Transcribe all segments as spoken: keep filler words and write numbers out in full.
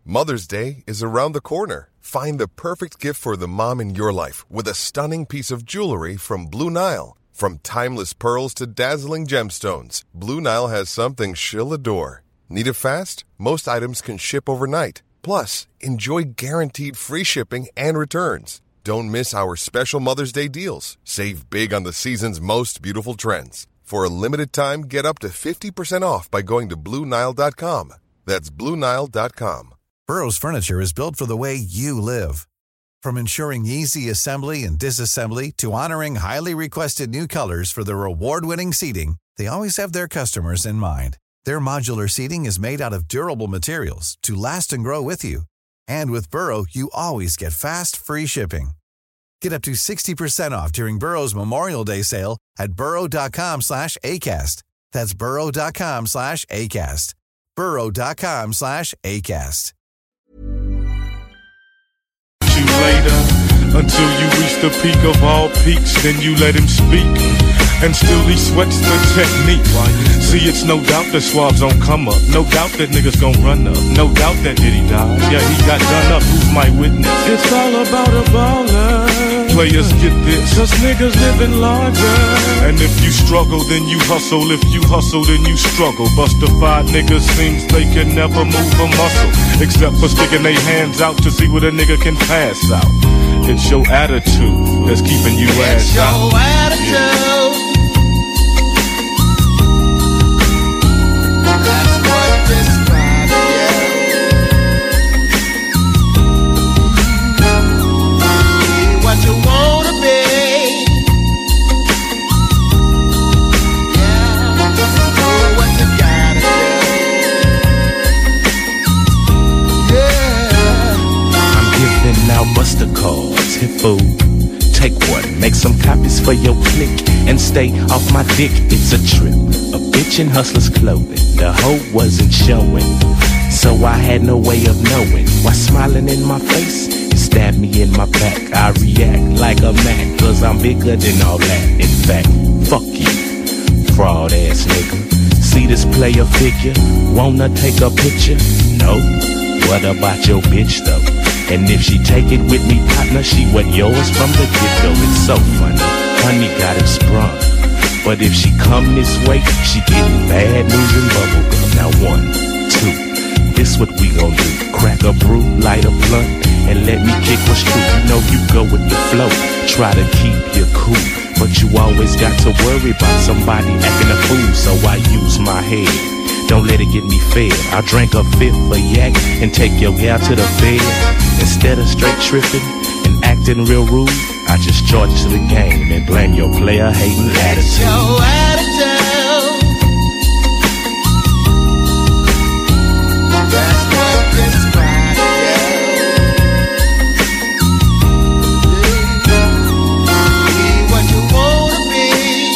Mother's Day is around the corner. Find the perfect gift for the mom in your life with a stunning piece of jewelry from Blue Nile. From timeless pearls to dazzling gemstones, Blue Nile has something she'll adore. Need it fast? Most items can ship overnight. Plus, enjoy guaranteed free shipping and returns. Don't miss our special Mother's Day deals. Save big on the season's most beautiful trends. For a limited time, get up to fifty percent off by going to Blue Nile dot com. That's Blue Nile dot com. Burrow's furniture is built for the way you live. From ensuring easy assembly and disassembly to honoring highly requested new colors for their award-winning seating, they always have their customers in mind. Their modular seating is made out of durable materials to last and grow with you. And with Burrow, you always get fast, free shipping. Get up to sixty percent off during Burrow's Memorial Day sale at burrow dot com slash ACAST. That's burrow dot com slash ACAST. burrow dot com slash ACAST. You later, until you reach the peak of all peaks, then you let him speak. And still he sweats the technique. See, it's no doubt that swabs don't come up. No doubt that niggas gon' run up. No doubt that Diddy died. Yeah, he got done up. Who's my witness? It's all about a baller. Players get this, cause niggas living larger. And if you struggle, then you hustle. If you hustle, then you struggle. Bustified niggas seems they can never move a muscle, except for sticking their hands out to see what a nigga can pass out. It's your attitude that's keeping you ass out. It's your attitude. Yeah. That's what describes you. Be what you wanna be. Yeah. Do what you gotta do. Yeah. I'm giving out Buster cards. Hit food. Take one, make some copies for your clique, and stay off my dick, it's a trip. A bitch in hustler's clothing, the hoe wasn't showing, so I had no way of knowing. Why smiling in my face, stab me in my back, I react like a Mac, cause I'm bigger than all that. In fact, fuck you, fraud ass nigga. See this player figure, wanna take a picture? No, what about your bitch though? And if she take it with me, partner, she was yours from the get-go. It's so funny, honey got it sprung. But if she come this way, she getting bad news and bubblegum. Now one, two, this what we gon' do. Crack a brew, light a blunt, and let me kick what's true. You know you go with the flow, try to keep your cool, but you always got to worry about somebody acting a fool. So I use my head, don't let it get me fed. I drank a fifth of yak and take your gal to the bed. Instead of straight tripping and acting real rude, I just charge to the game and blame your player hating attitude. It's your attitude. That's what describes you. Be what you wanna be.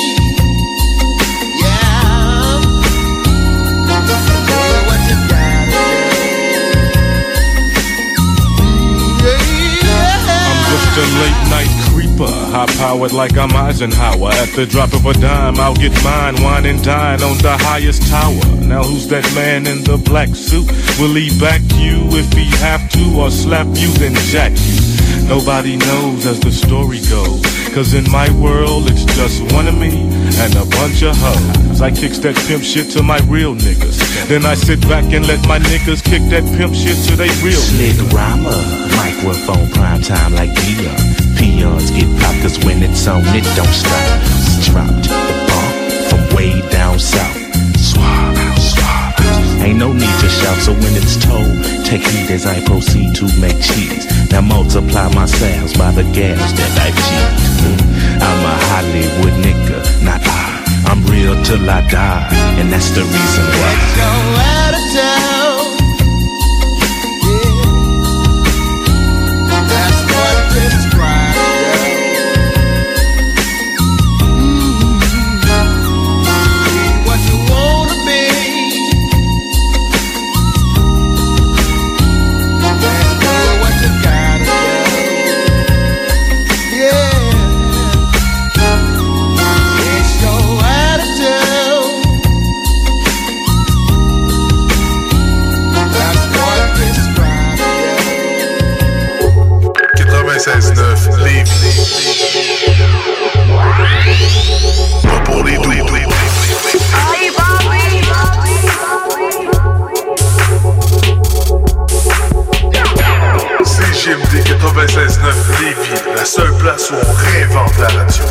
Yeah. Do what you gotta do. Yeah. I'm just a late night creeper, high powered like I'm Eisenhower. At the drop of a dime, I'll get mine, wine and dine on the highest tower. Now who's that man in the black suit? Will he back you if he have to, or slap you then jack you? Nobody knows as the story goes, cause in my world it's just one of me and a bunch of hoes. I kicks that pimp shit to my real niggas, then I sit back and let my niggas kick that pimp shit to they real Slick niggas. rhymer, microphone prime time like Dion. Peons get popped cause when it's on it don't stop. Dropped the bomb from way down south. Swab out, swab out. Ain't no need to shout, so when it's told, take heed as I proceed to make cheese. Now multiply my sales by the gas that I cheat. I'm a Hollywood nigga, not I. I'm real till I die, and that's the reason why. It's your attitude. Yeah. That's what describes you. Mm-hmm. Be what you wanna be. And do what you gotta do. Yeah. It's your attitude. quatre-vingt-seize neuf Lévis. Pas pour les doux. C G M D quatre-vingt-seize neuf Lévis, la seule place où on réinvente la radio.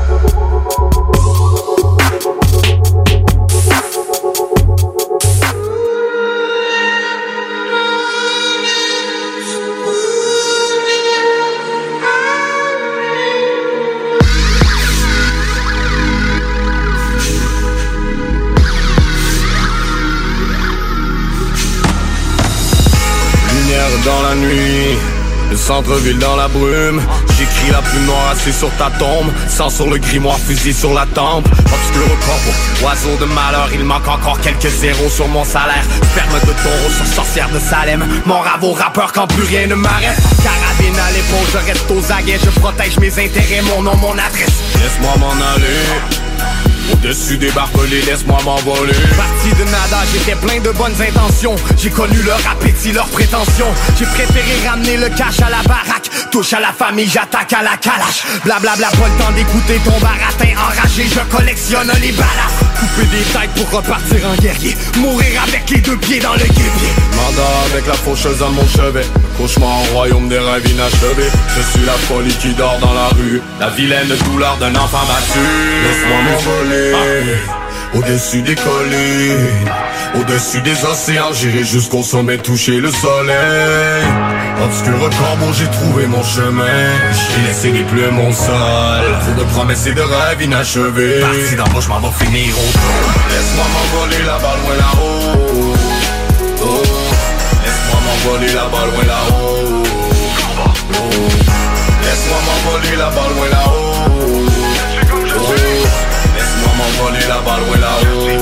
Dans la nuit, le centre-ville dans la brume. J'écris la plume noire assis sur ta tombe, sang sur le grimoire, fusil sur la tempe. Obscur au corbeau, oiseau de malheur, il manque encore quelques zéros sur mon salaire. Sperme de taureau sur sorcière de Salem, mon ravo rappeur quand plus rien ne m'arrête. Carabine à l'épaule, je reste aux aguets, je protège mes intérêts, mon nom, mon adresse. Laisse-moi m'en aller. Au-dessus des barbelés, laisse-moi m'envoler. Parti de nada, j'étais plein de bonnes intentions. J'ai connu leur appétit, leurs prétentions. J'ai préféré ramener le cash à la baraque. Touche à la famille, j'attaque à la calache. Blablabla, pas le temps d'écouter ton baratin. Enragé, je collectionne les balafres. Couper des têtes pour repartir en guerrier. Mourir avec les deux pieds dans le guépier. Mandat avec la faucheuse à mon chevet. Cauchemar au royaume des rêves inachevés. Je suis la folie qui dort dans la rue. La vilaine douleur d'un enfant battu. Laisse-moi m'envoler. Ah. Au-dessus des collines, au-dessus des océans, j'irai jusqu'au sommet toucher le soleil. Obscur corbeau, j'ai trouvé mon chemin. J'ai laissé les plumes au sol. Trop de promesses et de rêves inachevés. Parti d'en bas, je m'en vais finir au dos. Laisse-moi m'envoler la balle loin là-haut. Oh. Laisse-moi m'envoler la balle loin là-haut. Oh. Laisse-moi m'envoler la balle loin là-haut. Oh. Laisse-moi m'envoler la balle loin là-haut.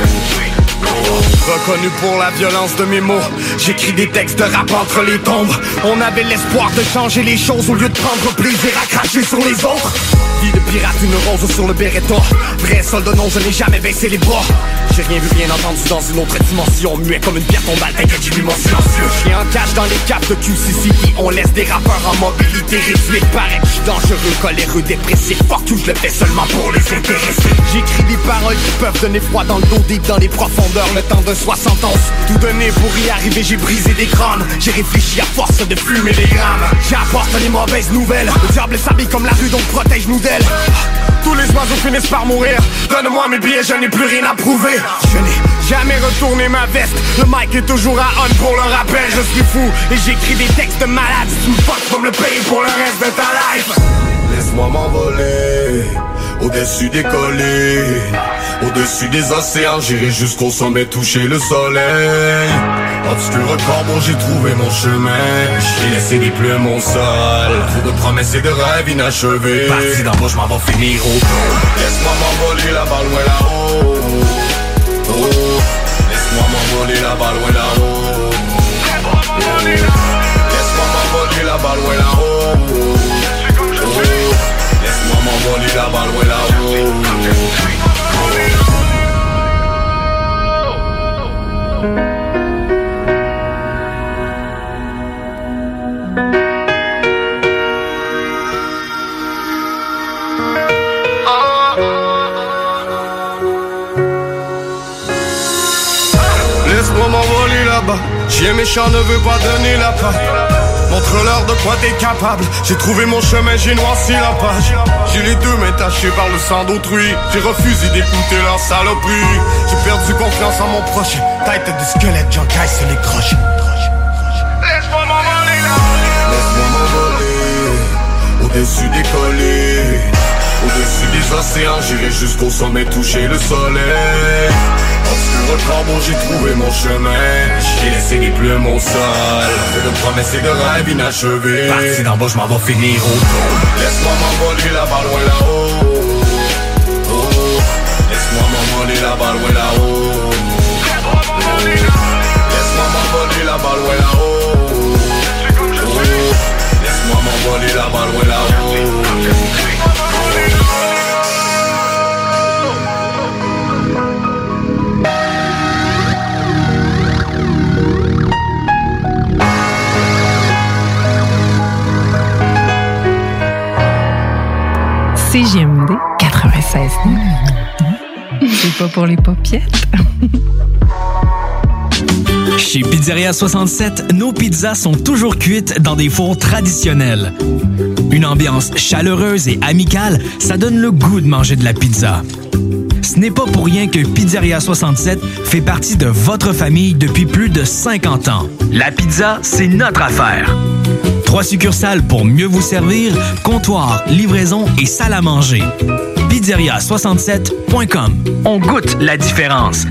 Reconnu pour la violence de mes mots, j'écris des textes de rap entre les tombes. On avait l'espoir de changer les choses au lieu de prendre plaisir à cracher sur les autres. Vie de pirate, une rose sur le Beretta. Vrai soldat, non, je n'ai jamais baissé les bras. J'ai rien vu, bien entendu dans une autre dimension. Muet comme une pierre tombale, t'inquiète, j'ai vu mon silencieux. Chien en cache dans les caps de Q C C I. On laisse des rappeurs en mobilité réduite. Paraît que je suis dangereux, coléreux, dépressif. Fuck you, je le fais seulement pour les intéresser. J'écris des paroles qui peuvent donner froid dans le dos, deep dans les profondeurs. Le temps de soixante ans, tout donné pour y arriver, j'ai brisé des crânes. J'ai réfléchi à force de fumer des grammes. J'apporte les mauvaises nouvelles. Le diable s'habille comme la rue, donc protège-nous d'elle. Tous les oiseaux finissent par mourir. Donne-moi mes billets, je n'ai plus rien à prouver. Je n'ai jamais retourné ma veste. Le mic est toujours à on pour le rappel. Je suis fou et j'écris des textes de malade. Si tu me fuck, tu vas me le payer pour le reste de ta life. Laisse-moi m'envoler au-dessus des collines, au-dessus des océans, j'irai jusqu'au sommet toucher le soleil. Obscur corbeau, j'ai trouvé mon chemin. J'ai laissé des plumes au sol. Trop de promesses et de rêves inachevés. Parti d'en bas, je m'en vais finir au dos. Laisse-moi m'envoler la balle loin là-haut. Oh. Laisse-moi m'envoler la balle loin là-haut. Oh. Laisse-moi m'envoler la balle loin là-haut. Oh. Laisse-moi m'envoler la balle loin là-haut. Laisse-moi m'envoler là-bas. Chien méchant ne veut pas donner la part. Montre-leur de quoi t'es capable. J'ai trouvé mon chemin, j'ai noirci la page. J'ai les deux mains tachées par le sang d'autrui. J'ai refusé d'écouter leur saloperie. J'ai perdu confiance en mon prochain. Tête de squelette, j'encaisse les crochets. Laisse-moi m'envoler là. Laisse-moi m'envoler au-dessus des collines, au-dessus des océans, j'irai jusqu'au sommet toucher le soleil. Obscur corbeau, j'ai trouvé mon chemin. J'ai laissé les plumes au sol. Trop de promesses et de rêves inachevés. Parti d'en bas, je m'en vais finir au dos. Laisse-moi m'envoler la balle loin là-haut. Oh. Laisse-moi m'envoler la balle loin là-haut. Oh. Laisse-moi m'envoler la balle loin là-haut. Oh. Laisse-moi m'envoler la balle loin là-haut. C J M D quatre-vingt-seize neuf. C'est pas pour les paupiettes. Chez Pizzeria soixante-sept, nos pizzas sont toujours cuites dans des fours traditionnels. Une ambiance chaleureuse et amicale, ça donne le goût de manger de la pizza. Ce n'est pas pour rien que Pizzeria soixante-sept fait partie de votre famille depuis plus de cinquante ans. La pizza, c'est notre affaire. Trois succursales pour mieux vous servir, comptoir, livraison et salle à manger. pizzeria soixante-sept point com. On goûte la différence.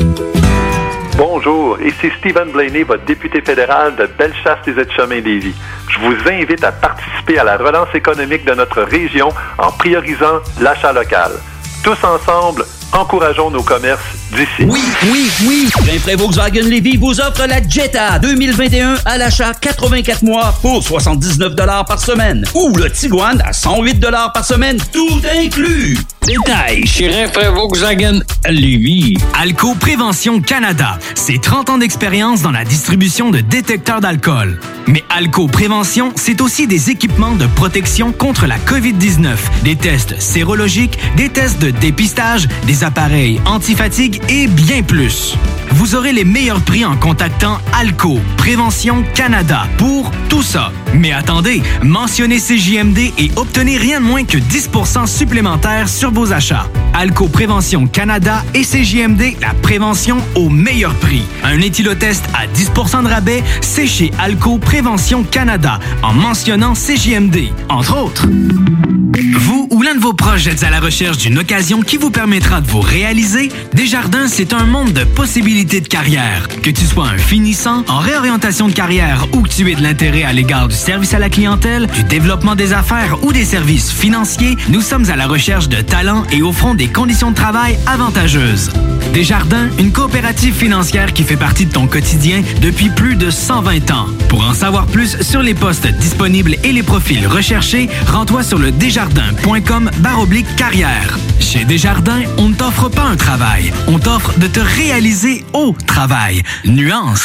Bonjour, ici Stephen Blaney, votre député fédéral de Bellechasse-les-Etchemins-Lévis. Je vous invite à participer à la relance économique de notre région en priorisant l'achat local. Tous ensemble, encourageons nos commerces d'ici. Oui, oui, oui! Rainfray Volkswagen Lévis vous offre la Jetta deux mille vingt et un à l'achat quatre-vingt-quatre mois pour soixante-dix-neuf dollars par semaine. Ou le Tiguan à cent huit dollars par semaine, tout inclus! Détail chez Rainfray Volkswagen Lévis. Alco Prévention Canada. C'est trente ans d'expérience dans la distribution de détecteurs d'alcool. Mais Alco Prévention, c'est aussi des équipements de protection contre la covid dix-neuf, des tests sérologiques, des tests de dépistage, des appareils anti-fatigue et bien plus. Vous aurez les meilleurs prix en contactant Alco Prévention Canada pour tout ça. Mais attendez, mentionnez C J M D et obtenez rien de moins que dix pour cent supplémentaire sur vos achats. Alco Prévention Canada et C J M D, la prévention au meilleur prix. Un éthylotest à dix pour cent de rabais, c'est chez Alco Prévention Canada en mentionnant C J M D, entre autres. Vous ou l'un de vos proches êtes à la recherche d'une occasion qui vous permettra de vous réaliser? Desjardins, c'est un monde de possibilités de carrière. Que tu sois un finissant, en réorientation de carrière ou que tu aies de l'intérêt à l'égard du service à la clientèle, du développement des affaires ou des services financiers, nous sommes à la recherche de talents et offrons des conditions de travail avantageuses. Desjardins, une coopérative financière qui fait partie de ton quotidien depuis plus de cent vingt ans. Pour en savoir plus sur les postes disponibles et les profils recherchés, rends-toi sur le desjardins.com barre oblique carrière. Chez Desjardins, on ne t'offre pas un travail, on t'offre de te réaliser au travail. Nuance.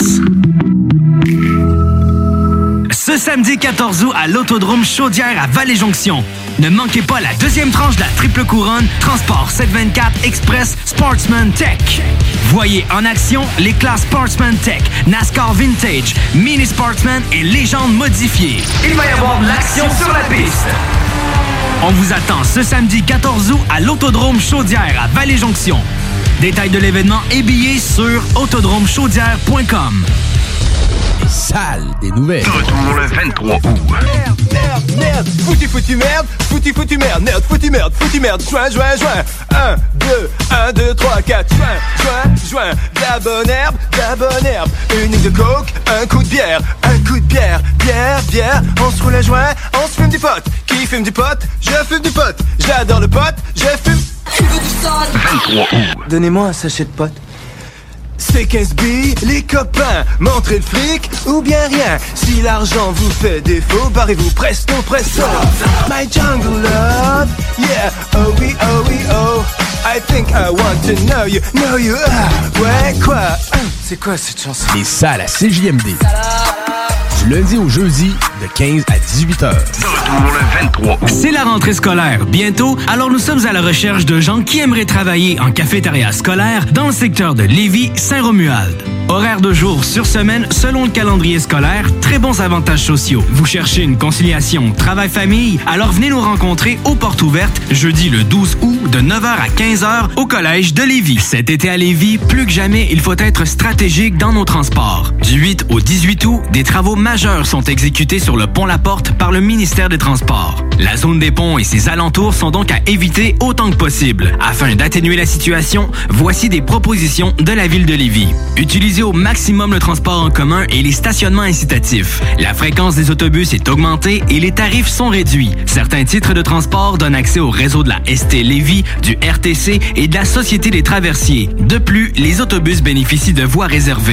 Ce samedi quatorze août à l'Autodrome Chaudière à Vallée-Jonction. Ne manquez pas la deuxième tranche de la triple couronne Transport sept cent vingt-quatre Express Sportsman Tech. Voyez en action les classes Sportsman Tech, NASCAR Vintage, Mini Sportsman et Légende modifiée. Il va y avoir de l'action sur la piste. On vous attend ce samedi quatorze août à l'Autodrome Chaudière à Vallée-Jonction. Détails de l'événement et billets sur autodrome chaudière point com. Sale des nouvelles. Retour le vingt-trois août. Merde, merde, merde, foutu, foutu, merde, foutu, foutu, merde, merde, foutu, merde, foutu, merde, joint, joint, joint. Un, deux, un, deux, trois, quatre, joint, joint, joint. De la bonne herbe, de la bonne herbe. Une ligne de coke, un coup de bière, un coup de bière, bière, bière. On se roule un joint, on se fume du pot. Qui fume du pot? Je fume du pot. J'adore le pot, je fume. vingt-trois août. Donnez-moi un sachet de pot. C'est quinze billes, les copains, montrez le fric ou bien rien. Si l'argent vous fait défaut, barrez-vous presto, presto. My jungle love, yeah, oh oui, oh oui, oh. I think I want to know you, know you, ah, ouais, quoi? C'est quoi cette chanson? Les salles à C J M D. Du lundi au jeudi, de quinze à dix-huit heures. Retour le vingt-trois août. C'est la rentrée scolaire bientôt, alors nous sommes à la recherche de gens qui aimeraient travailler en cafétéria scolaire dans le secteur de Lévis-Saint-Romuald. Horaire de jour sur semaine selon le calendrier scolaire, très bons avantages sociaux. Vous cherchez une conciliation travail-famille? Alors venez nous rencontrer aux portes ouvertes jeudi le douze août de neuf heures à quinze heures au collège de Lévis. Cet été à Lévis, plus que jamais, il faut être stratégique dans nos transports. Du huit au dix-huit août, des travaux majeurs sont exécutés sur le pont La Porte par le ministère des Transports. La zone des ponts et ses alentours sont donc à éviter autant que possible. Afin d'atténuer la situation, voici des propositions de la ville de Lévis. Utilisez au maximum le transport en commun et les stationnements incitatifs. La fréquence des autobus est augmentée et les tarifs sont réduits. Certains titres de transport donnent accès au réseau de la S T Lévis, du R T C et de la Société des traversiers. De plus, les autobus bénéficient de voies réservées.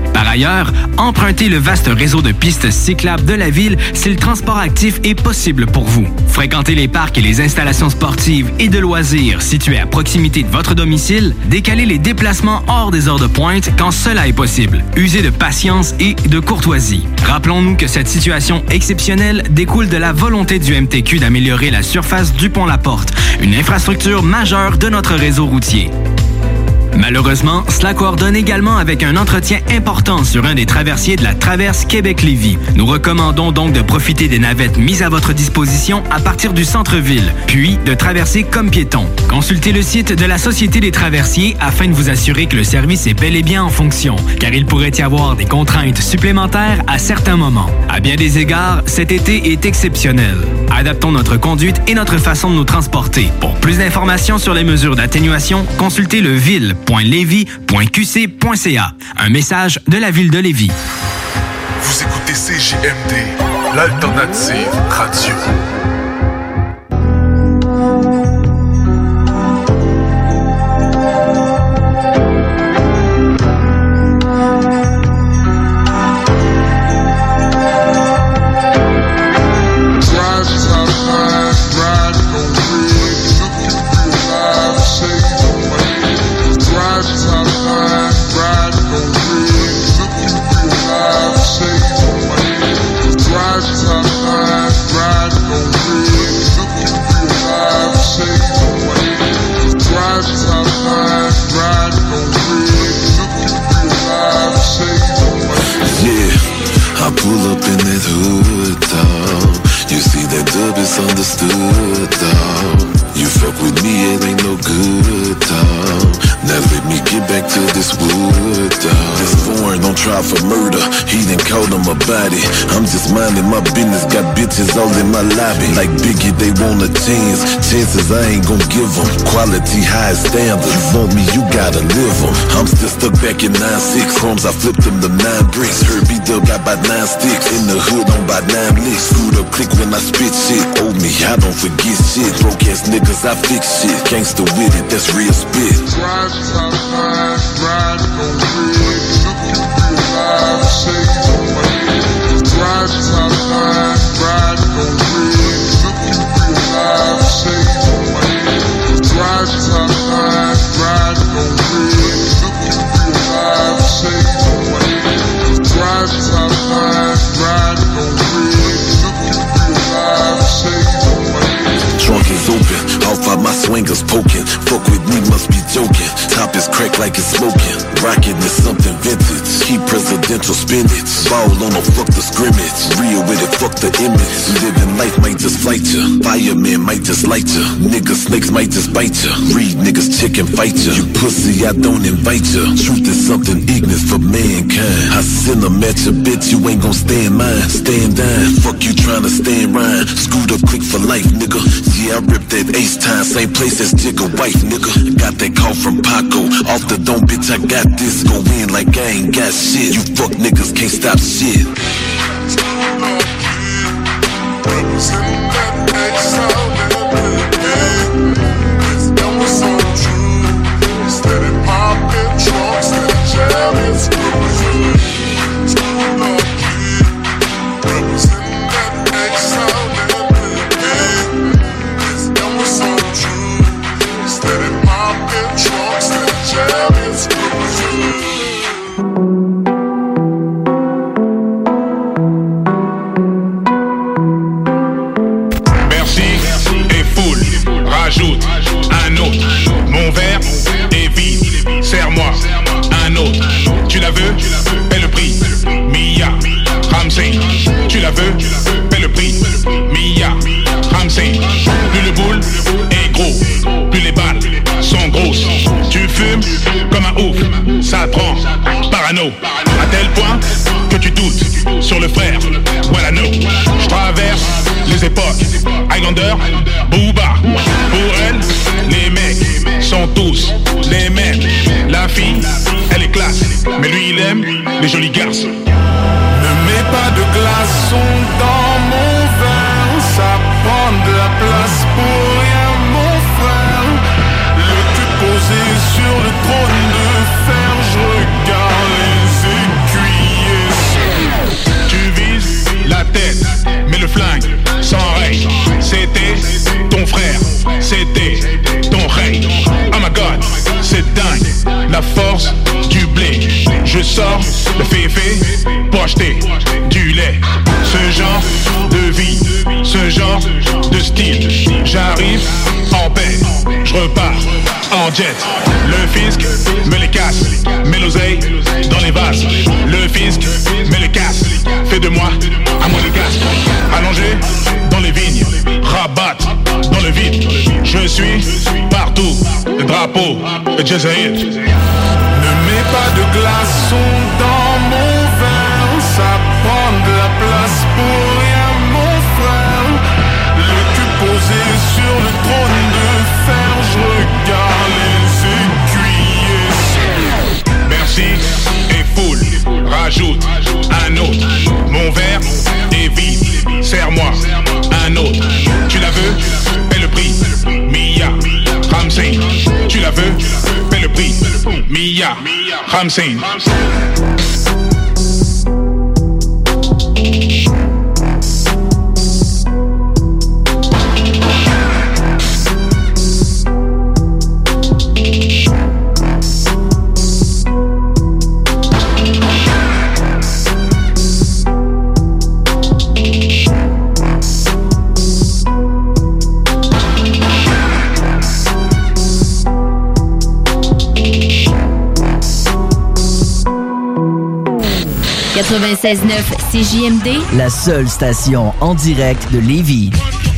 Par ailleurs, empruntez le vaste réseau de pistes cyclables de la ville si le transport actif est possible pour vous. Fréquentez les parcs et les installations sportives et de loisirs situés à proximité de votre domicile. Décalez les déplacements hors des heures de pointe quand cela est possible. Usez de patience et de courtoisie. Rappelons-nous que cette situation exceptionnelle découle de la volonté du M T Q d'améliorer la surface du pont La Porte, une infrastructure majeure de notre réseau routier. Malheureusement, cela coordonne également avec un entretien important sur un des traversiers de la traverse Québec-Lévis. Nous recommandons donc de profiter des navettes mises à votre disposition à partir du centre-ville, puis de traverser comme piéton. Consultez le site de la Société des traversiers afin de vous assurer que le service est bel et bien en fonction, car il pourrait y avoir des contraintes supplémentaires à certains moments. À bien des égards, cet été est exceptionnel. Adaptons notre conduite et notre façon de nous transporter. Pour plus d'informations sur les mesures d'atténuation, consultez le ville point lévis point q c point c a. Un message de la ville de Lévis. Vous écoutez C J M D, l'alternative radio. Understood, dawg. You fuck with me, it ain't no good, dawg. Now let me get back to this wood, dawg. This foreign don't try for murder, he done called him a body. I'm just minding my business, got bitches all in my lobby. Like Biggie, they want a chance, chances I ain't gon' give them. Quality, high standard, you want me, you gotta live them. I'm still stuck back in nine six, crumbs, I flipped them to nine bricks. Heard B-Dub got about nine sticks, in the hood on about nine licks. Screwed up click when I spit shit, owe me, I don't forget shit. Broke ass niggas, I fix shit, gangsta with it, that's real spit. Drive top line, ride on rig, look you real live, shade on my head. Drive top line, ride on rig, look you real live, shade on my head. Drive top line, ride on rig, look you real live, shade on my head. Drive top line, ride on rig, look you real live, shade on my head. Trunk is open, off out my swingers poking. Fuck with me, must be joking. Top is cracked like it's smoking. Rockin' is something vintage. Keep presidential spinach. Ball on no fuck the scrimmage. Real with it, fuck the image. Living life might just flight ya. Fireman might just light ya. Niggas, snakes might just bite ya. Read niggas, chicken fight ya. You pussy, I don't invite ya. Truth is something ignorant for mankind. I send them at ya, bitch, you ain't gon' stand mine. Stand down, fuck you tryna stand Ryan. Screwed up quick for life, nigga. Yeah, I ripped that ace time, same place as Jigga wife, nigga. Got that call from Paco. Off the dome, bitch, I got this. Go in like I ain't got shit. You fuck niggas can't stop shit. Representing that X sound in the building. It's never so true. Steady popping trunks and jam, it's good. Too lucky. Representing that X sound in the building. It's never so true. Steady popping trunks and jam, it's good. Rajoute un autre, mon verre est vide, serre-moi un autre. Tu la veux, paie le prix, Mia, Ramsey. Tu la veux, paie le prix, Mia, Ramsey. Plus le boule est gros, plus les balles sont grosses. Tu fumes comme un ouf, ça te rend parano. À tel point que tu doutes sur le frère, voilà nous. Je traverse les époques, Highlander, Booba. Pour elle, les mecs sont tous les mêmes. La fille, elle est classe, mais lui il aime les jolies garces. Ne mets pas de glaçons dans mon verre, ça prend de la place pour rien mon frère. Le cul posé sur le trône de fer, je regarde les aiguilles tête, mais le flingue s'enraye. C'était ton frère, c'était ton rey. Oh my god, c'est dingue, la force du blé. Je sors le féfé pour acheter du lait. Ce genre de vie, ce genre de style. J'arrive en paix, je repars en jet. Le fisc me les casse, met l'oseille dans les vases. Le fisc me les casse, fait de moi un monégasque. Allongé dans les vignes, rabatte dans le vide. Je suis partout, le drapeau, le Jazair. Ne mets pas de glaçons dans mon verre, ça prend de la place pour rien mon frère. Le cul posé sur le trône de fer, je regarde les écuyers. Merci et full, rajoute un autre. Mon verre est vide, serre-moi un autre. Tu la veux, paie le prix, Mia Ramsey. Tu la veux, paie le prix, Mia Ramsey. quatre-vingt-seize neuf C J M D, la seule station en direct de Lévis.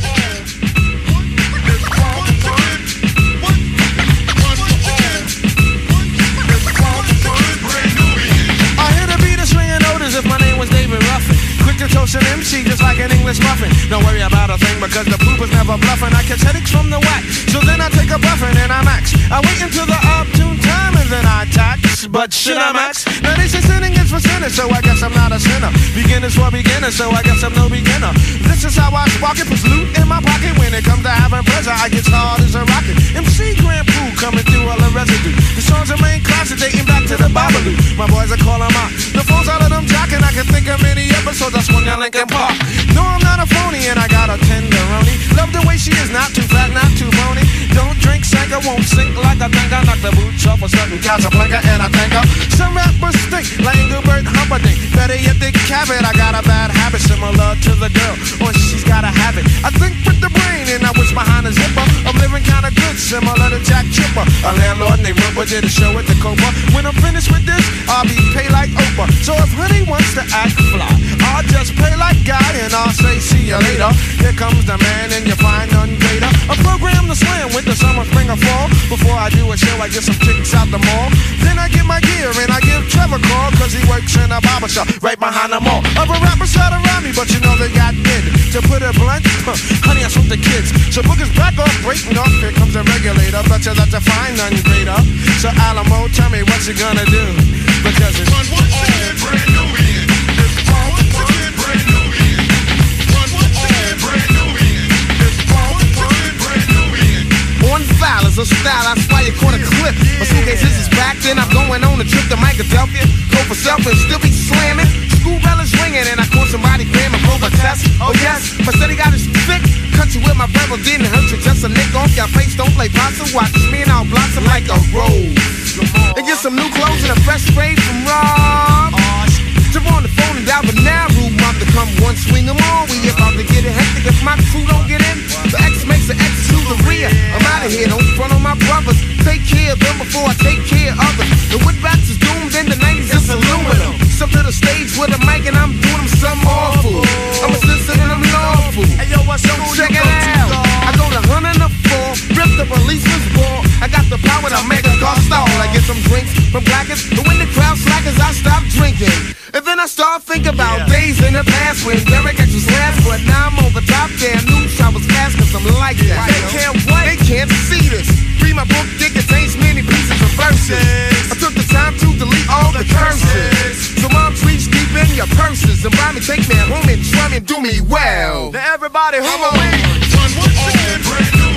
Toast an M C just like an English muffin. Don't worry about a thing because the poop is never bluffing. I catch headaches from the whack, so then I take a buffin' and I max. I wait until the opportune time and then I tax. But should I max? Now they say sinning is for sinners, so I guess I'm not a sinner. Beginners for beginners, so I guess I'm no beginner. This is how I spark it, puts loot in my pocket. When it comes to having pleasure, I get hard as a rocket. M C Grand Poo coming through all the residue. The songs are main classic dating back to the Babalu. My boys are calling out. The phones out of them jocking, I can think of many episodes. I swung down Lincoln Park. No, I'm not a phony and I got a tenderoni. Love the way she is, not too fat, not too bony. Don't drink Sanka, won't sink like I think. I knock the boots off a certain Casablanca and I think of some rappers stink like Engelbert Humperdinck. Better yet they have it. I got a bad habit similar to the girl, or she's gotta have it. I think with the brain and I wish behind a zipper. I'm living kinda good, similar to Jack Chipper. A landlord named Ripper did a show at the Copa. When I'm finished with this, I'll be paid like Oprah. So if honey wants to act fly, I'll just play like God and I'll say see you later. Here comes the man and you find none greater. A program to slam with the summer, spring or fall. Before I do a show I get some chicks out the mall. Then I get my gear and I give Trevor a call, cause he works in a barber shop right behind the mall. Other rappers try to rhyme me but you know they got bid. To put it blunt, huh, honey I swoop the kids. So boogers back off, breaking off, here comes the regulator. Bet you that you find none greater. So Alamo, tell me what you gonna do, because it's one one all brand new in. It's one one brand new in. One one all brand new in. It's one one brand new in. On file is a style, that's why you caught a clip. My suitcase is back, then I'm going on a trip to Philadelphia. Go for self and still be slamming. School bell is ringing and I caught somebody cramming for a test. Oh yes, my study got his thick. Cut you with my rebel, didn't hurt you, just a nick off your face. Don't play possum, watch me and I'll blossom like a rose. And get some new clothes and a fresh spray from Rob. Jump on the phone and dial the now room up to come one swing them all. We about to get it hectic if my crew don't get in. The X makes the X to the rear. I'm out of here, don't front on my brothers. Take care of them before I take care of others. The woodbats is doomed in the nineties, it's aluminum. Step to the stage with a mic and I'm doing them something awful. I'm a citizen and I'm lawful. Hey, yo, what's up? Check it out. I go to one and a four, rip the policeman's ball. I got the power to make a car stall. I get some drinks from blackers, but when the crowd slackers, I stop drinking. And then I start thinking about yeah. days in the past when Derek X was last, but now I'm over top. Damn news, I was fast cause I'm like that. Right, they can't wait, they can't see this. Read my book, it contains many pieces of verses. I took the time to delete all the curses. So moms reach deep in your purses and buy me, take me home and try me, do me well. Now everybody, who are we? One, one, two, brand new.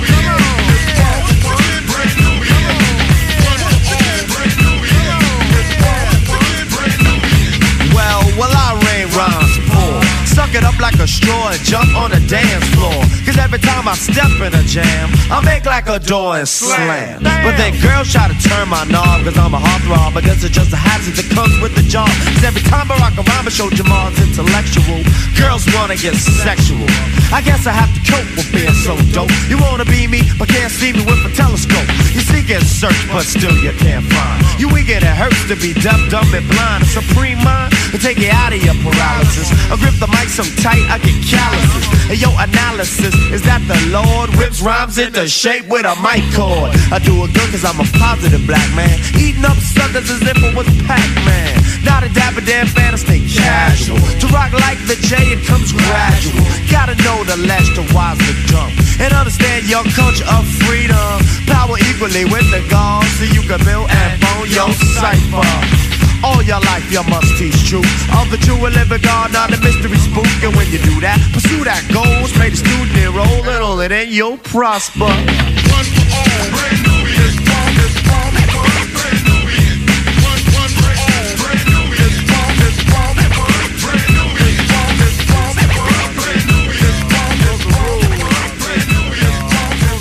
Well, I rain rhymes, poor. Suck it up like a straw and jump on the dance floor. Cause every time I step in a jam, I make like a door and slam. But then girls try to turn my knob, cause I'm a heartthrob. I guess it's just a hazard that comes with the job. Cause every time Barack Obama showed Jamal's intellectual, girls wanna get sexual. I guess I have to cope with being so dope. You wanna be me, but can't see me with a telescope. You seek and search, but still you can't find. You weak and it hurts to be deaf, dumb and blind. A supreme mind will take you out of your paralysis. I grip the mic so tight I get calluses. And your analysis is that the Lord whips rhymes into shape with a mic cord. I do it good cause I'm a positive black man, eating up suckers as if it was Pac-Man. Not a dapper damn fan, I stay casual. To rock like the J, it comes gradual. Gotta know the latch to wise the dumb, and understand your culture of freedom. Power equally with the gods, so you can build and bone your cipher. All your life you must teach truth of the true and living God, not a mystery spook. And when you do that, pursue that goals, play the student enroll, and only then you'll prosper. One for all, brand new is bomb, is bomb, brand new is one, one for all, brand new is bomb, is bomb, brand new is bomb, is bomb, brand new is bomb, is bomb, brand new is bomb, is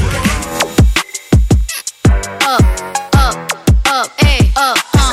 bomb. Up, up, up, ay, up.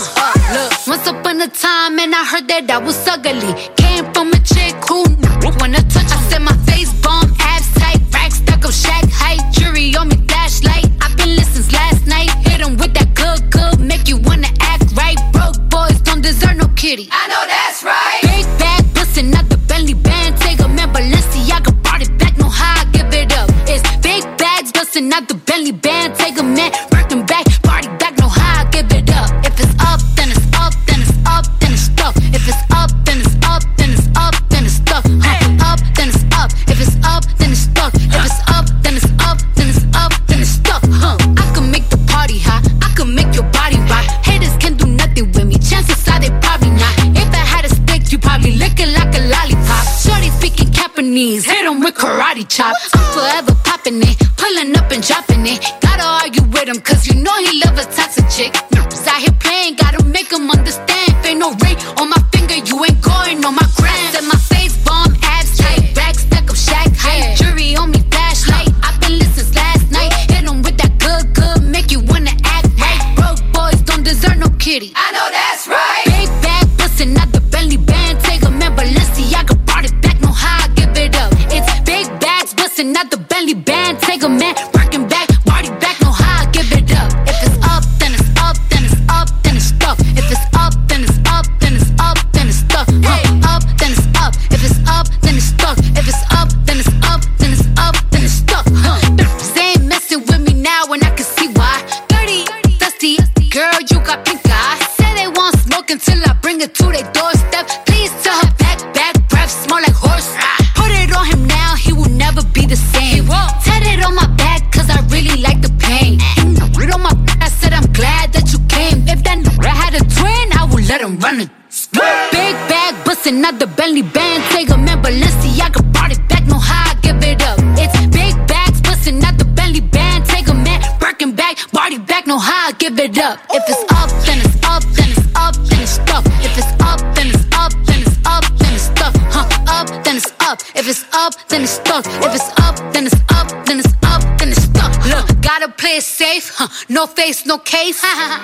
Once upon a time, and I heard that I was ugly. Came from a chick who wanna touch. I said my face bomb, abs tight, rack stuck up, shack height, jury on me, flashlight. I've been listening since last night. Hit 'em with that good, good, make you wanna act right. Broke boys don't deserve no kitty. I know that's right. Big bag, bustin' out the Bentley band. Take a man, Balenciaga brought it back. No how I give it up. It's big bags, bustin' out the Bentley band. Take a man, working back, party back. No how I give it up. If it's up, then it's up, then it's up, then it's stuck. If it's up, then it's up, then it's up, then it's stuck. Huh. Up, then it's up. If it's up, then it's stuck. If it's up, then it's up, then it's up, then it's stuck. Huh. I can make the party hot. I can make your body rock. Haters can do nothing with me. Chances are they probably not. If I had a stick, you probably lick it like a lollipop. Shorty speaking Japanese, hit 'em with karate chops. I'm forever popping it, pulling up and dropping it. Gotta argue with him, cause you know he love a toxic chick. Out here playing, gotta make him understand. If ain't no ring on my finger, you ain't going on my gram. Set my face bomb, abs tight, back stuck up, shack height, jury on me, flashlight. I've been listening since last night. Hit 'em with that good, good, make you wanna act right. Broke boys don't deserve no kitty. I know that's right. Big bag, bustin' out the Bentley band. Take a man, Balenciaga brought it back. No how I give it up. It's big bags, bustin' out the Bentley band. Take a man, working back, party back. No how I give it up. If it's up, then it's up, then it's up, then it's stuck. If it's up, then it's up, then it's up, then it's stuck. Huh. Up, then it's up. If it's up, then it's stuck. If it's up, then it's up, then it's up, then it's stuck. Huh. They ain't messing with me now, and I can see why. Dirty, dusty, girl, you got pink eye. Say they want smoke until I bring it to their doorstep. Please tell her back, back, breath smell like horse. Put it on him now, he will never be the same. Tat it on my back, cause I really like the pain. Read on my back, I said I'm glad that you came. If that I had a twin, I would let him run it. Big bag, bustin' out the Bentley band. Take a man, Balenciaga brought it back. No how I give it up. It's big bags, bustin' out the Bentley band. Take a man, Birkin back, body back. No how I give it up. If it's up, then it's up, then it's up, then it's stuck. If it's up, then it's up, then it's up, then it's stuck. Huh. Up, then it's up. If it's up, then it's stuck. If it's up, then it's up, then it's up, then it's stuck. Look, gotta play it safe. Huh. No face, no case.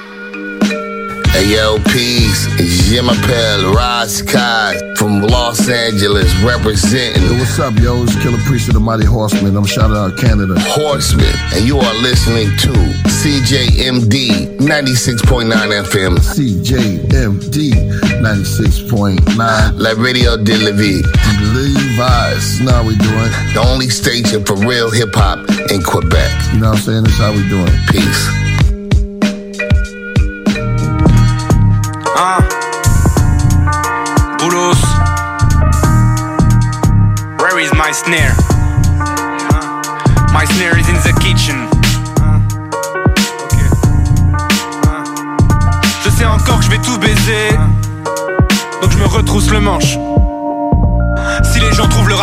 Hey yo, peace, it's Jim Appel, Ross Kai from Los Angeles representing. Yo, what's up, yo? It's Killer Priest of the Mighty Horsemen. I'm shouting out Canada. Horsemen, and you are listening to C J M D ninety-six point nine F M. C J M D ninety-six point nine. La Radio de la Vie. Levi's. You know how we doing. The only station for real hip hop in Quebec. You know what I'm saying? That's how we doing. Peace. Uh, Budos. Where is my snare? Uh, my snare is in the kitchen. Uh, okay. uh, je sais encore que je vais tout baiser. Uh, donc je me retrousse le manche. Si les gens trouvent le rap débile,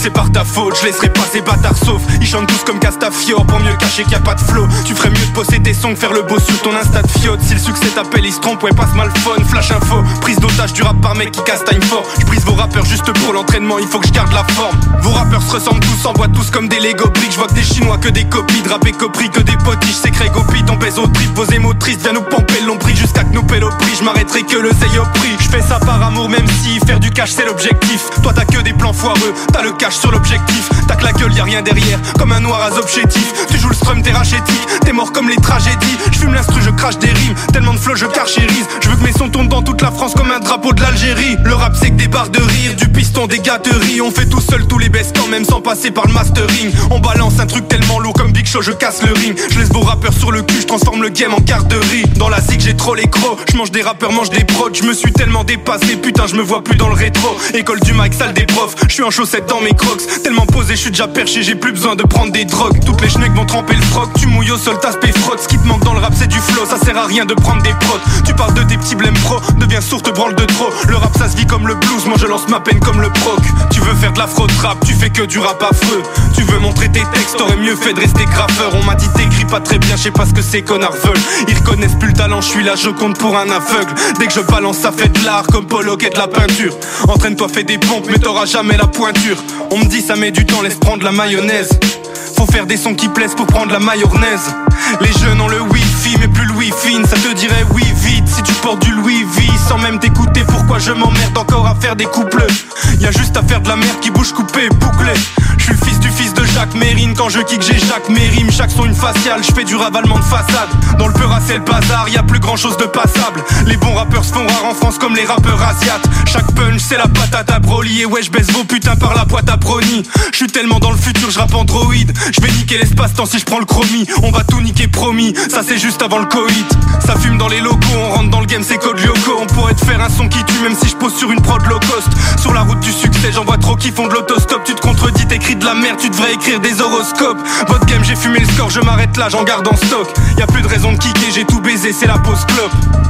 c'est par ta faute, je laisserai pas ces bâtards sauf. Ils chantent tous comme Castafiore pour mieux cacher qu'il y a pas de flow. Tu ferais mieux de poster tes sons que faire le beau sur ton Insta de fiotte. Si le succès t'appelle, il se trompe, ouais passe mal phone, flash info. Prise d'otage du rap par mec qui castagne fort. Je brise vos rappeurs juste pour l'entraînement, il faut que je garde la forme. Vos rappeurs se ressemblent tous, s'envoient tous comme des Lego bricks. Je vois que des chinois, que des copies, de rap et copri, que des potiches. C'est Craig au pit, on pèse au trip, vos émotrices. Viens nous pomper le nombril jusqu'à que nous paie au prix. Je m'arrêterai que le zeille au prix. Je fais ça par amour même si faire du cash c'est l'objectif. Toi t'as que des plans foireux, t'as le cash sur l'objectif. T'as que la gueule, y'a rien derrière, comme un noir à zob chétif. Tu joues le strum, t'es rachétique, t'es mort comme les tragédies. Je fume l'instru, je crache des rimes, tellement de flow je carchérise. Je veux que mes sons tournent dans toute la France comme un drapeau de l'Algérie. Le rap c'est que des barres de rire, du piston, des gâteries. On fait tout seul tous les baisses quand même sans passer par le mastering. On balance un truc tellement lourd comme Big Show, je casse le ring. Je laisse vos rappeurs sur le cul, je transforme le game en garderie. Dans la zig j'ai trop les crocs, je mange des rappeurs, mange des prods. Je me suis tellement dépassé, putain je me vois plus dans le rétro. École du mic, salle des profs, je suis en chaussettes dans mes crocs. Tellement posé, je suis déjà perché, j'ai plus besoin de prendre des drogues. Toutes les schnecks vont tremper le froc, tu mouilles au sol, t'aspect frotte. Ce qui te manque dans le rap c'est du flow, ça sert à rien de prendre des prods. Tu parles de tes petits blèmes pro, deviens sourd, te branle de trop. Le rap ça se vit comme le blues, moi je lance ma peine comme le proc. Tu veux faire de l'afro trap, tu fais que du rap affreux. Tu veux montrer tes textes, t'aurais mieux fait de rester graffeur. On m'a dit t'écris pas très bien, je sais pas ce que ces connards veulent. Ils reconnaissent plus le talent, je suis là, je compte pour un aveugle. Dès que je balance ça fait de l'art comme Pollock et de la peinture. Entraîne-toi, fais des pompes mais t'auras jamais la pointure. On me dit ça met du temps, laisse prendre la mayonnaise. Faut faire des sons qui plaisent pour prendre la mayonnaise. Les jeunes ont le wifi mais plus le wifi. Ça te dirait oui vite si tu portes du Louis V. Sans même t'écouter pourquoi je m'emmerde encore à faire des couples. Y'a juste à faire de la merde qui bouge coupée, bouclée. Je suis le fils du fils de Jacques Mérine. Quand je kick j'ai Jacques Mérim. Chaque son une faciale, je fais du ravalement de façade. Dans le peur c'est le bazar, y'a plus grand chose de passable. Les bons rappeurs se font rares en France comme les rappeurs asiates. Chaque punch c'est la patate à Broly. Et ouais je baisse vos putains par la boîte à brownie. Je suis tellement dans le futur, je rappe Android. Je vais niquer l'espace-temps si je prends le chromie. On va tout niquer promis, ça c'est juste avant le coït. Ça fume dans les locaux, on rentre dans le game c'est code Lyoko. On pourrait te faire un son qui tue même si je pose sur une prod low cost. Sur la route du succès j'en vois trop qui font de l'autostop. Tu te contredis, t'écris de la merde, tu devrais écrire des horoscopes. Votre game j'ai fumé le score, je m'arrête là, j'en garde en stock. Y'a plus de raison de kicker, j'ai tout baisé, c'est la pause clope.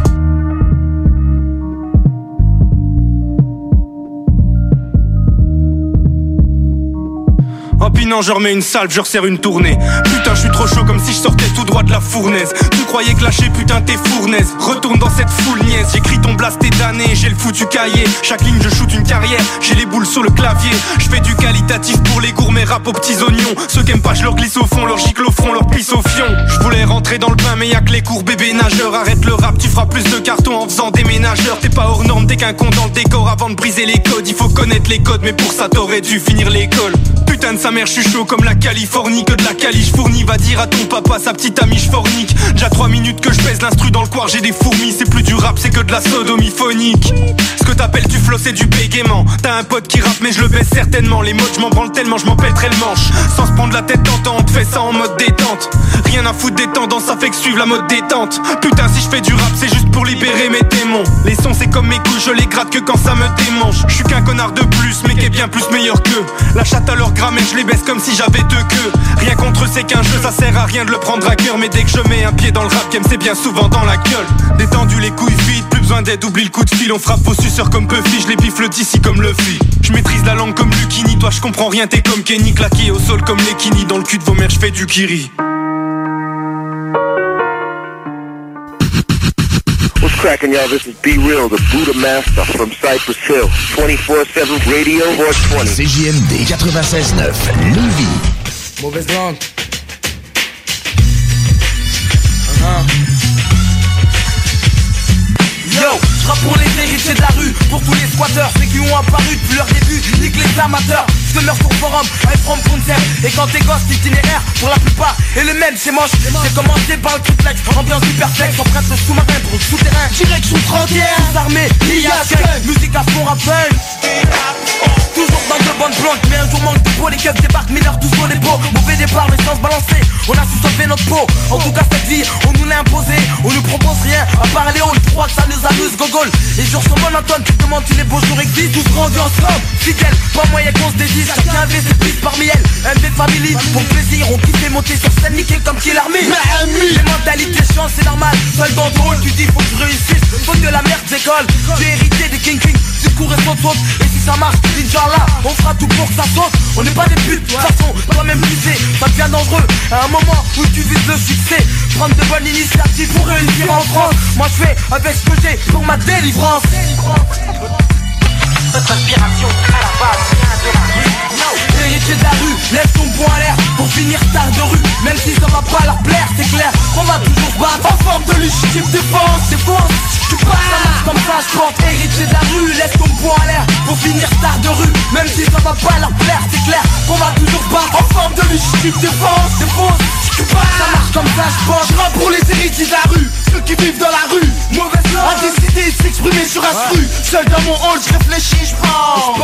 Oh puis non je remets une salve, je resserre une tournée. Putain je suis trop chaud comme si je sortais tout droit de la fournaise. Tu croyais que lâcher putain t'es fournaise. Retourne dans cette foule niaise. J'écris ton blast t'es damné, j'ai le foutu cahier. Chaque ligne je shoot une carrière, j'ai les boules sur le clavier. Je fais du qualitatif pour les gourmets rap aux petits oignons. Ceux qui aiment pas je leur glisse au fond, leur gicle au front, leur pisse au fion. Je voulais rentrer dans le bain mais y'a que les cours bébé nageur. Arrête le rap, tu feras plus de cartons en faisant des ménageurs. T'es pas hors norme, t'es qu'un con dans le décor. Avant de briser les codes, il faut connaître les codes. Mais pour ça t'aurais dû finir l'école. Putain de sa mère, je suis chaud comme la Californie. Que de la cali, fournis, va dire à ton papa, sa petite amie, je fornique. Déjà trois minutes que je pèse l'instru dans le coir, j'ai des fourmis. C'est plus du rap, c'est que de la sodomie phonique. Ce que t'appelles du flow, c'est du bégaiement. T'as un pote qui rappe, mais je le baisse certainement. Les modes, je m'en branle tellement, je m'en pèterai le manche. Sans se prendre la tête tentant, on te fait ça en mode détente. Rien à foutre des tendances, ça fait que suivre la mode détente. Putain, si je fais du rap, c'est juste pour libérer mes démons. Les sons, c'est comme mes couilles, je les gratte que quand ça me démange. Je suis qu'un connard de plus, mais qui est bien plus meilleur qu'eux. La chatte à leur grammaire, je les baisse comme si j'avais deux queues. Rien contre eux, c'est qu'un jeu, ça sert à rien de le prendre à cœur. Mais dès que je mets un pied dans le rap game, c'est bien souvent dans la gueule. Détendu les couilles vides, plus besoin d'aide, oublie le coup de fil. On frappe aux suceurs comme Puffy, je les bifle d'ici comme Luffy. Je maîtrise la langue comme Lucini, toi je comprends rien, t'es comme Kenny. Claqué au sol comme les Kini, dans le cul de vos mères je fais du kiri. What's cracking, y'all? This is Be Real, the Buddha Master from Cypress Hill. twenty-four seven Radio four twenty. C J M D quatre-vingt-seize neuf, Lévis. Mauvaise langue. Uh-huh. Yo, je rappe pour les héritiers de la rue, pour tous les squatteurs, ceux qui ont apparu depuis leur début, nique les amateurs. Je demeure sur forum, I from concept. Et quand t'es gosse, l'itinéraire, pour la plupart, est le même, c'est moche. J'ai commencé par le triplex, ambiance hyper flex, empreinte le sous-marin pour le souterrain. Direction trente et un, sous armée, I A S, musique à fond rappel. Toujours dans de bonnes plantes, mais un jour manque de peau, les keufs débarquent, mineurs tous sur les pots. Mauvais départ, mais sans se balancer, on a su sauver notre peau. En tout cas cette vie, on nous l'a imposé, on nous propose rien, à part les halls, trois que ça nous amuse, gogol. Les jours sont monotones, tu te demandes si les beaux jours existent. Tous rendus ensemble, fidèles, pas moyen qu'on se dédise. Chacun avait ses prises parmi elles, M V Family. Pour plaisir, on kiffe monter sur scène, nickel comme Kill Army. Les mentalités chiantes, c'est normal, seul dans le rôle, tu dis faut que je réussisse. Faut de la merde, j'école, j'ai hérité des King King. Du coup, reste saute, et si ça marche, Inch'Allah, on fera tout tout pour que ça saute. On n'est pas des putes, de toute façon, toi-même tu sais, ça devient dangereux à un moment où tu vises le succès. Prendre de bonnes initiatives pour réussir en France. Moi je fais avec ce que j'ai pour ma délivrance. Notre inspiration à la base vient de la rue. Héritier de la rue, lève ton poing en l'air pour finir tard de rue. Même si ça va pas leur plaire, c'est clair, on va toujours se battre en forme de légitime défense. Défense, tu parles, ça marche comme ça, je pense. Héritier de la rue, lève ton poing en l'air pour finir tard de rue. Même si ça va pas leur plaire, c'est clair, on va toujours se battre en forme de légitime défense. Défense, tu parles, ça marche comme ça, je pense. Je rappe pour les héritiers de la rue, ceux qui vivent dans la rue. Mauvaise langue, a décidé de s'exprimer sur un stru. Seul dans mon hall, je réfléchis, je pense.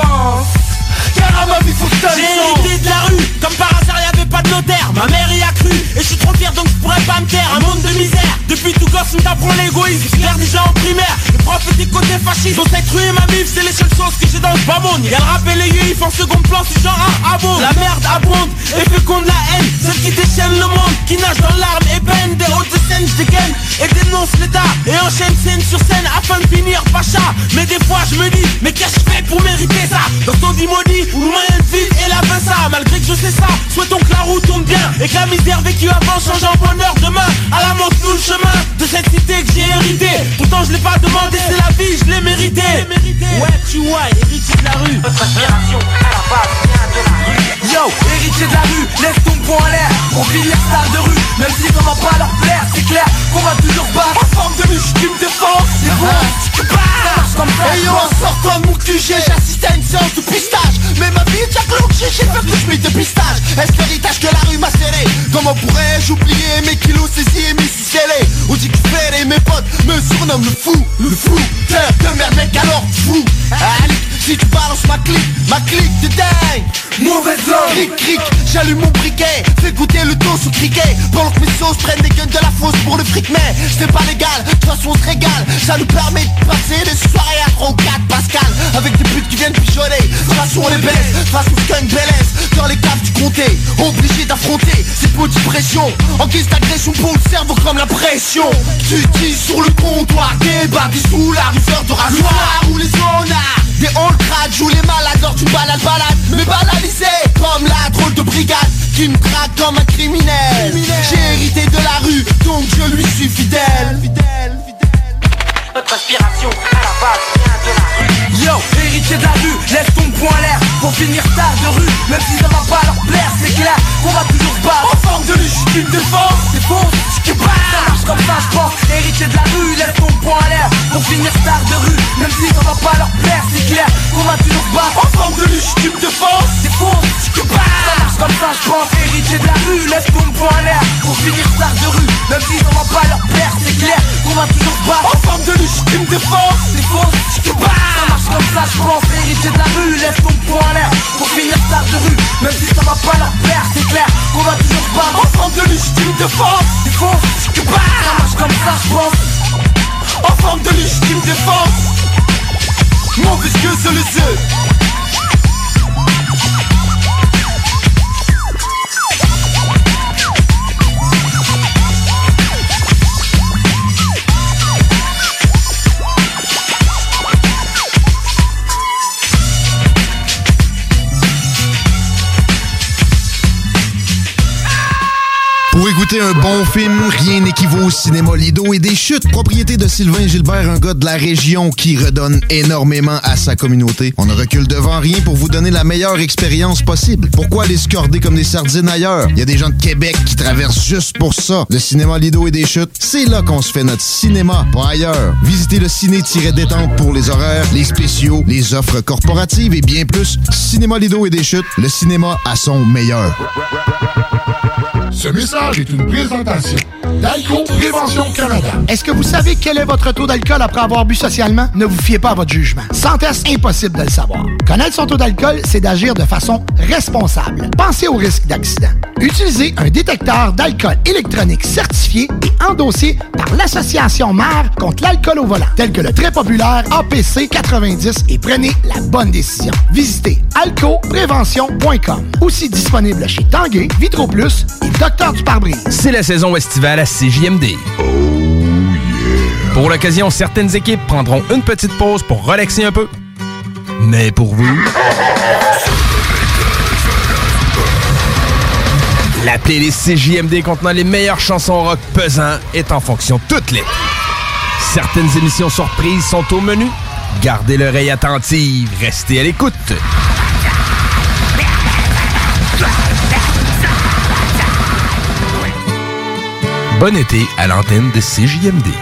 Car à ma vie faut que ça j'ai hérité de la rue, comme par hasard y'avait pas de notaire. Ma mère y a cru, et je suis trop fier donc je pourrais pas me taire. Un monde de misère, depuis tout gosse on t'apprend l'égoïsme. Clair déjà en primaire, le prof était côté fasciste. Donc cette rue et ma mif, c'est les seules choses que j'ai dans le bas monde. Y'a le rap et les yuifs en second plan, c'est genre un abo. La merde abonde, et féconde la haine, celle qui déchaîne le monde, qui nage dans l'arme et peine. Des hautes scènes, je dégaine et dénonce l'état, et enchaîne scène sur scène afin de finir pacha. Mais des fois je me dis, mais qu'est-ce que je fais pour mériter ça? Dans ton maudit, où le moyen de vivre est la fin ça. Malgré que je sais ça, souhaitons que la route tourne bien et que la misère vécue avant change en bonheur demain. À la montre nous le chemin de cette cité que j'ai hérité. Pourtant je l'ai pas demandé, c'est la vie, je l'ai mérité. Ouais tu vois, héritier de la rue. Votre inspiration à la base vient de la rue. Yo, héritier de la rue, lève ton poing en l'air pour finir star de rue. Même si ça va pas leur plaire, c'est clair qu'on va toujours battre en forme de légitime défense. C'est bon, tu parles comme ça. Et yo, en sortant de mon Q G, j'assiste à une séance de pistage. Mais ma vie est déjà clou, j'ai fait plus de de pistage. Est-ce l'héritage que la rue m'a scellé? Comment pourrais-je oublier mes kilos saisis et mes scellés? On dit que fais mes potes me surnomment le fou. Le fou, terre de merde mec alors fou. Allez, si tu balances ma clique, ma clique de dingue. Mauvaise langue. Cric cric, j'allume mon briquet, fais goûter le dos sous criquet. Pendant que mes sauces prennent des guns de la fausse pour le fric. Mais c'est pas légal, de toute façon on se régale. Ça nous permet de passer des soirées à trois ou quatre Pascal, avec des putes qui viennent pigeonner. De toute façon on les baisse, face au skunk bélesse. Dans les caves du comté, obligé d'affronter ces petites pressions. En guise d'agression pour le cerveau comme la pression. Tu dis sur le comptoir, débat sous la rivière de rasoir. Où les zones des halls crades jouent les malades lors d'une balade balade. Mais banalisé comme la drôle de brigade qui me traque comme un criminel. J'ai hérité de la rue, donc je lui suis fidèle. Fidèle, fidèle. Notre inspiration à la base vient de la rue. Yo, héritier de la rue, lève ton poing en l'air pour finir tard de rue. Même si ça va pas leur plaire, c'est clair qu'on va toujours se battre en forme de légitime défense. C'est faux, tu parles, ça marche comme ça je pense. Héritier de la rue, lève ton poing en l'air pour finir tard de rue. Même si ça va pas leur plaire, c'est clair qu'on va toujours se battre en forme de légitime défense. C'est faux, tu parles, ça marche comme ça je pense. Héritier de la rue, lève ton poing en l'air pour finir tard de rue. Même si ça va pas leur plaire, c'est clair qu'on va toujours se battre en forme de légitime défense. C'est faux, tu parles, ça marche comme ça je pense. Héritier de la rue, lève ton poing en l'air pour finir tard de rue. Même si ça va pas leur plaire, c'est clair qu'on va toujours se battre en forme de légitime défense. C'est faux, tu parles, ça marche comme ça je pense. En forme de légitime défense. Mauvaise gueule sur les yeux. Pour écouter un bon film, rien n'équivaut au cinéma Lido et des Chutes, propriété de Sylvain Gilbert, un gars de la région qui redonne énormément à sa communauté. On ne recule devant rien pour vous donner la meilleure expérience possible. Pourquoi aller se corder comme des sardines ailleurs? Il y a des gens de Québec qui traversent juste pour ça. Le cinéma Lido et des Chutes, c'est là qu'on se fait notre cinéma, pas ailleurs. Visitez le ciné-détente pour les horaires, les spéciaux, les offres corporatives et bien plus. Cinéma Lido et des Chutes, le cinéma à son meilleur. Ce message est une présentation d'Alco Prévention Canada. Est-ce que vous savez quel est votre taux d'alcool après avoir bu socialement? Ne vous fiez pas à votre jugement. Sans test, impossible de le savoir. Connaître son taux d'alcool, c'est d'agir de façon responsable. Pensez au risque d'accident. Utilisez un détecteur d'alcool électronique certifié et endossé par l'Association Mère contre l'alcool au volant, tel que le très populaire A P C quatre-vingt-dix, et prenez la bonne décision. Visitez alco prévention point com. Aussi disponible chez Tanguay, Vitro Plus et Docteur du pare-brise. C'est la saison estivale à C J M D. Oh yeah! Pour l'occasion, certaines équipes prendront une petite pause pour relaxer un peu. Mais pour vous... La playlist C J M D contenant les meilleures chansons rock pesant est en fonction toute l'été. Certaines émissions surprises sont au menu. Gardez l'oreille attentive, restez à l'écoute. Bon été à l'antenne de C J M D.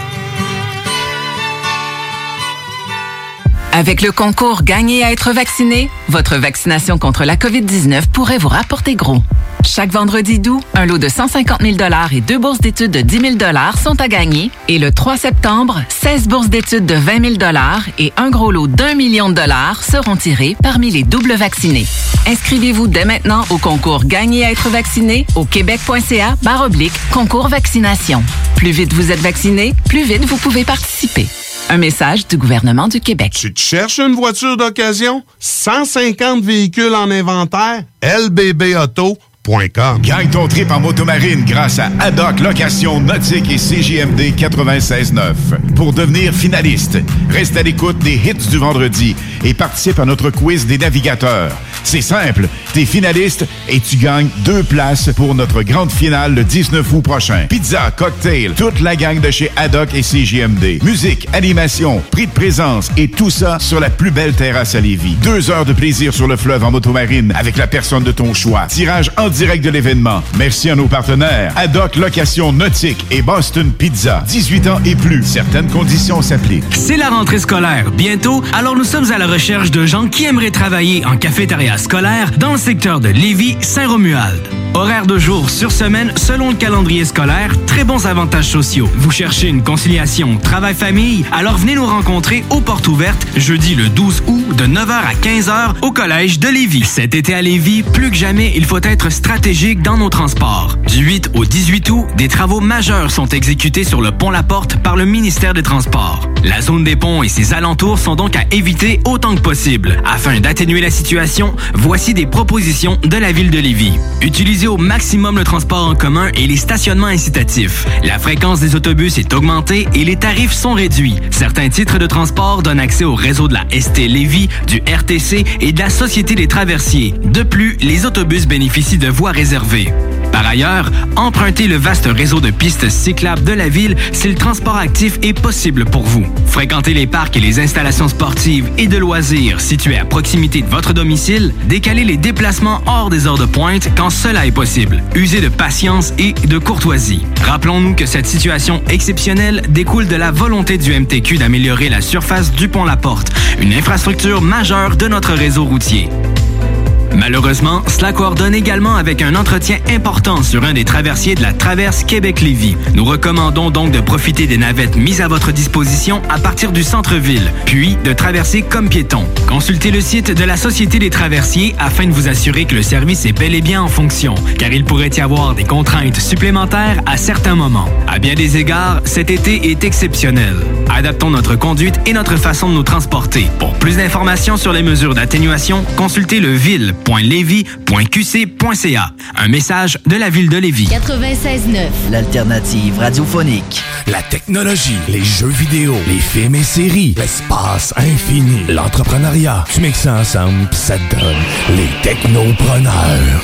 Avec le concours Gagner à être vacciné, votre vaccination contre la covid dix-neuf pourrait vous rapporter gros. Chaque vendredi d'août, un lot de cent cinquante mille dollars et deux bourses d'études de dix mille dollars sont à gagner. Et le trois septembre, seize bourses d'études de vingt mille dollars et un gros lot d'un million de dollars seront tirés parmi les doubles vaccinés. Inscrivez-vous dès maintenant au concours Gagner à être vacciné au québec.ca barre oblique concours vaccination. Plus vite vous êtes vacciné, plus vite vous pouvez participer. Un message du gouvernement du Québec. Tu te cherches une voiture d'occasion? cent cinquante véhicules en inventaire? L B B auto point com. Gagne ton trip en motomarine grâce à Haddock Location Nautique et C J M D quatre-vingt-seize neuf. Pour devenir finaliste, reste à l'écoute des hits du vendredi et participe à notre quiz des navigateurs. C'est simple, t'es finaliste et tu gagnes deux places pour notre grande finale le dix-neuf août prochain. Pizza, cocktail, toute la gang de chez Haddock et C J M D. Musique, animation, prix de présence et tout ça sur la plus belle terrasse à Lévis. Deux heures de plaisir sur le fleuve en motomarine avec la personne de ton choix. Tirage en direct de l'événement. Merci à nos partenaires Haddock Location Nautique et Boston Pizza. dix-huit ans et plus. Certaines conditions s'appliquent. C'est la rentrée scolaire bientôt, alors nous sommes à la recherche de gens qui aimeraient travailler en cafétéria scolaire dans le secteur de Lévis-Saint-Romuald. Horaire de jour sur semaine selon le calendrier scolaire, très bons avantages sociaux. Vous cherchez une conciliation travail-famille? Alors venez nous rencontrer aux portes ouvertes jeudi le douze août de neuf heures à quinze heures au collège de Lévis. Cet été à Lévis, plus que jamais, il faut être stratégique dans nos transports. Du huit au dix-huit août, des travaux majeurs sont exécutés sur le pont La Porte par le ministère des Transports. La zone des ponts et ses alentours sont donc à éviter autant que possible. Afin d'atténuer la situation, voici des propositions de la ville de Lévis. Utilisez au maximum le transport en commun et les stationnements incitatifs. La fréquence des autobus est augmentée et les tarifs sont réduits. Certains titres de transport donnent accès au réseau de la S T Lévis, du R T C et de la Société des traversiers. De plus, les autobus bénéficient de voies réservées. Par ailleurs, empruntez le vaste réseau de pistes cyclables de la ville si le transport actif est possible pour vous. Fréquentez les parcs et les installations sportives et de loisirs situés à proximité de votre domicile. Décalez les déplacements hors des heures de pointe quand cela est possible. Usez de patience et de courtoisie. Rappelons-nous que cette situation exceptionnelle découle de la volonté du M T Q d'améliorer la surface du pont La Porte, une infrastructure majeure de notre réseau routier. Malheureusement, cela coordonne également avec un entretien important sur un des traversiers de la traverse Québec-Lévis. Nous recommandons donc de profiter des navettes mises à votre disposition à partir du centre-ville, puis de traverser comme piéton. Consultez le site de la Société des traversiers afin de vous assurer que le service est bel et bien en fonction, car il pourrait y avoir des contraintes supplémentaires à certains moments. À bien des égards, cet été est exceptionnel. Adaptons notre conduite et notre façon de nous transporter. Pour plus d'informations sur les mesures d'atténuation, consultez le ville point lévis point q c point c a. Un message de la ville de Lévis. quatre-vingt-seize neuf. L'alternative radiophonique. La technologie, les jeux vidéo, les films et séries, l'espace infini, l'entrepreneuriat. Tu mixes ça ensemble pis ça te donne les technopreneurs.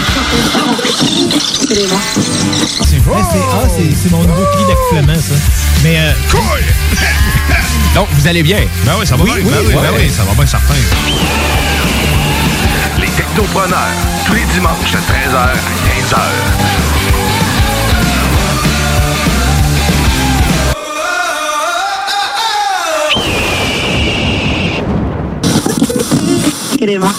C'est vrai, c'est ah, c'est, c'est mon nouveau cri d'accouplement, ça. Mais euh. Donc, vous allez bien? Ben oui, ça va oui, bien. Oui, ben oui, oui, ben oui, oui. ça va bien certain. Les technopreneurs, tous les dimanches de treize heures à quinze heures. Queremos.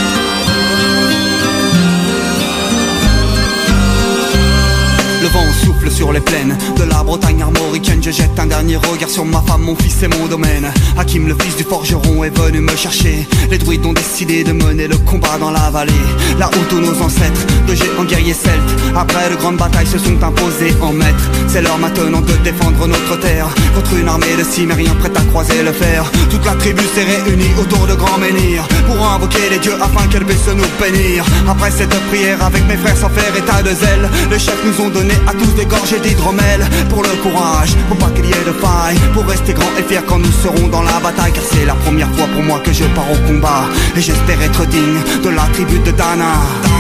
Le vent souffle souffle sur les plaines de la Bretagne armoricaine. Je jette un dernier regard sur ma femme, mon fils et mon domaine. Hakim, le fils du forgeron, est venu me chercher. Les druides ont décidé de mener le combat dans la vallée, là où tous nos ancêtres, de géants guerriers celtes, après de grandes batailles se sont imposés en maîtres. C'est l'heure maintenant de défendre notre terre contre une armée de cimériens prête à croiser le fer. Toute la tribu s'est réunie autour de grands menhirs pour invoquer les dieux afin qu'elle puisse nous bénir. Après cette prière avec mes frères sans faire état de zèle, les chefs nous ont donné à tous des gorgées d'hydromel. Pour le courage, pour pas qu'il y ait de faille, pour rester grand et fier quand nous serons dans la bataille. Car c'est la première fois pour moi que je pars au combat, et j'espère être digne de la tribu de Dana.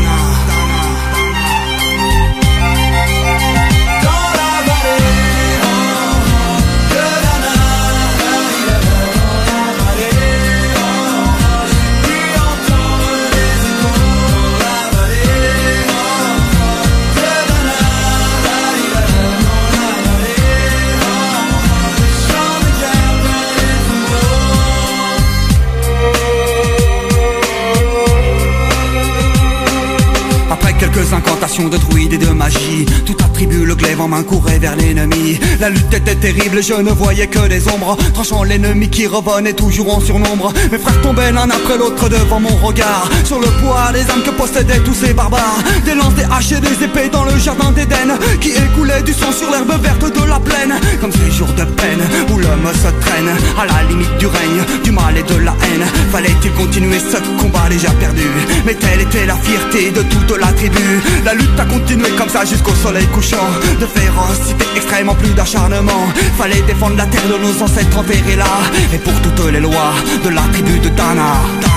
Quelques incantations de druides et de magie, toute la tribu, le glaive en main, courait vers l'ennemi. La lutte était terrible, je ne voyais que des ombres, tranchant l'ennemi qui revenait toujours en surnombre. Mes frères tombaient l'un après l'autre devant mon regard, sur le poids des âmes que possédaient tous ces barbares. Des lances, des haches et des épées dans le jardin d'Éden, qui écoulait du sang sur l'herbe verte de la plaine. Comme ces jours de peine où l'homme se traîne à la limite du règne, du mal et de la haine. Fallait-il continuer ce combat déjà perdu? Mais telle était la fierté de toute la tribu. La lutte a continué comme ça jusqu'au soleil couchant. De férocité extrême en plus d'acharnement. Fallait défendre la terre de nos ancêtres enterrés là, et pour toutes les lois de la tribu de Dana.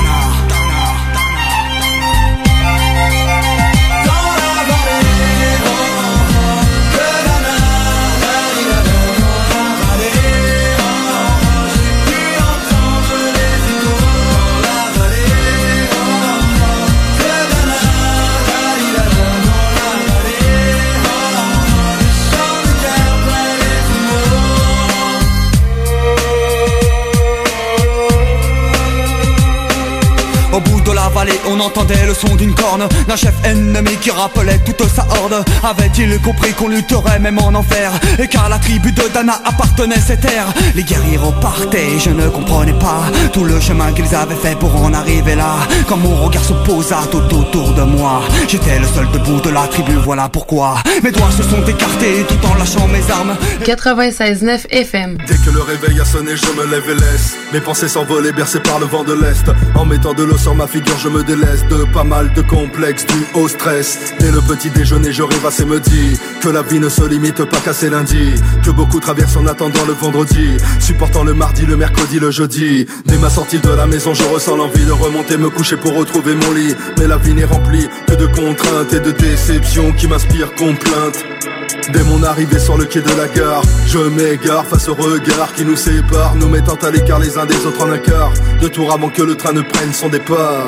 Au bout de la vallée, on entendait le son d'une corne, d'un chef ennemi qui rappelait toute sa horde. Avait-il compris qu'on lutterait même en enfer, et qu'à la tribu de Dana appartenait ces terres? Les guerriers repartaient, je ne comprenais pas tout le chemin qu'ils avaient fait pour en arriver là. Quand mon regard se posa tout autour de moi, j'étais le seul debout de la tribu, voilà pourquoi mes doigts se sont écartés tout en lâchant mes armes. quatre-vingt-seize neuf F M. Dès que le réveil a sonné, je me lève et laisse mes pensées s'envoler, bercées par le vent de l'Est. En mettant de l'eau sur ma figure, je me délaisse de pas mal de complexes dû au stress. Dès le petit déjeuner, je rêvasse et me dis que la vie ne se limite pas qu'à ces lundis, que beaucoup traversent en attendant le vendredi, supportant le mardi, le mercredi, le jeudi. Dès ma sortie de la maison, je ressens l'envie de remonter, me coucher pour retrouver mon lit. Mais la vie n'est remplie que de contraintes et de déceptions qui m'inspirent complaintes. Dès mon arrivée sur le quai de la gare, je m'égare face au regard qui nous sépare, nous mettant à l'écart les uns des autres en un quart de tour avant que le train ne prenne son départ.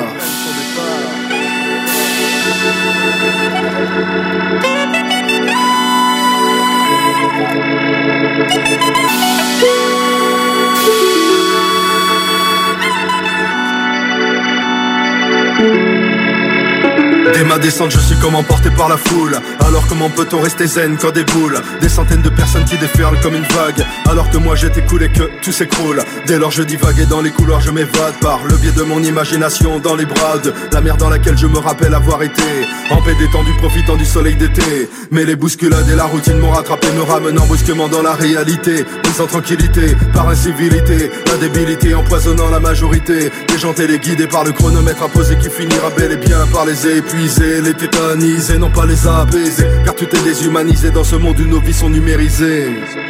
Dès ma descente, je suis comme emporté par la foule. Alors comment peut-on rester zen quand des boules, des centaines de personnes qui déferlent comme une vague, alors que moi j'étais cool et que tout s'écroule. Dès lors je divague et dans les couloirs je m'évade par le biais de mon imagination dans les bras de la mer dans laquelle je me rappelle avoir été, en paix détendu profitant du soleil d'été. Mais les bousculades et la routine m'ont rattrapé, me ramenant brusquement dans la réalité, prise en tranquillité par incivilité, la débilité empoisonnant la majorité des gens téléguidés par le chronomètre imposé qui finira bel et bien par les épuiser, les tétaniser, non pas les apaiser, car tout est déshumanisé dans ce monde où nos vies sont numérisées.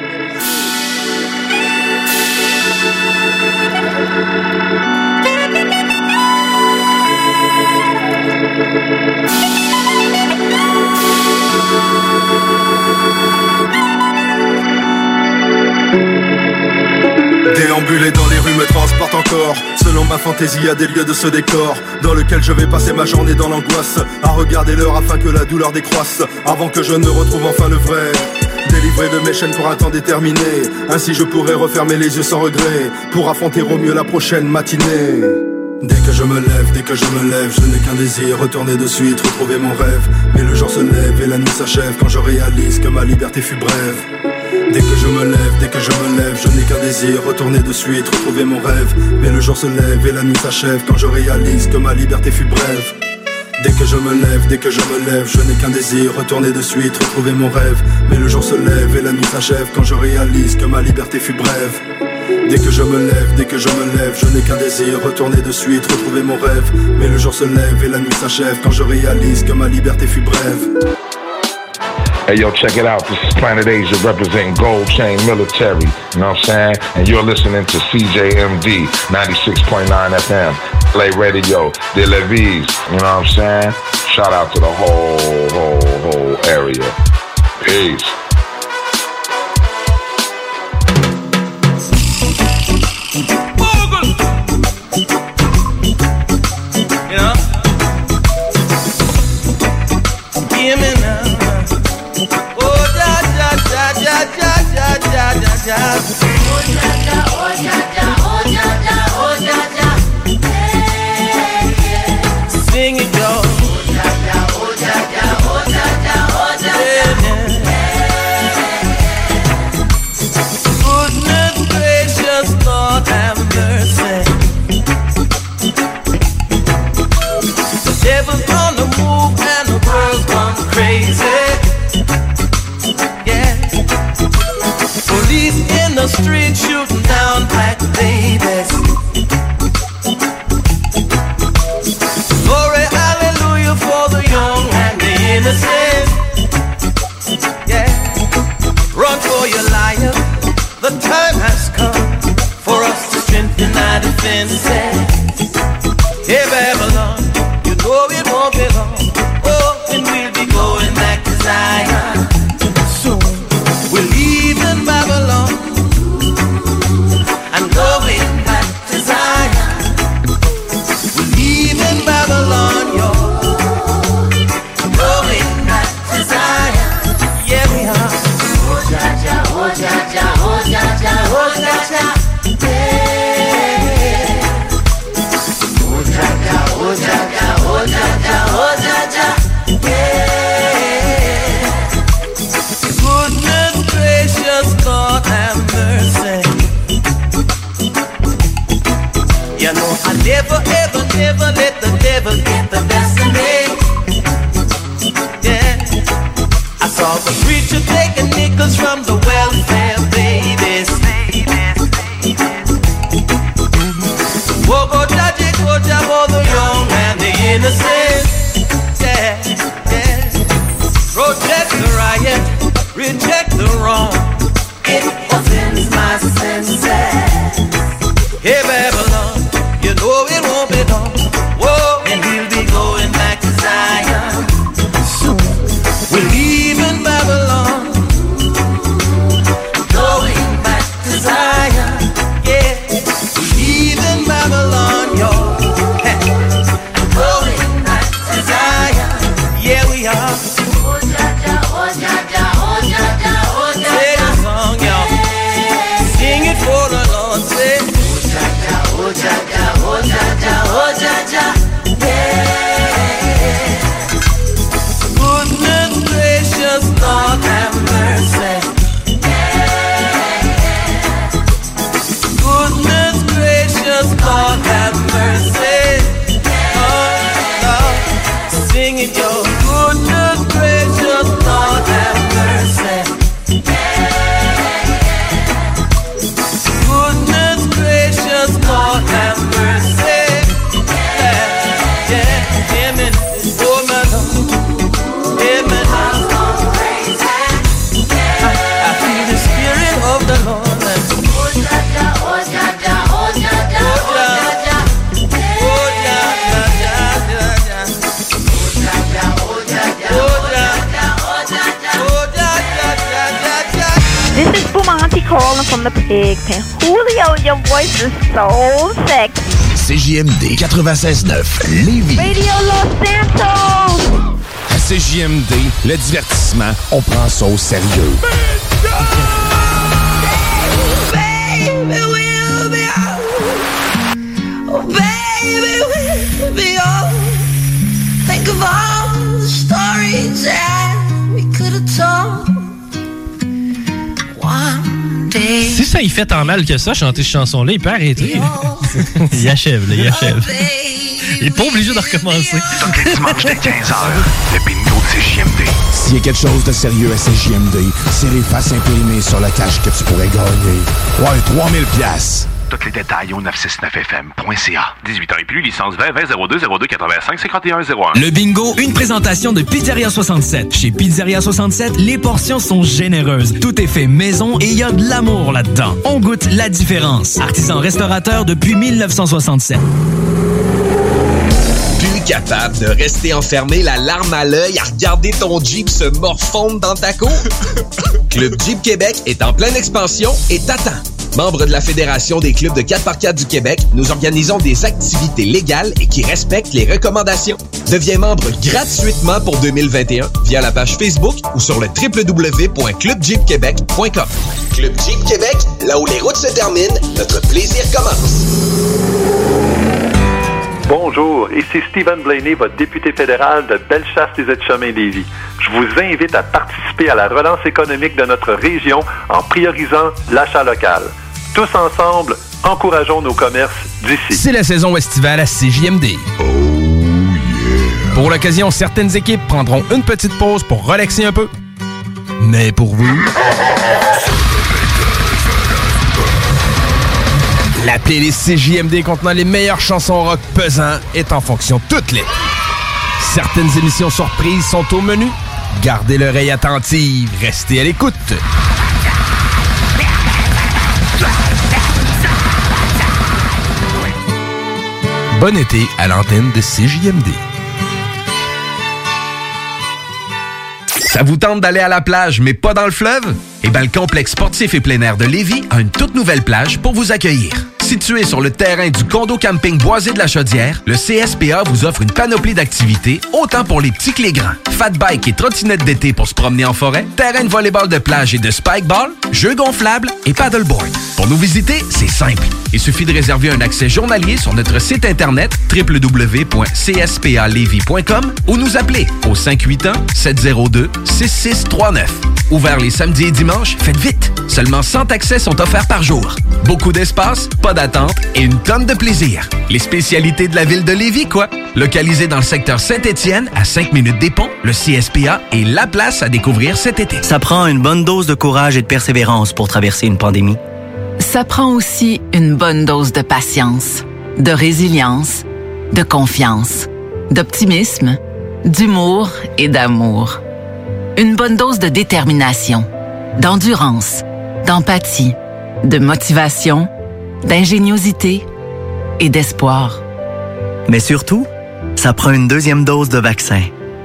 Déambuler dans les rues me transporte encore, selon ma fantaisie à des lieux de ce décor, dans lequel je vais passer ma journée dans l'angoisse, à regarder l'heure afin que la douleur décroisse, avant que je ne retrouve enfin le vrai. Délivré de mes chaînes pour un temps déterminé, ainsi je pourrai refermer les yeux sans regret, pour affronter au mieux la prochaine matinée. Dès que je me lève, dès que je me lève, je n'ai qu'un désir, retourner de suite, retrouver mon rêve. Mais le jour se lève et la nuit s'achève quand je réalise que ma liberté fut brève. Dès que je me lève, dès que je me lève, je n'ai qu'un désir, retourner de suite, retrouver mon rêve. Mais le jour se lève et la nuit s'achève quand je réalise que ma liberté fut brève. Dès que je me lève, dès que je me lève, je n'ai qu'un désir, retourner de suite, retrouver mon rêve. Mais le jour se lève et la nuit s'achève quand je réalise que ma liberté fut brève. Dès que je me lève, dès que je me lève, je n'ai qu'un désir, retourner de suite, retrouver mon rêve. Mais le jour se lève et la nuit s'achève quand je réalise que ma liberté fut brève. Hey yo, check it out. This is Planet Asia representing Gold Chain Military. You know what I'm saying? And you're listening to C J M D ninety-six point nine F M. Play Radio, De Levis. You know what I'm saying? Shout out to the whole, whole, whole area. Peace. You know? Hear me now. Oh, ja, ja, ja, ja, ja, ja, ja, ja, ja. Oh, ja, ja, oh, ja, ja, oh, ja, ja, oh, ja, ja. Hey, yeah. Sing it, yo. Oh, ja, ja, oh, ja, ja, oh, ja, ja, oh, ja, ja. Goodness gracious, Lord have mercy. The devil's on the move and the world's gone crazy. Police in the street shooting down black babies. Glory, hallelujah for the young and the innocent. Yeah, run for your life. The time has come for us to strengthen our defenses. Hey Babylon, you know it won't be long. Oh, and we'll be going back to Zion. We're leaving Babylon and going back to Zion. We're leaving Babylon, yo, going back to Zion. Yeah, we are. Oh, ja, ja, oh, ja, ja, oh, ja, ja, oh, ja, ja. Yeah. Oh, ja, ja, oh, ja, ja, oh, ja, ja, oh, ja, ja. Yeah. Goodness gracious, Lord have mercy. You know I never, ever, never let the devil get the best of me. Yeah, I saw the preacher taking nickels from the welfare babies. Whoa, go judge, go judge for the young and the innocent. Yeah, yeah. Protect the riot, reject the wrong. It offends my senses. Hey Babylon, you know it won't be long. Whoa, and we'll be going back to Zion soon. We're leaving Babylon, going back to Zion. Yeah, we're leaving Babylon, yo. Hey. Going back to Zion. Yeah, we are. Oh, ja, ja, oh, ja, ja, oh, ja, ja, oh, ja, ja. Sing a song, y'all. Sing it for the Lord. Say, oh, ja, ja, oh, ja, ja, oh, ja, ja, oh, ja, ja. Yeah. Goodness gracious, Lord have mercy. Yeah. Goodness gracious, Lord have mercy. Oh, Lord, sing it, yo. Goodness gracious, Lord have mercy. Goodness gracious, Lord have mercy. Yeah, yeah, hear me, oh my Lord, hear me now. I, I feel the Spirit of the Lord. Oh ja ja, oh ja ja, oh ja ja, oh ja ja, oh ja ja ja ja ja. Oh ja ja, oh ja ja, oh ja ja, oh ja ja, oh ja ja ja ja ja. This is Bumanti calling from the pig pen. Julio, your voice is so sexy. C J M D quatre-vingt-seize neuf, Lévis. Radio Los Santos. À C J M D, le divertissement, on prend ça au sérieux. Baby, we'll be out. Oh, baby, be old. Think of all the stories that we could have told. One day. Si ça y fait tant mal que ça, chanter cette chanson-là, il peut arrêter. Il achève, là, il achève. Il est pas obligé de recommencer. Tous les dimanches dès quinze heures, le bingo de C J M D. S'il y a quelque chose de sérieux à C J M D, c'est les faces imprimées sur le cash que tu pourrais gagner. Ouais, trois mille piastres. Tous les détails au neuf cent soixante-neuf F M point C A. dix-huit ans et plus, licence vingt vingt zéro deux zéro deux quatre-vingt-cinq cinquante et un zéro un. Le bingo, une présentation de Pizzeria soixante-sept. Chez Pizzeria soixante-sept, les portions sont généreuses. Tout est fait maison et il y a de l'amour là-dedans. On goûte la différence. Artisan restaurateur depuis mille neuf cent soixante-sept. Plus capable de rester enfermé, la larme à l'œil, à regarder ton Jeep se morfondre dans ta cour? Club Jeep Québec est en pleine expansion et t'attend. Membre de la Fédération des clubs de quatre par quatre du Québec, nous organisons des activités légales et qui respectent les recommandations. Deviens membre gratuitement pour deux mille vingt et un via la page Facebook ou sur le w w w point club jeep québec point com. Club Jeep Québec, là où les routes se terminent, notre plaisir commence. Bonjour, ici Stephen Blaney, votre député fédéral de Bellechasse-les-Etchemins-Lévis. Je vous invite à participer à la relance économique de notre région en priorisant l'achat local. Tous ensemble, encourageons nos commerces d'ici. C'est la saison estivale à C J M D. Oh yeah! Pour l'occasion, certaines équipes prendront une petite pause pour relaxer un peu. Mais pour vous... La playlist C J M D contenant les meilleures chansons rock pesant est en fonction toute l'été. Certaines émissions surprises sont au menu. Gardez l'oreille attentive, restez à l'écoute. Bon été à l'antenne de C J M D. Ça vous tente d'aller à la plage, mais pas dans le fleuve? Eh bien, le complexe sportif et plein air de Lévis a une toute nouvelle plage pour vous accueillir. Situé sur le terrain du condo camping Boisé de la Chaudière, le C S P A vous offre une panoplie d'activités, autant pour les petits que les grands. Fat bike et trottinette d'été pour se promener en forêt, terrain de volleyball de plage et de spikeball, jeux gonflables et paddleboard. Pour nous visiter, c'est simple. Il suffit de réserver un accès journalier sur notre site internet w w w point c s p a lévis point com ou nous appeler au cinq huit un sept zéro deux six six trois neuf. Ouvert les samedis et dimanches, faites vite! Seulement cent accès sont offerts par jour. Beaucoup d'espace, pas d'attente et une tonne de plaisir. Les spécialités de la ville de Lévis, quoi! Localisé dans le secteur Saint-Étienne, à cinq minutes des ponts, le C S P A est la place à découvrir cet été. Ça prend une bonne dose de courage et de persévérance pour traverser une pandémie. Ça prend aussi une bonne dose de patience, de résilience, de confiance, d'optimisme, d'humour et d'amour. Une bonne dose de détermination, d'endurance, d'empathie, de motivation, d'ingéniosité et d'espoir. Mais surtout, ça prend une deuxième dose de vaccin.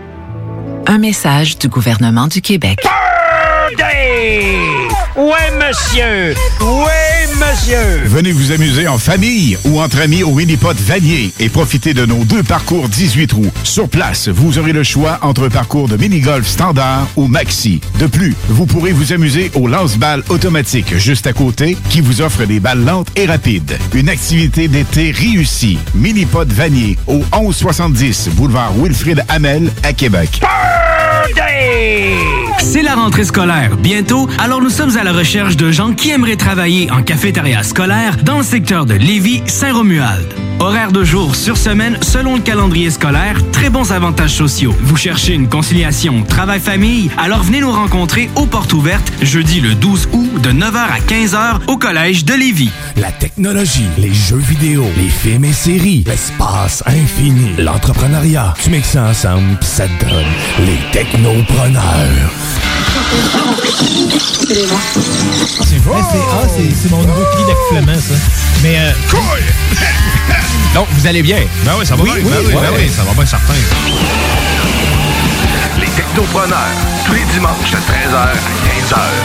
Un message du gouvernement du Québec. Birthday! Ouais, monsieur! Ouais, monsieur! Venez vous amuser en famille ou entre amis au Minipod Vanier et profitez de nos deux parcours dix-huit trous. Sur place, vous aurez le choix entre un parcours de mini-golf standard ou maxi. De plus, vous pourrez vous amuser au lance-balles automatique juste à côté qui vous offre des balles lentes et rapides. Une activité d'été réussie. Minipod Vanier au onze soixante-dix boulevard Wilfrid Hamel à Québec. Birthday! C'est la rentrée scolaire bientôt, alors nous sommes à la recherche de gens qui aimeraient travailler en cafétéria scolaire dans le secteur de Lévis-Saint-Romuald. Horaire de jour sur semaine selon le calendrier scolaire, très bons avantages sociaux. Vous cherchez une conciliation travail-famille? Alors venez nous rencontrer aux portes ouvertes jeudi le douze août de neuf heures à quinze heures au collège de Lévis. La technologie, les jeux vidéo, les films et séries, l'espace infini, l'entrepreneuriat. Tu mixes ça ensemble pis ça te donne les technopreneurs. C'est vrai, c'est ah, c'est, c'est mon nouveau cri d'accouplement, ça. Mais euh, cool! Donc, vous allez bien? Ben oui, ça va oui, bien. Oui, ben oui, oui, ben oui, oui. ça va bien certain. Les technopreneurs, tous les dimanches de treize heures à quinze heures.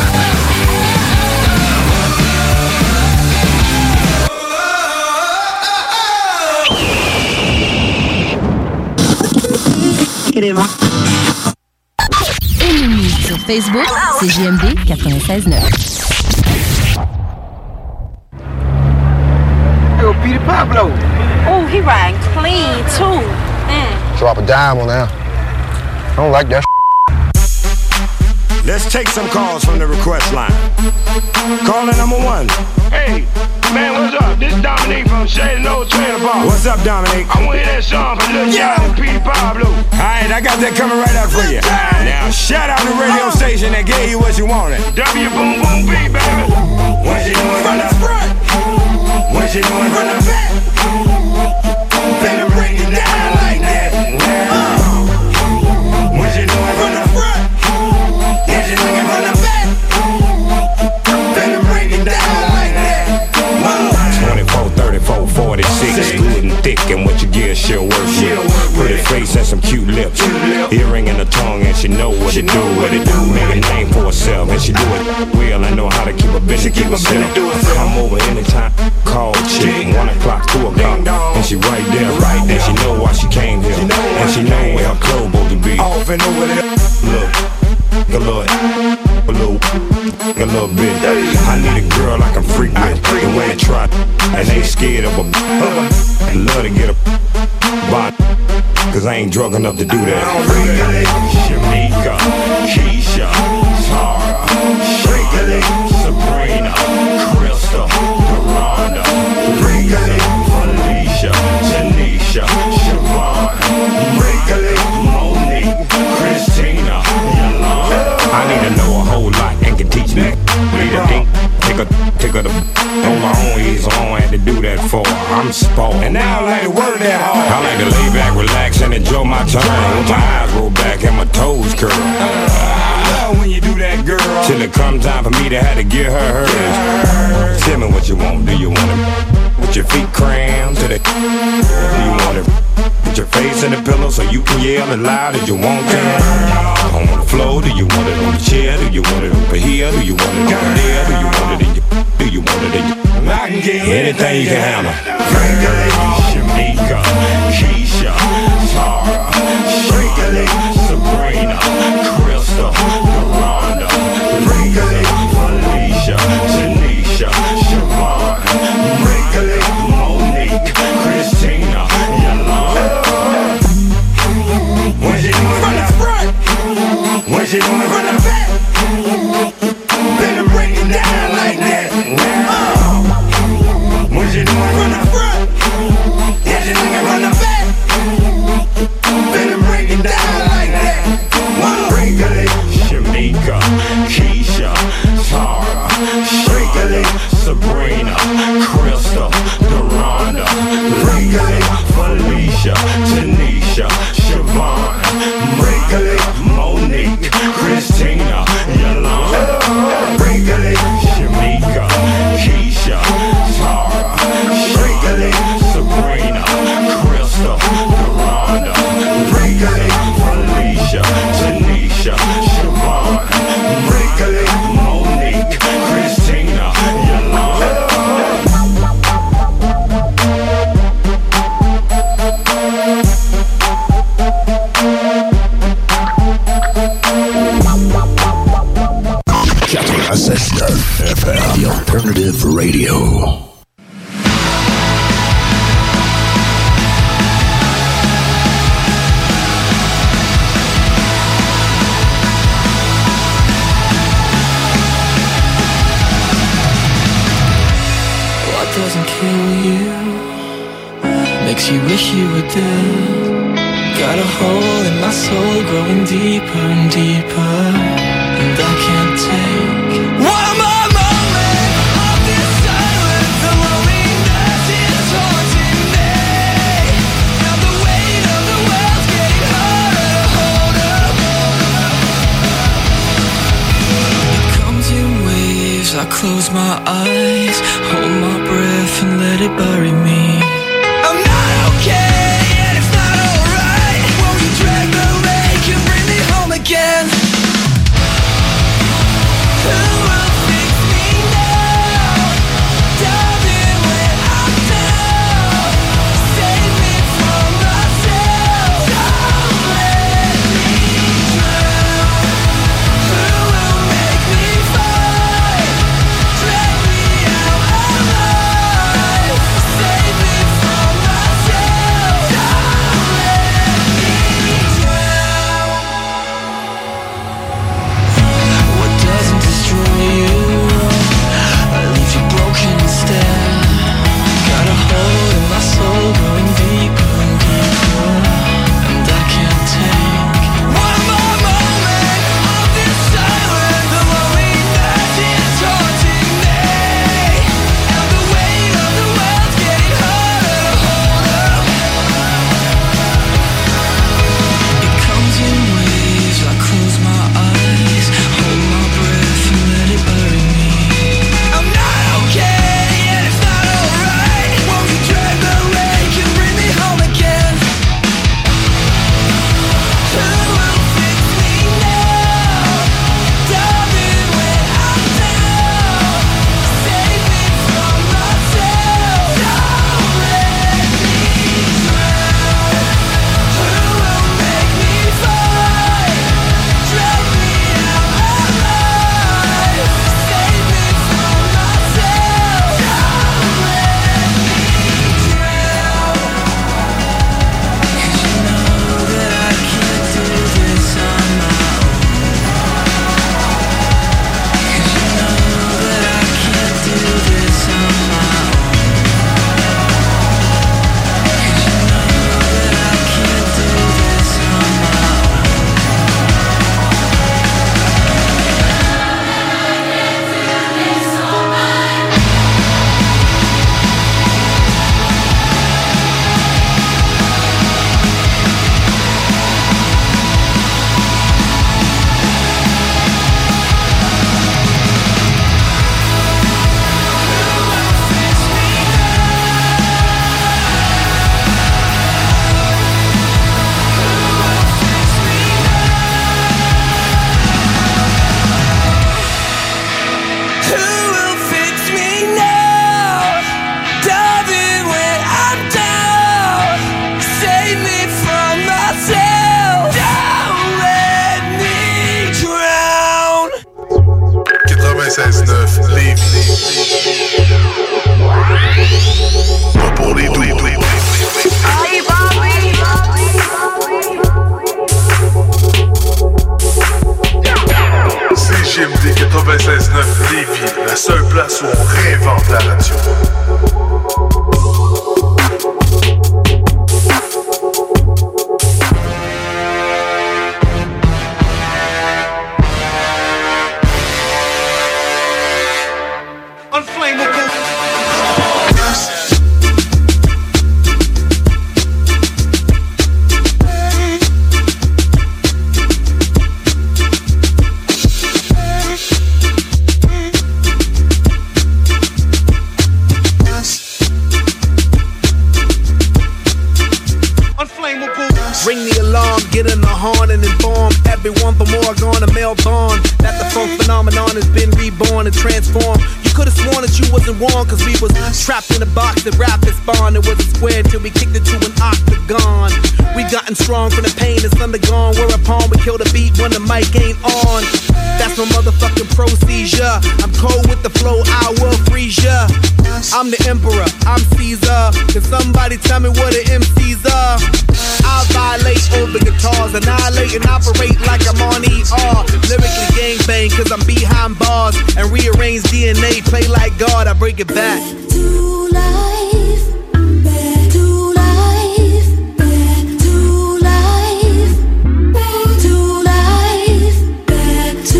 Ennemis sur Facebook, C J M D quatre-vingt-seize neuf. Yo, Peter Pablo. Oh, he rang clean, too. Mm. Drop a dime on that. I don't like that. Let's take some calls from the request line. Caller number one. Hey, man, what's up? This is Dominique from Shady Old Trailer Park. What's up, Dominique? I want to hear that song from Lil Yeah. Jon and Petey Pablo. Alright, I got that coming right up for you. Now, shout out the radio station that gave you what you wanted. W Boom Boom B, baby. What you doing from the front? What you doing from the back? Better break it down like that. What you doing from the front? What you doing from the back? Better break it down like that. twenty-four, thirty-four, forty-six, good and thick, and what you get sure worth it. Pretty face and some cute lips, earring and a tongue, and she know what to do with it. Make a name for herself, and she do it well. I know how to keep a business, keep herself. Come over anytime, call chick, one o'clock, two o'clock, and she right there, right there. And she know why she came here, and she know where her clothes supposed to be. Off and over there, look. A little, a little, a little bit. I need a girl I can freak with, the way they try, and ain't scared of a love to get a body, cause I ain't drunk enough to do that. Shamika, Keisha, Tara, Shakely, Sabrina, Crystal, Doranda, Wrigley, Felicia, Tanisha, Siobhan, Wrigley, Monique, Christina, I need to know a whole lot and can teach me. Need a think, take a, take a, on my own ease, I don't have to do that for. I'm spoiled. And now I like to work that hard. I like to lay back, relax, and enjoy my time. With my eyes roll back and my toes curl. I love when you do that, girl. Till it comes time for me to have to give her hers. Tell me what you want. Do you want it with your feet crammed to the? Do you want it with your face in the pillow so you can yell as loud as you want to? On the floor, do you want it on the chair? Do you want it over here? Do you want it over there? Do you want it in your? Do you want it in your? I can get anything you can handle. Shamika, Keisha, Tara, Shakely, Sabrina, Crystal, Doranda, Wrigley, Felicia, Tanisha, Siobhan, Wrigley, Monique, Christina, Yolanda. When she doing from the front, when she doing from the back, better break it down like that. When she doing from the front, yeah, she doing from the back, better break it down like that. Wrigley, Shamika, Keisha, Tara, Shakely, Sabrina, Crystal, Doranda, Wrigley, Felicia, Tanisha, Siobhan, Wrigley, Monique, Christina, Yolanda, Wrigley, Shamika, Keisha, Tara, Shakely, Sabrina, Crystal, Doranda, Wrigley, Felicia, Tanisha, Siobhan, Wrigley, Monique, Christina, Yolanda. F M, the alternative radio. What doesn't kill you makes you wish you were dead. Got a hole in my soul growing deeper and deeper, and I can't take one more moment of this silence. The loneliness is haunting me. Now the weight of the world's getting harder to hold up. It comes in waves, I close my eyes, hold my breath and let it bury me. I'm not okay, and it's not alright. Won't you drag the lake and bring me home again? Who will fix me now? Darling, when I'm down, save me from myself. Don't let me drown. Who will make me fight? Drag me out alive. Save quatre-vingt-seize neuf Lévis. Pas pour les doux. C G M D quatre-vingt-seize neuf Lévis, la seule place où on réinvente la radio. Ring the alarm, get in the horn and inform everyone from Oregon to Melbourne that the funk phenomenon has been reborn and transformed. You could have sworn that you wasn't warm, cause we was trapped in a box that rappers spawned. It was a square till we kicked it to an octagon. We gotten strong from the pain that's undergone, whereupon we kill the beat when the mic ain't on. That's my motherfucking procedure. I'm cold with the flow, I will freeze ya. I'm the emperor, I'm Caesar. Can somebody tell me what the M Cs are? I violate over guitars, annihilate and operate like I'm on E R. Lyrically gangbang cause I'm behind bars and rearrange D N A, play like God, I break it back. To life, back to life, back to life, back to life, back to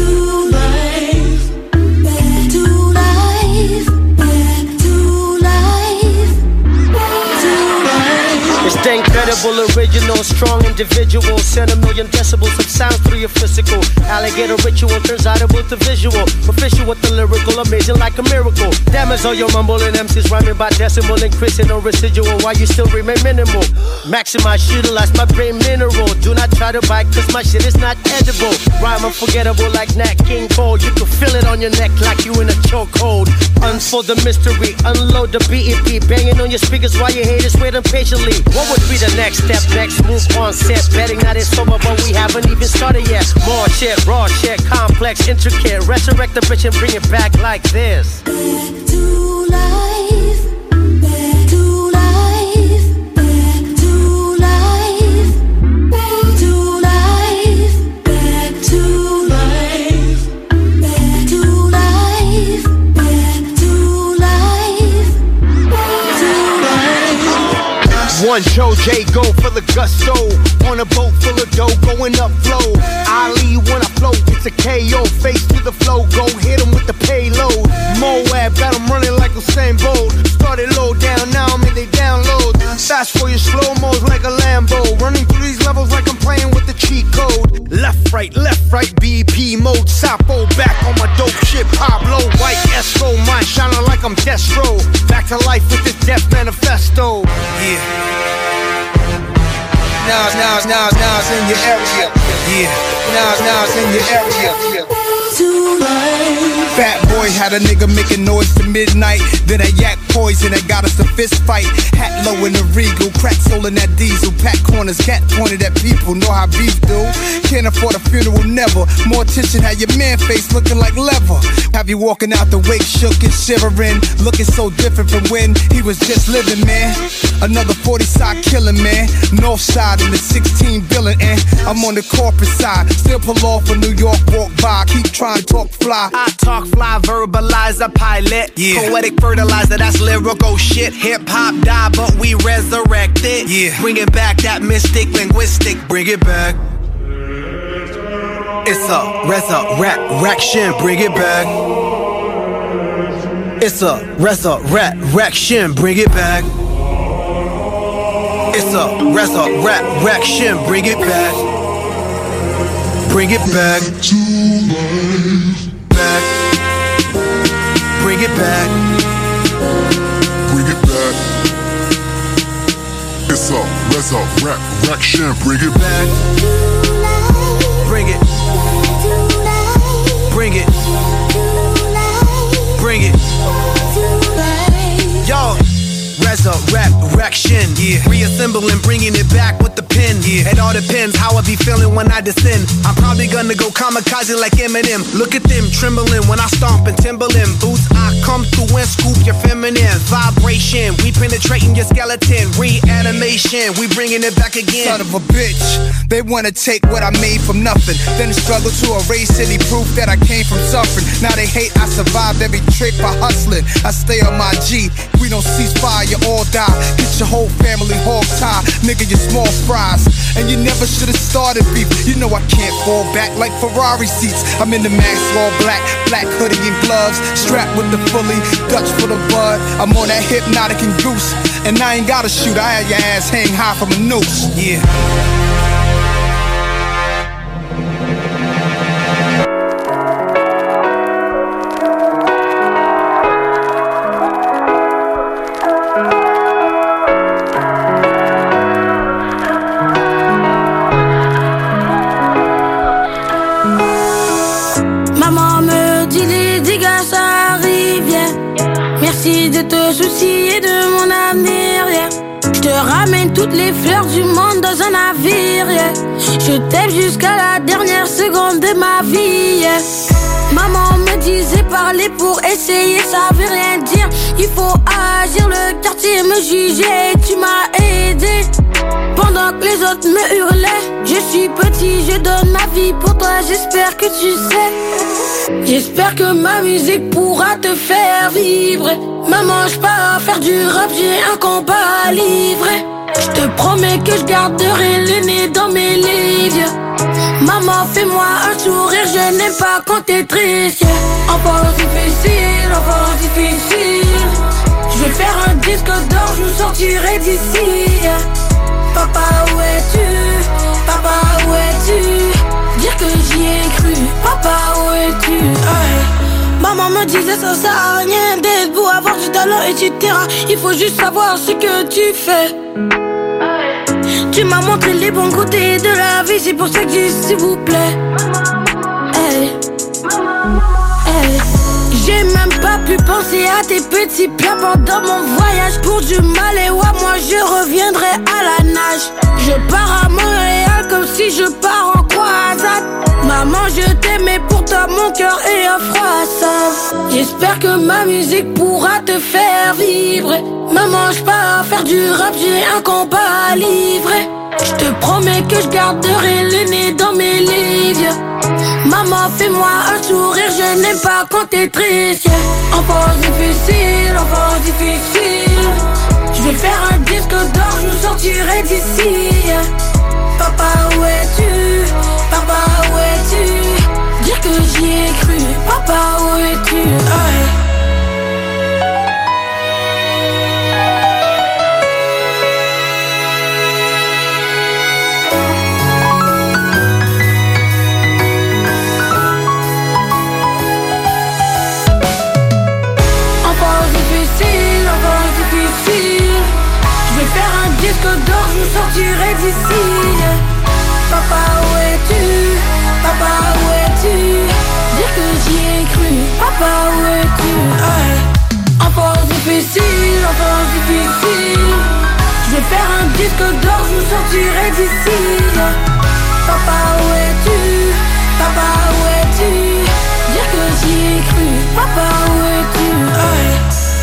life, back to life, back to life, back to life. It's the incredible, original, strong individual. Send a million decibels of sound through your physical. Alligator ritual turns audible to visual. Official with the lyrical, amazing like a miracle. Damage all your mumbling M Cs rhyming by decimal, increasing no residual while you still remain minimal. Maximize, utilize my brain mineral. Do not try to bite cause my shit is not edible. Rhyme unforgettable like Nat King Cole. You can feel it on your neck like you in a chokehold. Unfold the mystery, unload the B E P. Banging on your speakers while your haters wait impatiently. What would be the next step? Next move on set. Betting that it's over but we haven't even started yet. More shit, raw shit, complex, intricate. Resurrect the bitch and bring it back like this. Back to life, back to life, back to life, back to life, back to life, back to life, back to life, back to life. One Joe J go for the gusto. On a boat full of dough, going up flow. Ali when I float, it's a K O. Face to the flow, go hit him with the payload. Moab got him running like Usain Bolt. Started low down, now I'm in they download. Fast for your slow-mos like a Lambo. Running through these levels like I'm playing with the cheat code. Left, right, left, right, B E P mode. Sapo back on my dope shit. Pablo, white Estro, mind shining like I'm Destro. Back to life with this death manifesto. Yeah. Now, now, now, now it's in your area. Yeah. Now, now it's in your area. Fat boy had a nigga making noise to midnight. Then a yak poison that got us a fist fight. Hat low in the regal, crack soul in that diesel. Pack corners, cat pointed at people. Know how beef do. Can't afford a funeral, never. More attention, had your man face looking like leather. Have you walking out the wake, shook and shivering. Looking so different from when he was just living, man. Another forty side killing, man. North side in the sixteen billing, and I'm on the corporate side. Still pull off a New York walk by. Keep trying to talk fly. I talk fly, verbalize a pilot. Yeah. Poetic fertilizer, that's lyrical shit. Hip hop die, but we resurrect it. Yeah. Bringing back that mystic linguistic. Bring it back. It's a resurrection. Bring it back. It's a resurrection. Bring it back. It's a resurrection. Bring it back. Bring it back. To life. Back. Bring it back. Bring it back. It's a resurrection. Bring it back. Bring it. Bring it. Bring it. Yo. Resurrection, yeah. Reassembling, bringing it back with the pen. ten. Yeah. It all depends how I be feeling when I descend. I'm probably gonna go kamikaze like Eminem. Look at them trembling when I stomp in Timberland boots. I come through and scoop your feminine vibration. We penetrating your skeleton. Reanimation, we bringing it back again. Son of a bitch, they wanna take what I made from nothing, then struggle to erase any proof that I came from suffering. Now they hate I survived every trick by hustling. I stay on my G. We don't cease fire, you all die. Get your whole family hog tie, nigga, you small fries. And you never should've started beef. You know I can't fall back like Ferrari seats. I'm in the max, all black, black hoodie and gloves, strapped with the fully, Dutch for the bud. I'm on that hypnotic and goose, and I ain't gotta shoot. I had your ass hang high from a noose. Yeah. Soucier de mon avenir, yeah. Je te ramène toutes les fleurs du monde dans un navire, yeah. Je t'aime jusqu'à la dernière seconde de ma vie, yeah. Maman me disait parler pour essayer, ça veut rien dire. Il faut agir, le quartier me jugeait et tu m'as aidé. Pendant que les autres me hurlaient, je suis petit, je donne ma vie pour toi, j'espère que tu sais. J'espère que ma musique pourra te faire vibrer. Maman, je pars faire du rap, j'ai un combat à livrer. Je te promets que je garderai le nez dans mes livres. Maman, fais-moi un sourire, je n'aime pas quand t'es triste. Enfance difficile, enfance difficile. Je vais faire un disque d'or, je vous sortirai d'ici. Papa, où es-tu? Papa, où es-tu? Dire que j'y ai cru. Papa, où es-tu? Hey. Maman me disait ça sert à rien d'être beau, avoir du talent, et cetera. Il faut juste savoir ce que tu fais. Tu m'as montré les bons côtés de la vie, c'est pour ça que j'ai s'il vous plaît. Hey. Hey. J'ai même pas pu penser à tes petits plats pendant mon voyage. Pour du mal et ouais, moi je reviendrai à la nage. Je pars à Montréal comme si je pars en croisade. Maman, je t'aime et pourtant mon cœur est un froissard. J'espère que ma musique pourra te faire vibrer. Maman, je pars faire du rap, j'ai un combat à livrer. Je te promets que je garderai le nez dans mes livres. Maman, fais-moi un sourire, je n'aime pas quand t'es triste. Enfance difficile, enfance difficile. Je vais faire un disque d'or, je vous sortirai d'ici. Papa, où es-tu? Papa, où es-tu? Dire que j'y ai cru. Papa, où es-tu? Hey. Disque d'or, je vous sortirai d'ici. Papa, où es-tu? Papa, où es-tu? Dire que j'y ai cru. Papa, où es-tu? Hey. Enfance difficile, enfance difficile. Je vais faire un disque d'or, je vous sortirai d'ici. Papa, où es-tu? Papa, où es-tu? Dire que j'y ai cru. Papa, où es-tu? Hey.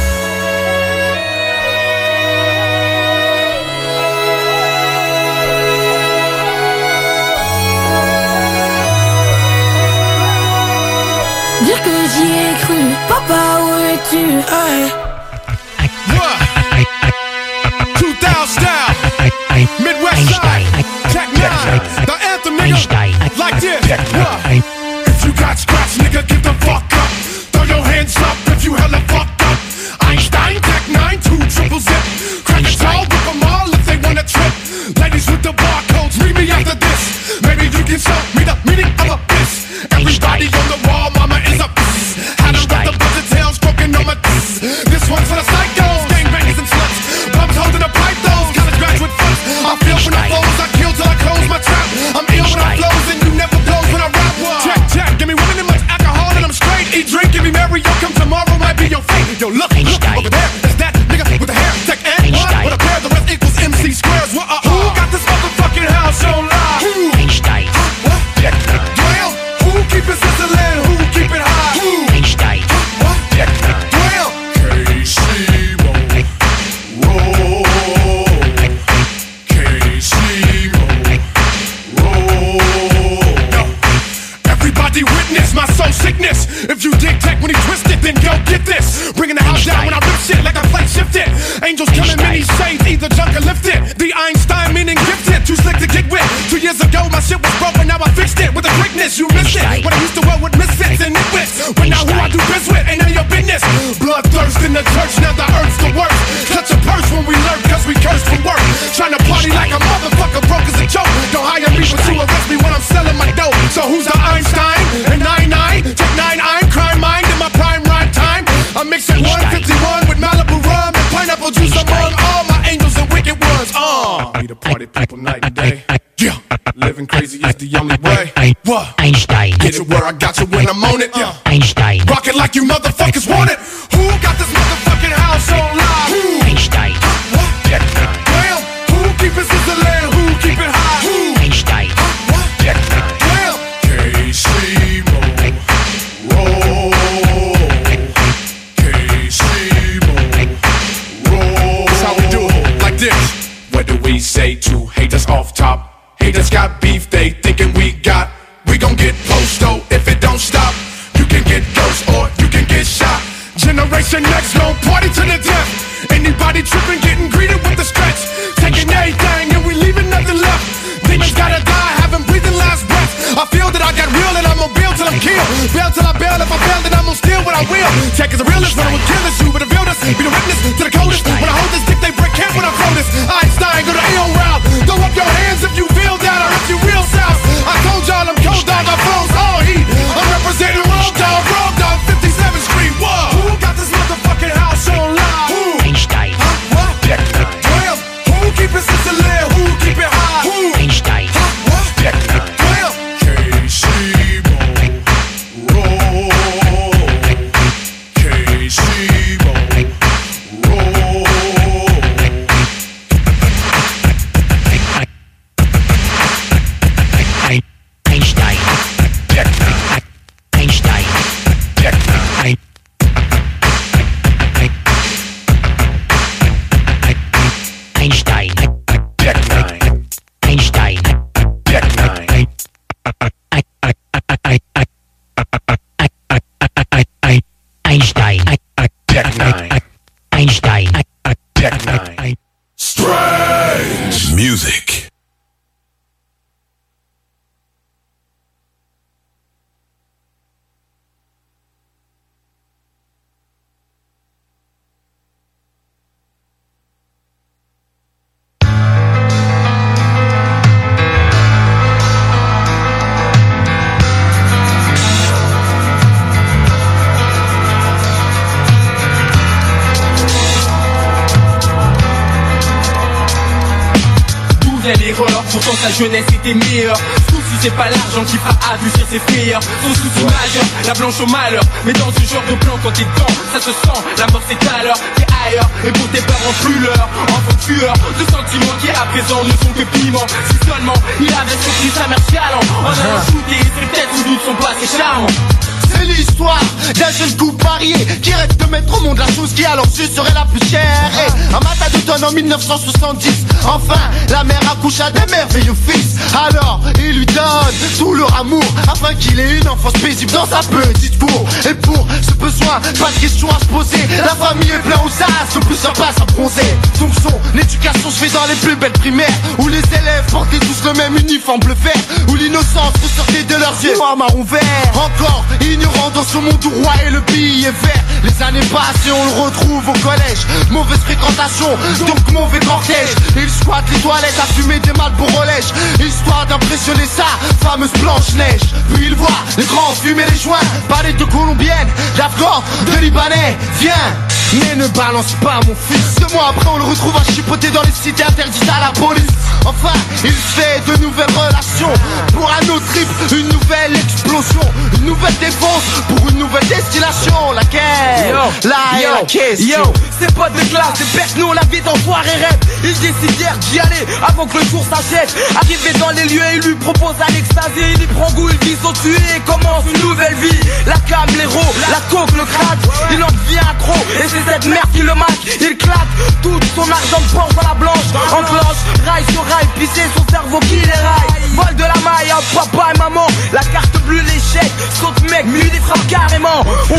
Dire que j'y ai cru. Papa, où es-tu? Hey. two thousand style, Midwest side, Tech nine, the anthem nigga, like this. What? If you got scratch, nigga, get the fuck up. Throw your hands up if you hella fucked up. Einstein, Tech nine, two triple zip. Crack a tall, whip them all if they wanna trip. Ladies with the barcodes, read me after this. Maybe you can show me the meaning of a piss. Everybody on the wall, mama is a piss. Had them with the buzzer tails stroking on my tits. This one's for the psychos, gangbangers and sluts. Bums holding a pipe, those college graduate fucks. I feel when I flows, I kill till I close my trap. I'm ill when I flows and you never blows when I rap. Check, check, give me women and much alcohol and I'm straight. Eat, drink, give me Mary, yo, come tomorrow might be your fate. Yo, look, look, over there, that's that nigga with the hair. Tech and what? What a pair, the rest equals M C squares. What, uh, who got this motherfucking hair? when he twisted. Then go get this, bringing the house down when I rip shit like a plate shifted. Angels coming, many shades, either junk or lifted. The Einstein meaning gifted, too slick to get with. Two years ago my shit was broken, now I fixed it with a quickness. You missed it when I used to work with misfits and nitwits. But now who I do biz with ain't none of your business. Bloodthirst in the church, now the earth's the worst. Touch a purse when we lurk, cause we curse from work. Trying to party like a motherfucker, broke as a joke. Don't hire me, but you arrest me when I'm selling my dope. So who's the Einstein? And nine nine, take nine, I'm crime mind in my prime rhyme time. I'm mixing one fifty-one with Malibu rum and pineapple juice among all my angels and wicked ones. Uh, be the party people night and day. Yeah, living crazy is the only way. What? Einstein. Get it where I got you when I'm on it. Yeah. Einstein. Rock it like you motherfuckers want it. Who got this motherfucking house on live? Who? Einstein. What? Check nine. Well, who keep it sizzling? Who keep it high? Who? Einstein. What? Check nine. Well, K C Mo. Roll. K C Mo. Roll. That's how we do it. Like this. What do we say to haters off top? Haters got beef, they thinking we got. We gon' get posto if it don't stop. You can get ghost or you can get shot. Generation Next gon' party to the death. Anybody tripping, getting greeted with the stretch. Taking everything and we leaving nothing left. Demons gotta die, haven't breathing last breath. I feel that I got real and I'm gon' build till I'm killed. Bail till I bail, if I fail then I'm gon' steal what I will. Check is a realist, when I will kill this. You better build us, be the witness to the coldest. When I hold this dick, they break camp when I throw this. Einstein, go to A O route. Throw up your hands if you feel that or if you real south. I told y'all I'm cold dog, I flows all heat. I'm representing Road Dog, Road Dog, fifty-seventh Street. Whoa. Who got this motherfucking house on live? Who? Einstein. Huh? What? Check nine. Well, who keep it sizzling? Who keep it high? Who? Einstein. Huh? What? Check nine. Well, K C Mo. Roll. K C Mo. Roll. Einstein. Check nine. Einstein. Check nine. Einstein. Check nine. Einstein. Check nine. Einstein. Check nine. Einstein. Check nine. Strange music. L'erreur, pourtant sa jeunesse était meilleure. Souci c'est pas l'argent qui fera adoucir ses frayeurs. Son souci majeur, la blanche au malheur. Mais dans ce genre de plan quand t'es dedans, ça se sent. La mort c'est à l'heure, t'es ailleurs. Et pour tes parents plus l'heure, enfant tueur. De sentiments qui à présent ne sont que piment. Si seulement il avait surpris sa mère chialant. En allant shooter, ses têtes ou doutes sont pas assez charmants. C'est l'histoire d'un jeune couple marié qui rêve de mettre au monde la chose qui à leurs yeux serait la plus chère. Et un matin d'automne en mille neuf cent soixante-dix, enfin la mère accoucha d'un merveilleux fils. Alors il lui donne tout leur amour afin qu'il ait une enfance paisible dans sa petite cour. Et pour ce besoin, pas de question à se poser. La famille est pleine aux as, le plus sympa à bronzer. Donc son éducation se fait dans les plus belles primaires, où les élèves portaient tous le même uniforme bleu vert, où l'innocence ressortait de leurs yeux noir marron vert. Encore ignorant dans ce monde où roi et le billet vert. Les années passent et on le retrouve au collège. Mauvaise fréquentation, donc mauvais cortège. Il squatte les toilettes à fumer des Marlboro Lège, histoire d'impressionner sa fameuse Blanche-Neige. Puis il voit les grands fumer les joints, parler de colombiennes, d'afghans, de libanais. Viens, mais ne balance pas mon fils. Deux mois après on le retrouve à chipoter dans les cités interdites à la police. Enfin il fait de nouvelles relations pour un autre trip, une nouvelle explosion, une nouvelle défense pour une nouvelle destination. Laquelle? Yo, la yo, la question. Yo, c'est pas de classe, c'est Berno, la vie d'enfoiré rêve. Ils décidèrent d'y aller avant que le jour s'achète. Arrivé dans les lieux, il lui propose à l'extasie. Il y prend goût, il dit sont tués et commence une nouvelle vie. La cam, l'héros, la coke, le crack, il en devient accro. Et c'est cette merde qui le maque, il claque tout son argent de porte dans la blanche. Enclenche, rail sur rail, pisser son cerveau qui les raille. Vol de la maille à papa et maman, la carte bleue, l'échec, saute mec, lui il frappe carrément. On pourrait croire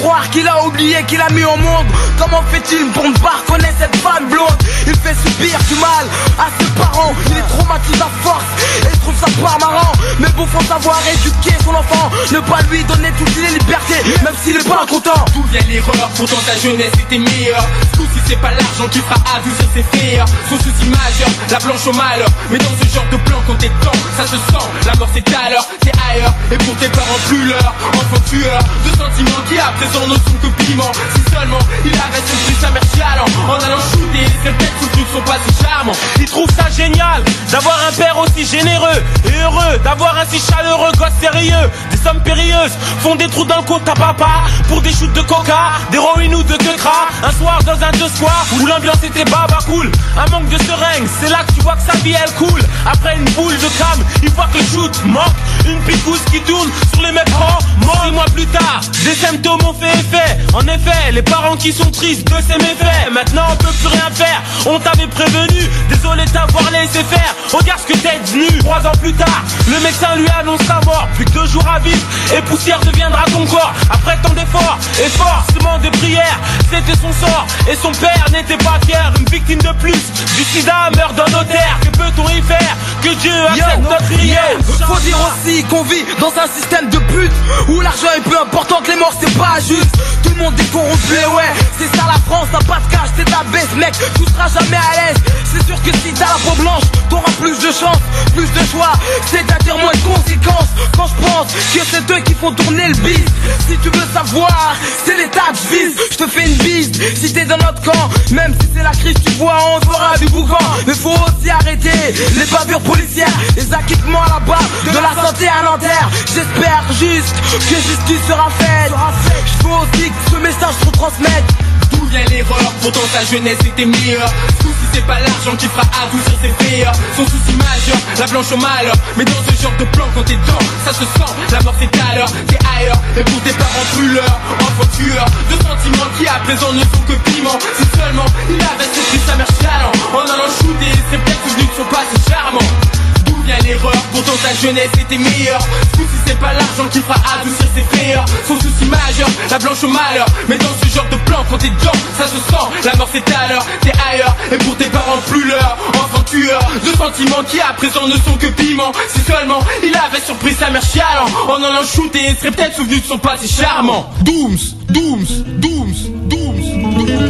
croire qu'il a oublié qu'il a mis au monde. Comment fait-il pour ne pas reconnaître cette femme blonde? Il fait subir du mal à ses parents. Il est traumatisé à force et il trouve ça pas marrant. Mais bon, faut savoir éduquer son enfant, ne pas lui donner toutes les libertés, même s'il est pas content. D'où vient l'erreur? Pourtant ta jeunesse était meilleure. Ce coup-ci c'est pas l'argent qui fera adoucir ses frères. Son souci majeur, la blanche au malheur. Mais dans ce genre de plan quand t'es dedans, ça se sent. La mort c'est à l'heure, c'est ailleurs. Et pour tes parents plus l'heure, enfant tueur de sentiments qui à présent ne sont que piment. Si seulement il avait son sa mère chialant en allant shooter, ses têtes sous trucs sont pas si charmants. Il trouve ça génial d'avoir un père aussi généreux et heureux, d'avoir un si chaleureux gosse sérieux. Des sommes périlleuses font des trous dans le compte à papa pour des shoots de coca, d'héroïne ou de quecra. Un soir dans un deux soirs où l'ambiance était baba cool, un manque de seringue, c'est là que tu vois que sa vie elle coule. Après une boule de crame, il voit que le shoot manque, une picousse qui tourne sur les mêmes rangs. Six mois plus tard, des symptômes ont fait effet. En effet, les parents qui sont tristes de ces méfaits. Maintenant on peut plus rien faire, on t'avait prévenu. Désolé de t'avoir laissé faire, regarde ce que t'es devenu. Trois ans plus tard, le médecin lui annonce sa mort. Plus que deux jours à vivre et poussière deviendra ton corps. Après tant d'efforts et forcément de prières, c'était son sort et son père n'était pas fier. Une victime de plus du sida meurt dans nos terres. Que peut-on y faire? Que Dieu accepte notre prière. Faut dire aussi qu'on vit dans un système de pute où l'argent est plus important que les morts, c'est pas juste. Tout le monde est corrompu, et ouais, c'est ça la France, t'as pas de cash, c'est ta baisse, mec, tu seras jamais à l'aise. C'est sûr que si t'as la peau blanche, t'auras plus de chance, plus de choix, c'est-à-dire moins de conséquences. Quand je pense que c'est eux qui font tourner le biz, si tu veux savoir, c'est l'état que je vise. Je te fais une bise, si t'es dans notre camp, même si c'est la crise, tu vois, on fera du boucan. Mais faut aussi arrêter les bavures policières, les acquittements à la barre de la santé alimentaire. J'espère juste que justice sera faite. Je veux aussi que ce message se transmette. D'où vient l'erreur? Pourtant ta jeunesse était meilleure. Ce souci c'est pas l'argent qui fera adoucir ses frères. Son souci majeur, la blanche au malheur. Mais dans ce genre de plan quand t'es dedans, ça se sent. La mort c'est à l'heure, t'es ailleurs. Et pour tes parents plus l'heure, enfant tueur de sentiments qui à présent ne sont que piment. Si seulement il avait surpris sa mère chialant en allant shooter, ses peut-être souvenirs ne sont pas si charmants. D'où vient l'erreur? Pourtant ta jeunesse était meilleure. Ce souci c'est pas l'argent qui fera adoucir ses frères. Son souci majeur, la blanche au malheur. Mais dans ce genre de plan quand t'es dedans, ça se sent. La mort c'est à l'heure, t'es ailleurs. Et pour tes parents plus l'heure, enfant tueur de sentiments qui à présent ne sont que piment. Si seulement il avait surpris sa mère chialant en allant shooter, il serait peut-être souvenu de son passé charmant. Dooms, Dooms, Dooms, Dooms, Dooms.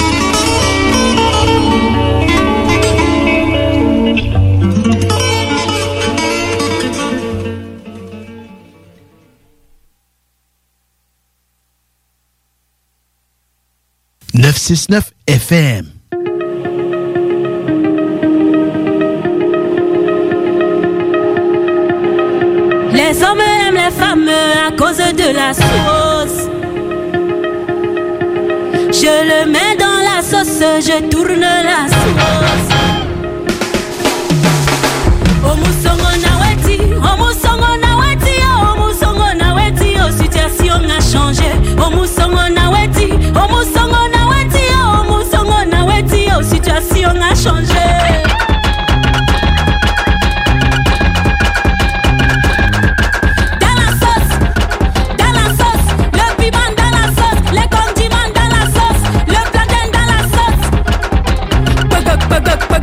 neuf cent soixante-neuf F M. Les hommes aiment les femmes à cause de la sauce. Je le mets dans la sauce, je tourne la sauce. Omusongo naweti, omusongo naweti, omusongo naweti, oh situation a changé. Omusongo naweti, omusongo naweti, omusongo naweti, oh situation a changé. Bug, bug,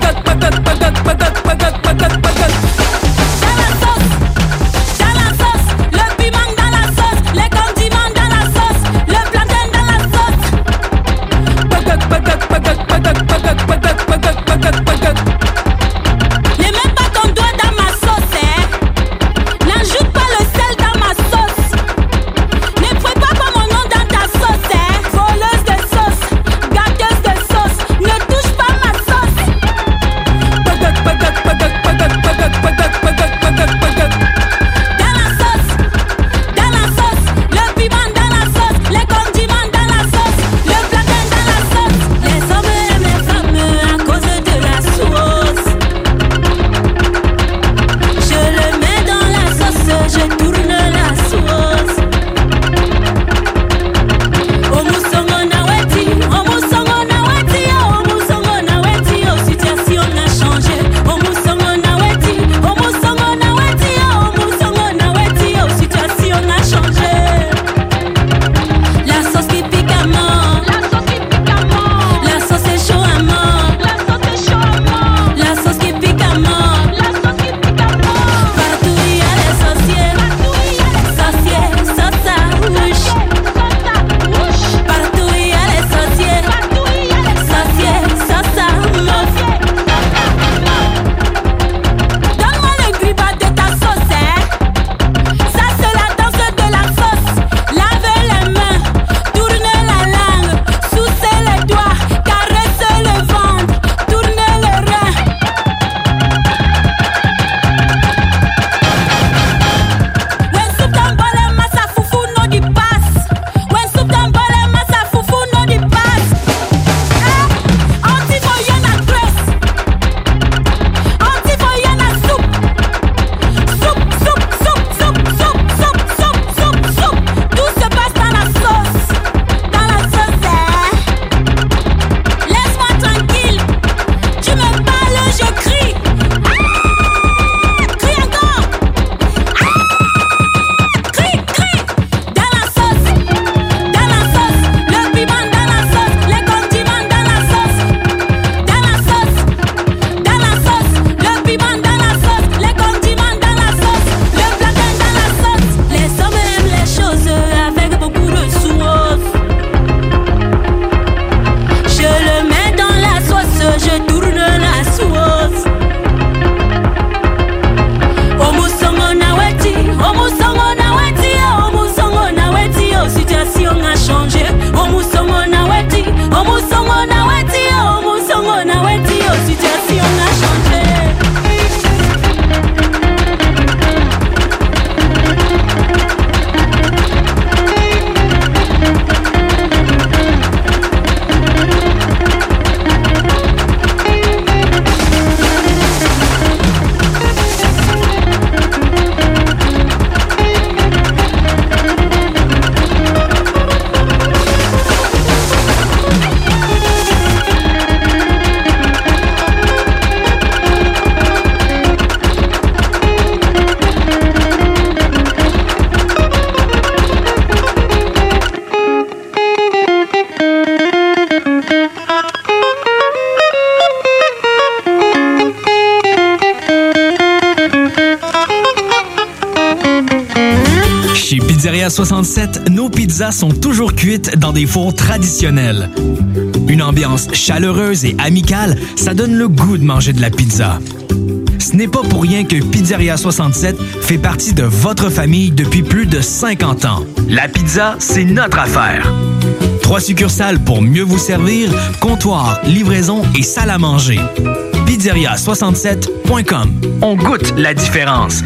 Chez Pizzeria soixante-sept, nos pizzas sont toujours cuites dans des fours traditionnels. Une ambiance chaleureuse et amicale, ça donne le goût de manger de la pizza. Ce n'est pas pour rien que Pizzeria soixante-sept fait partie de votre famille depuis plus de cinquante ans. La pizza, c'est notre affaire. Trois succursales pour mieux vous servir, comptoir, livraison et salle à manger. pizzeria soixante-sept point com. On goûte la différence.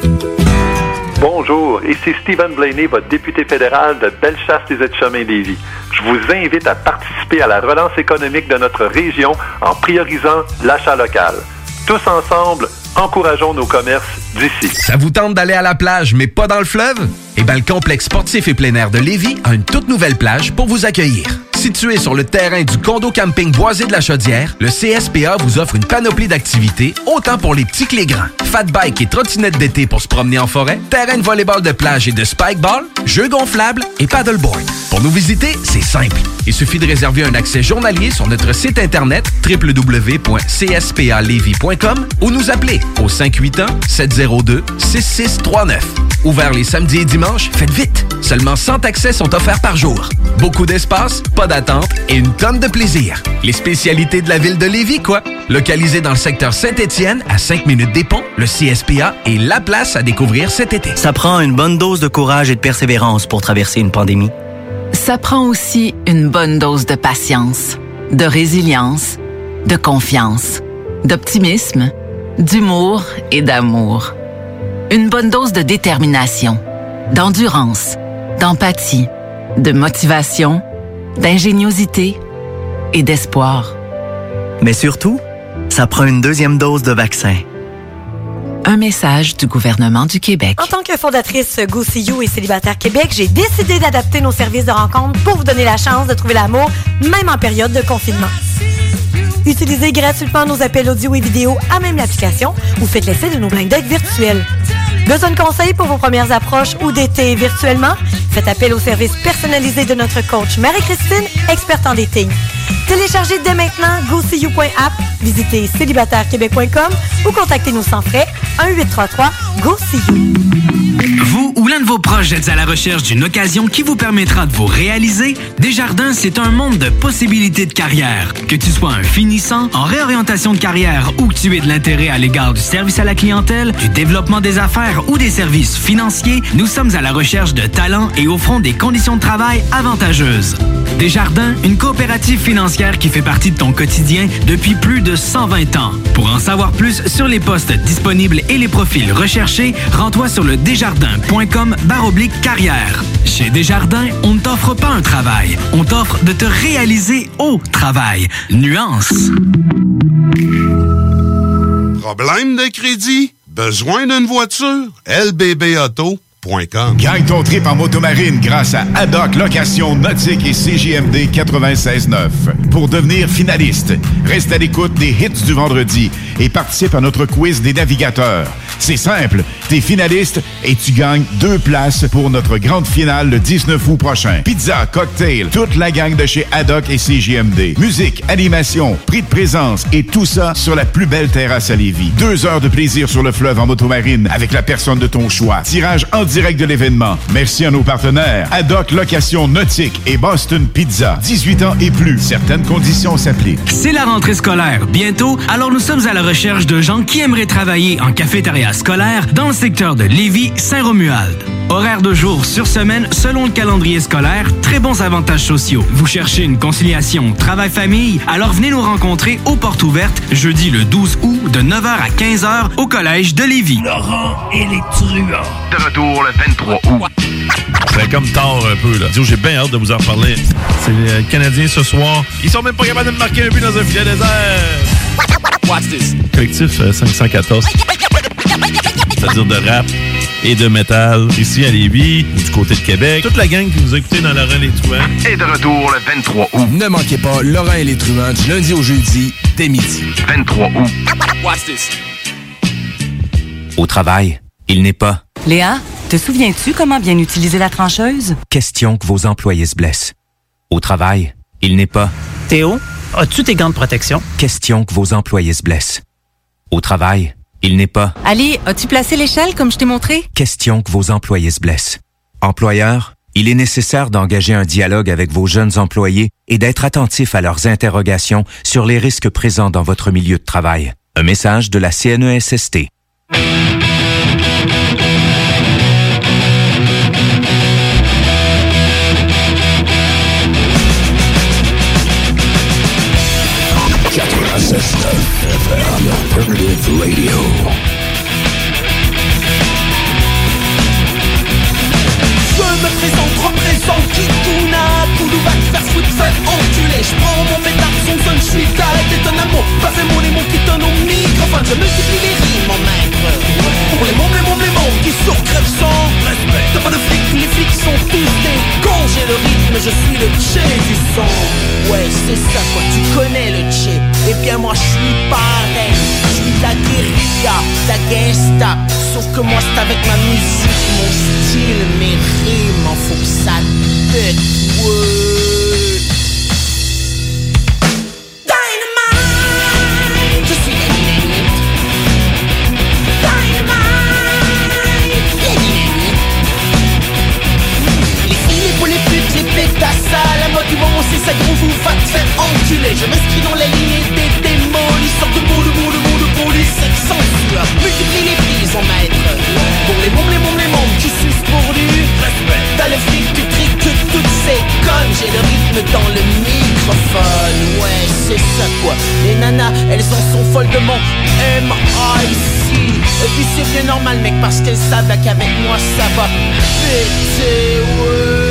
Bonjour, ici Stephen Blaney, votre député fédéral de Bellechasse-les-Etchemins-Lévis. Je vous invite à participer à la relance économique de notre région en priorisant l'achat local. Tous ensemble, encourageons nos commerces d'ici. Ça vous tente d'aller à la plage, mais pas dans le fleuve? Eh bien, le complexe sportif et plein air de Lévis a une toute nouvelle plage pour vous accueillir. Situé sur le terrain du condo camping Boisé de la Chaudière, le C S P A vous offre une panoplie d'activités, autant pour les petits que les grands. Fat bike et trottinette d'été pour se promener en forêt, terrain de volleyball de plage et de spikeball, jeux gonflables et paddleboard. Pour nous visiter, c'est simple. Il suffit de réserver un accès journalier sur notre site internet w w w point c s p a lévis point com ou nous appeler au cinq huit un, sept zéro deux, six six trois neuf. Ouvert les samedis et dimanches, faites vite! Seulement cent accès sont offerts par jour. Beaucoup d'espace, pas d'attente et une tonne de plaisir. Les spécialités de la ville de Lévis, quoi! Localisé dans le secteur Saint-Étienne, à cinq minutes des ponts, le C S P A est la place à découvrir cet été. Ça prend une bonne dose de courage et de persévérance pour traverser une pandémie. Ça prend aussi une bonne dose de patience, de résilience, de confiance, d'optimisme, d'humour et d'amour. Une bonne dose de détermination, d'endurance, d'empathie, de motivation, d'ingéniosité et d'espoir. Mais surtout, ça prend une deuxième dose de vaccin. Un message du gouvernement du Québec. En tant que fondatrice Go See You et Célibataire Québec, j'ai décidé d'adapter nos services de rencontre pour vous donner la chance de trouver l'amour, même en période de confinement. Utilisez gratuitement nos appels audio et vidéo à même l'application ou faites l'essai de nos blind dates virtuels. Besoin de conseils pour vos premières approches ou d'été virtuellement? Faites appel au service personnalisé de notre coach Marie-Christine, experte en dating. Téléchargez dès maintenant go see you point app, visitez célibataire québec point com ou contactez-nous sans frais un huit trois trois go see you. Vous ou l'un de vos proches êtes à la recherche d'une occasion qui vous permettra de vous réaliser? Desjardins, c'est un monde de possibilités de carrière. Que tu sois un finissant, en réorientation de carrière ou que tu aies de l'intérêt à l'égard du service à la clientèle, du développement des affaires ou des services financiers, nous sommes à la recherche de talents et offrons des conditions de travail avantageuses. Desjardins, une coopérative financière qui fait partie de ton quotidien depuis plus de cent vingt ans. Pour en savoir plus sur les postes disponibles et les profils recherchés, rends-toi sur le desjardins point com barre oblique carrière. Chez Desjardins, on ne t'offre pas un travail, on t'offre de te réaliser au travail. Nuance. Problème de crédit? Besoin d'une voiture? L B B auto point com. Gagne ton trip en motomarine grâce à Haddock Location Nautique et C J M D quatre-vingt-seize neuf. Pour devenir finaliste, reste à l'écoute des hits du vendredi et participe à notre quiz des navigateurs. C'est simple, t'es finaliste et tu gagnes deux places pour notre grande finale le dix-neuf août prochain. Pizza, cocktail, toute la gang de chez Haddock et C J M D. Musique, animation, prix de présence et tout ça sur la plus belle terrasse à Lévis. Deux heures de plaisir sur le fleuve en motomarine avec la personne de ton choix. Tirage en direct de l'événement. Merci à nos partenaires Haddock Location Nautique et Boston Pizza. dix-huit ans et plus. Certaines conditions s'appliquent. C'est la rentrée scolaire bientôt, alors nous sommes à la recherche de gens qui aimeraient travailler en cafétéria scolaire dans le secteur de Lévis-Saint-Romuald. Horaire de jour sur semaine selon le calendrier scolaire, très bons avantages sociaux. Vous cherchez une conciliation travail-famille? Alors venez nous rencontrer aux portes ouvertes jeudi le douze août de neuf heures à quinze heures au collège de Lévis. Laurent et les truands. De retour le vingt-trois août. C'est comme tard un peu, là. J'ai bien hâte de vous en reparler. C'est les Canadiens ce soir. Ils sont même pas capables de me marquer un but dans un filet désert. What's this? Collectif euh, cinq cent quatorze. C'est-à-dire de rap et de métal ici à Lévis ou du côté de Québec. Toute la gang qui nous a écoutés dans Laurent et les Truands. Et de retour le vingt-trois août. Ne manquez pas Laurent et les Truands du lundi au jeudi dès midi. vingt-trois août. What's this? Au travail, il n'est pas. Léa, te souviens-tu comment bien utiliser la trancheuse? Question que vos employés se blessent. Au travail, il n'est pas. Théo, as-tu tes gants de protection? Question que vos employés se blessent. Au travail, il n'est pas. Ali, as-tu placé l'échelle comme je t'ai montré? Question que vos employés se blessent. Employeur, il est nécessaire d'engager un dialogue avec vos jeunes employés et d'être attentif à leurs interrogations sur les risques présents dans votre milieu de travail. Un message de la C N E S S T. quatre-vingt-seize neuf F M Alternative Radio. Je me présente, représente Kitouna. Koulou va te faire foutre, faire enculer. Je prends mon pétard, son son, je suis t'arrête, t'es un amour. Pas fait mon les mots qui donnent au microphone. Je multiplie les rimes en maître. Pour les mômes, les mômes, les mômes qui sourds crèvent sans respect. T'as pas de flics, les flics sont tous des cons. J'ai le rythme, je suis le tché du son. Ouais, c'est ça quoi, tu connais le tché. Eh bien moi je suis pareil. Je suis la guérilla, la gangsta. Sauf que moi c'est avec ma musique, mon style, mes rimes. En faut que ça pète, ouais. Dynamite, je suis la dynamite. Dynamite, la dynamite. Les filles, les beaux, les putes, les pétasses. La mode du moment c'est ça gros, vous va te faire enculer. Je m'inscris dans la lignée des démolisseurs de mots, de mots, de mots, de police censure. Multiplie les prises en maître. Pour les mômes, les mômes, les mômes qui sucent pour du respect. T'as le flic, tu triques que toutes ces connes. J'ai le rythme dans le microphone. Ouais, c'est ça quoi. Les nanas, elles en sont folles de mon M I C. Et puis c'est bien normal mec, parce qu'elles savent qu'avec moi ça va péter, ouais.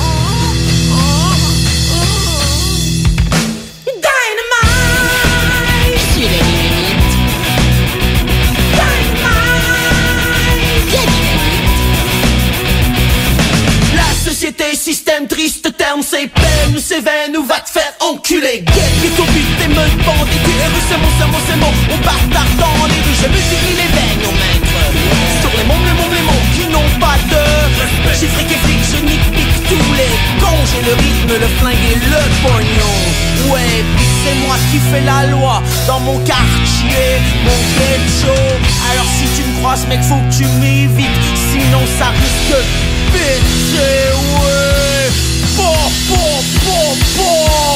Système triste, terme, c'est peine ou c'est veine ou va te faire enculer. Guette, vite au but, t'es meute, bandit, tu es c'est mon, c'est mon, c'est mon. On partage dans les rues, je multiplie les veines, on maître. Sur les mômes, les mômes, les mômes qui n'ont pas de respect. J'ai fric et flic, je nique, pique tous les cons. J'ai le rythme, le flingue et le pognon. Ouais, puis c'est moi qui fais la loi dans mon quartier, mon ghetto. Alors si tu me croises, mec, faut que tu m'évites, sinon ça risque de péter, ouais. Bo, bo, bo, bo.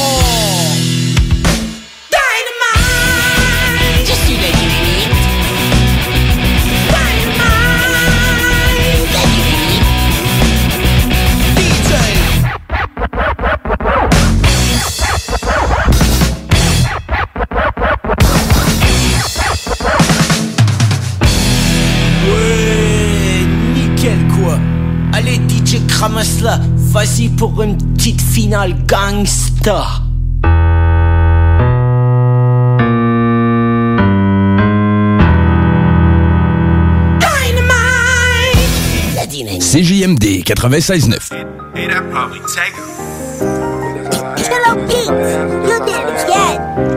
Dynamite, je suis la dynamite. Dynamite, la dynamite. D J. Ouais, nickel quoi. Allez D J cramasse-la, vas-y pour une petite finale gangsta. Dynamite, la dynamite. C J M D quatre-vingt-seize neuf. Hey, that probably take her. Hello, Pete. You did it again.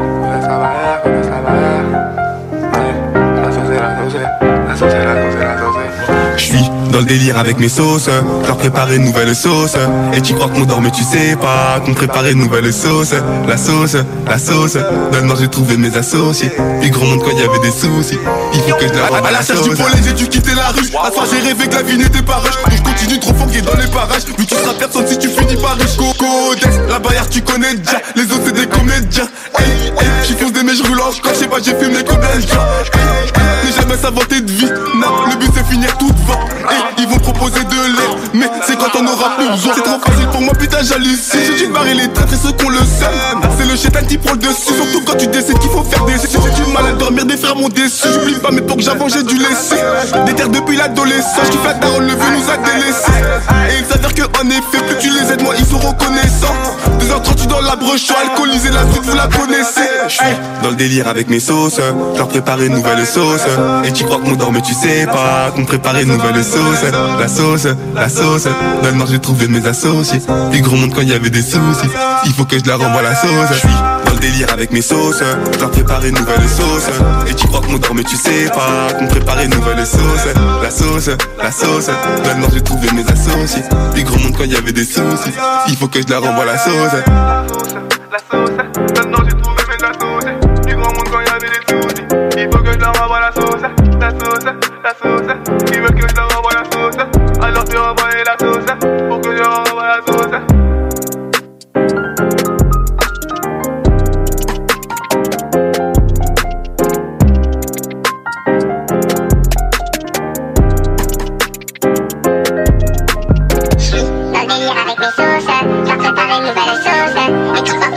J'suis dans le délire avec mes sauces, je leur prépare une nouvelle sauce. Et tu crois que mon dort mais tu sais pas qu'on préparait une nouvelle sauce. La sauce, la sauce, dans le nord j'ai trouvé mes associés. Puis gros monde quand il y avait des soucis, il faut que je leur envoie la sauce. À la charge du volet j'ai dû quitter la rue. À soir j'ai rêvé que la vie n'était pas rush. Donc je continue trop fort dans les parages. Mais tu seras personne si tu finis par riche. Codex, la barrière tu connais déjà. Les autres c'est des comédiens. Hey, hey, j'y fonce des mèches roulantes. Quand je sais pas j'ai fumé combien de gens. N'ai jamais s'inventer de vie. Non, le but c'est finir tout devant. Hey, ils vont proposer de l'air, mais c'est quand on aura plus besoin. C'est trop facile pour moi, putain j'hallucine. J'ai dû barrer les traîtres et ceux qu'on le sait. C'est le chétan qui prend le dessus. Surtout quand tu décides qu'il faut faire des essais. J'ai du mal à dormir, des frères m'ont déçu. J'oublie pas mes pocs j'avance, j'ai dû laisser. Des terres depuis l'adolescence, qui fait la daronne, le vieux nous a délaissés. Et il s'avère que en effet, plus tu les aides, moins ils sont reconnaissants. deux heures trente dans la broche, alcoolisé, la suite vous la connaissez. J'suis dans le délire avec mes sauces, je leur prépare une nouvelle sauce. Et tu crois que mon dort mais tu sais pas qu'on préparait une nouvelle sauce. La sauce, la sauce, dans le nord j'ai trouvé mes associés. Puis gros monde quand il y avait des soucis, il faut que je leur renvoie la sauce. J'suis dans le délire avec mes sauces, je leur prépare une nouvelle sauce. Et tu crois que mon dort mais tu sais pas qu'on préparait une nouvelle sauce. La sauce, la sauce, dans le nord j'ai trouvé mes associés. Puis gros monde quand il y avait des soucis, il faut que je leur renvoie la sauce. La sauce, dans le nord j'ai trouvé mes associés. Puis gros monde quand il y avait des soucis, il faut que je leur renvoie la sauce. La sauce, la sauce, ils veulent que je leur renvoie la sauce. Alors tu renvoies la sauce.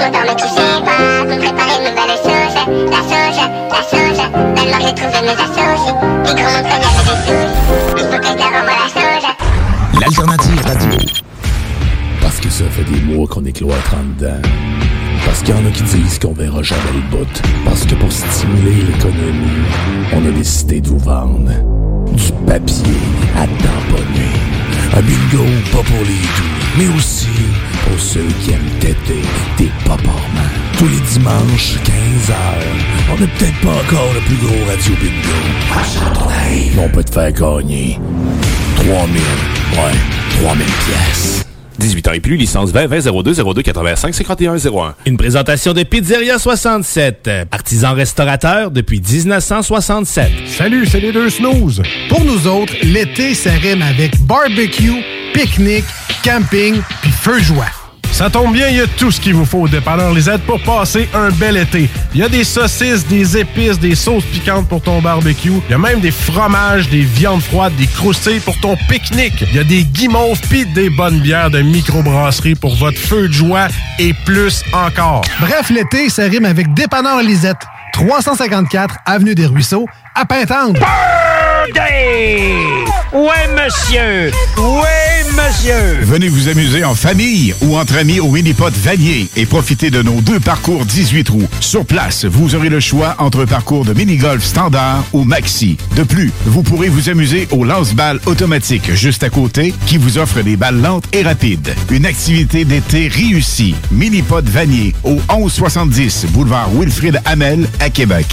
m'endors mais tu sais pas. Vous me préparez une nouvelle sauce. La sauce, la sauce. Dans le noir j'ai trouvé mes associés. Des gros montres il y avait des sous. Il faut que je t'envoie moi la sauce. L'alternative radio. Parce que ça fait des mois qu'on est cloître en dedans. Parce qu'il y en a qui disent qu'on verra jamais le bout. Parce que pour stimuler l'économie, on a décidé de vous vendre du papier à tamponner. Un bingo pas pour les doux, mais aussi pour ceux qui aiment têter des paparmans. Tous les dimanches, quinze heures, on n'est peut-être pas encore le plus gros radio bingo. Achète ton rêve, on peut te faire gagner trois mille, ouais, trois mille pièces. dix-huit ans et plus, licence vingt vingt zéro deux zéro deux quatre-vingt-cinq cinquante et un zéro un. Une présentation de Pizzeria soixante-sept, artisan restaurateur depuis dix-neuf cent soixante-sept. Salut, c'est les deux snooze. Pour nous autres, l'été, ça rime avec barbecue, pique-nique, camping puis feu de joie. Ça tombe bien, il y a tout ce qu'il vous faut au dépanneur Lisette pour passer un bel été. Il y a des saucisses, des épices, des sauces piquantes pour ton barbecue. Il y a même des fromages, des viandes froides, des croustilles pour ton pique-nique. Il y a des guimauves pis des bonnes bières de microbrasserie pour votre feu de joie et plus encore. Bref, l'été, ça rime avec dépanneur Lisette. trois cent cinquante-quatre Avenue des Ruisseaux, à Pintendre. Birthday! Ouais, monsieur! Ouais, monsieur! Venez vous amuser en famille ou entre amis au Minipod Vanier et profitez de nos deux parcours dix-huit trous. Sur place, vous aurez le choix entre un parcours de mini-golf standard ou maxi. De plus, vous pourrez vous amuser au lance-balles automatique juste à côté qui vous offre des balles lentes et rapides. Une activité d'été réussie. Minipod Vanier au onze soixante-dix boulevard Wilfrid Hamel à Québec.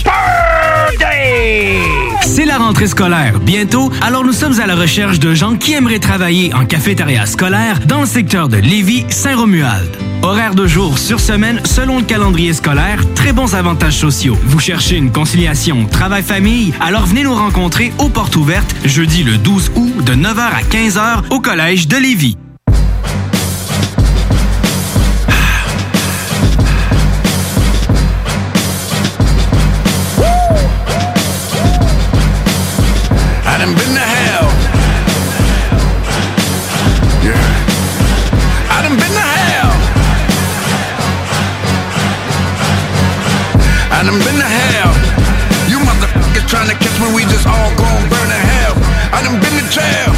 Birthday! C'est la rentrée scolaire bientôt, alors nous sommes à la recherche de gens qui aimeraient travailler en cafétéria scolaire dans le secteur de Lévis-Saint-Romuald. Horaire de jour sur semaine selon le calendrier scolaire, très bons avantages sociaux. Vous cherchez une conciliation travail-famille? Alors venez nous rencontrer aux portes ouvertes jeudi le douze août de neuf heures à quinze heures au collège de Lévis. I done been to hell. Yeah. I done been to hell. I done been to hell. You motherfuckers trying to catch me, we just all gon' burn to hell. I done been to jail.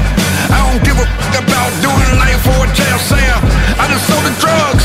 I don't give a fuck about doing life for a jail cell. I done sold the drugs.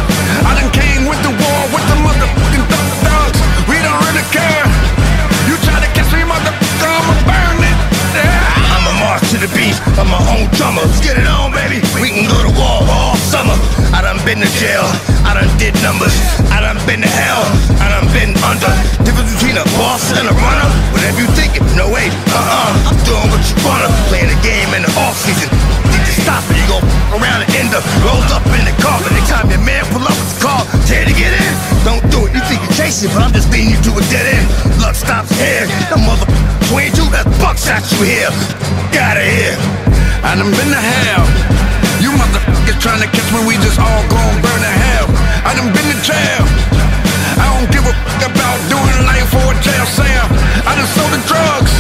I done came with the war with the motherfucking thug thugs. We don't really care. You try to catch me, motherfucker, I'ma burn it. Yeah. I'm a march to the beat of my own drummer. Let's get it on, baby. We can go to war all summer. I done been to jail. I done did numbers. I done been to hell. I done been under. Difference between a boss and a runner. Whatever you thinking, no way. Uh-uh. I'm doing what you wanna. Playing the game in the off season. Need to stop it. You go around and end up rolled up in the car. But next time your man pull up with the car, tell you to get in. Don't do it. You think you're chasing, but I'm just leading you to a dead end. Luck stops here. The mother twenty-two, that buckshot you here. Get out of here. I done been to hell. You motherfuckers trying to catch me, we just all gon' burn to hell. I done been to jail. I don't give a fuck about doing life for a jail cell. I done sold the drugs.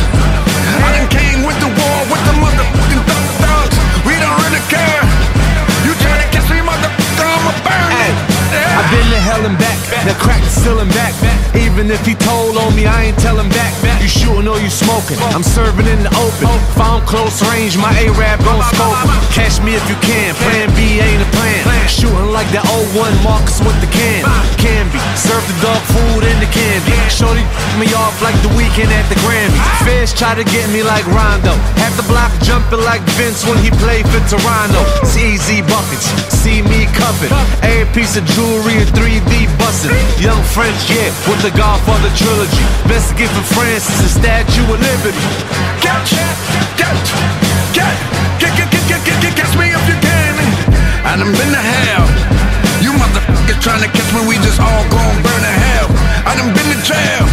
I done came with the war with the motherfucking thug thugs. We don't really care. You try to catch me, motherfucker, I'ma burn it. Yeah. I've been to hell and back. Now crack is still in back. Even if he told on me, I ain't telling back. You shooting or you smoking? I'm serving in the open. If I'm close range, my A-Rab gon' scope. Catch me if you can. Plan B ain't a plan. Shooting like that oh one Marcus with the can. Can be. Serve the dog food in the candy. Shorty me off like the weekend at the Grammy. Fish try to get me like Rondo. Had the block jumping like Vince when he played for Toronto. It's easy buckets. See me cuffin'. Every piece of jewelry in three D bustin'. Young French, yeah, with the Godfather trilogy. Best gift from France is the Statue of Liberty. Catch, catch, catch, catch, catch, catch, catch, catch me if you can. I done been to hell. You motherfuckers trying to catch me, we just all gon' burn to hell. I done been to jail.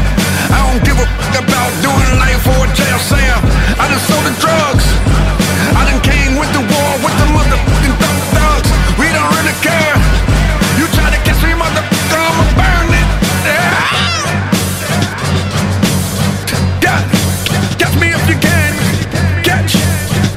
I don't give a fuck about doing life for a jail cell. I done sold the drugs. I done came with the war with the motherfucking thug thugs. We don't really care. You try to catch me, motherfucker, I'ma burn it. Yeah. Catch, catch me if you can. Catch,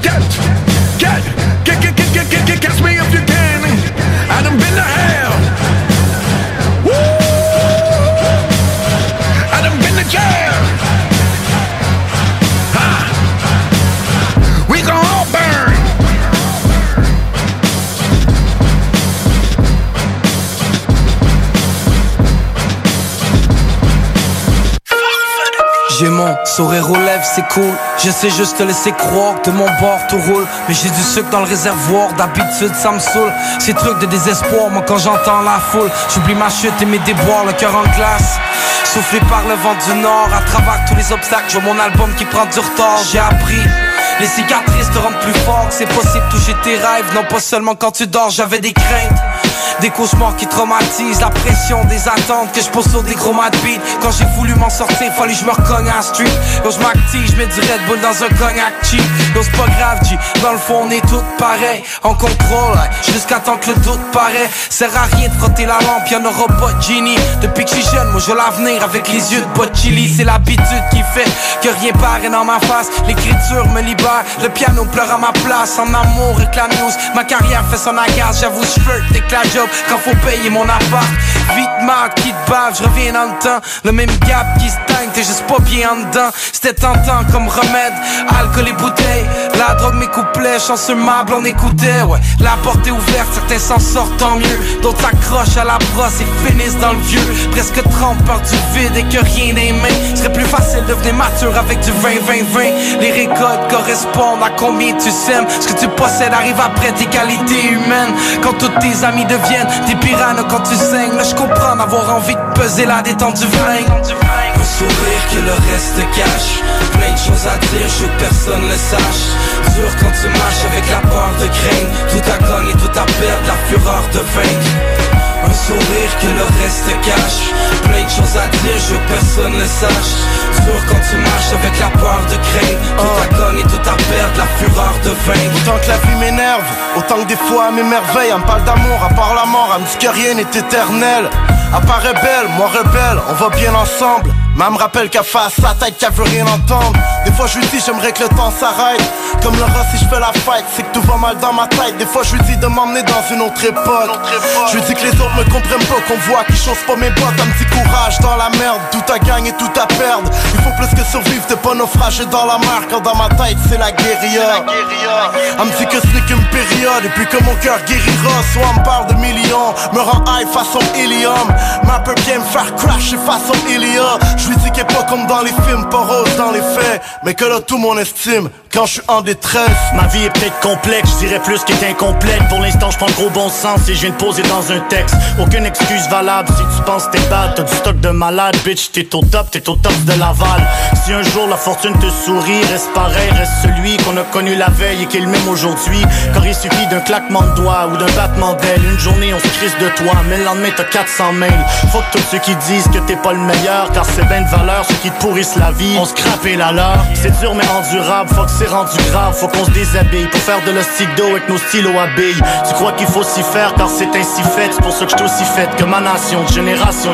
Sourire aux lèvres c'est cool, je sais juste te laisser croire que de mon bord tout roule. Mais j'ai du sucre dans le réservoir, d'habitude ça me saoule. Ces trucs de désespoir, moi quand j'entends la foule, j'oublie ma chute et mes déboires, le cœur en glace. Soufflé par le vent du nord, à travers tous les obstacles, je vois mon album qui prend du retard. J'ai appris, les cicatrices te rendent plus fort, que c'est possible de toucher tes rêves, non pas seulement quand tu dors. J'avais des craintes, des cauchemars qui traumatisent, la pression des attentes que je pose sur des gros mad beats. Quand j'ai voulu m'en sortir, fallu que je me recogne à la street. Yo je m'active, je mets du Red Bull dans un cognac cheap. Yo c'est pas grave G, dans le fond on est tous pareils, en contrôle, ouais, jusqu'à temps que le doute paraît. Sert à rien de frotter la lampe, y'en aura pas de génie. Depuis que je suis jeune, moi je veux l'avenir avec les yeux de Bocelli. C'est l'habitude qui fait que rien paraît dans ma face. L'écriture me libère, le piano pleure à ma place. En amour et que la news, ma carrière fait son agace. J'avoue je flirt avec la job quand faut payer mon appart. Vite marque qui te bave, je reviens dans le temps. Le même gap qui se teigne, t'es juste pas bien en dedans. C'était tentant comme remède, alcool et bouteilles. La drogue mes couplets, chanceux mable on écoutait. Ouais, la porte est ouverte, certains s'en sortent tant mieux. D'autres s'accrochent à la brosse et finissent dans le vieux. Presque trente par du vide et que rien n'est main. Serait plus facile de devenir mature avec du vingt vingt vingt. Les récoltes correspondent à combien tu sèmes. Ce que tu possèdes arrive après tes qualités humaines. Quand tous tes amis deviennent des piranhas quand tu saignes. Là je comprends d'avoir envie de peser la détente du flingue. Un sourire que le reste cache, plein de choses à dire, je veux que personne ne sache. Dur quand tu marches avec la peur de craindre. Tout à gagner, tout à perdre, la fureur de vaincre. Un sourire que le reste cache, plein de choses à dire, je veux que personne ne sache. Dur quand tu marches avec la peur de craindre. Tout à gagner, tout à perdre, la fureur de vaincre. Autant que la vie m'énerve, autant que des fois elle m'émerveille. Elle me parle d'amour, à part la mort, elle me dit que rien n'est éternel. Elle paraît belle, moi rebelle, on va bien ensemble. Mais elle me rappelle qu'elle fasse sa tête, qu'elle veut rien entendre. Des fois je lui dis j'aimerais que le temps s'arrête. Comme le rat si je fais la fête, c'est que tout va mal dans ma tête. Des fois je lui dis de m'emmener dans une autre époque. Je lui dis que les autres me comprennent pas, qu'on voit qu'ils chaussent pas mes bottes. Elle me dit courage dans la merde, tout à gagner, tout à perdre. Il faut plus que survivre, t'es pas naufragé dans la mer. Quand dans ma tête c'est la guérilla. Elle me dit que ce n'est qu'une période et puis que mon cœur guérira. Soit elle me parle de millions, me rend high façon hélium. Mais elle peut bien me faire crasher façon Elia. Je lui dis qu'elle est pas comme dans les films, pas rose dans les faits, mais que là tout mon estime quand je suis en détresse. Ma vie est peut-être complexe, je dirais plus qu'elle est incomplète. Pour l'instant je prends le gros bon sens et je viens de poser dans un texte. Aucune excuse valable si tu penses t'es bad. T'as du stock de malade, bitch, t'es au top, t'es au top de Laval. Si un jour la fortune te sourit, reste pareil, reste celui qu'on a connu la veille et qui est le même aujourd'hui. Car il suffit d'un claquement de doigts ou d'un battement d'aile. Une journée on se crisse de toi, mais le lendemain t'as quatre cents mails. Faut que tous ceux qui disent que t'es pas le meilleur, car c'est ben de valeur, ceux qui te pourrissent la vie, on se crappe et la leur. C'est dur mais endurable, faut que c'est rendu grave, faut qu'on se déshabille pour faire de l'ostido avec nos stylos à billes. Tu crois qu'il faut s'y faire car c'est ainsi fait, c'est pour ça que je suis aussi fait que ma nation de génération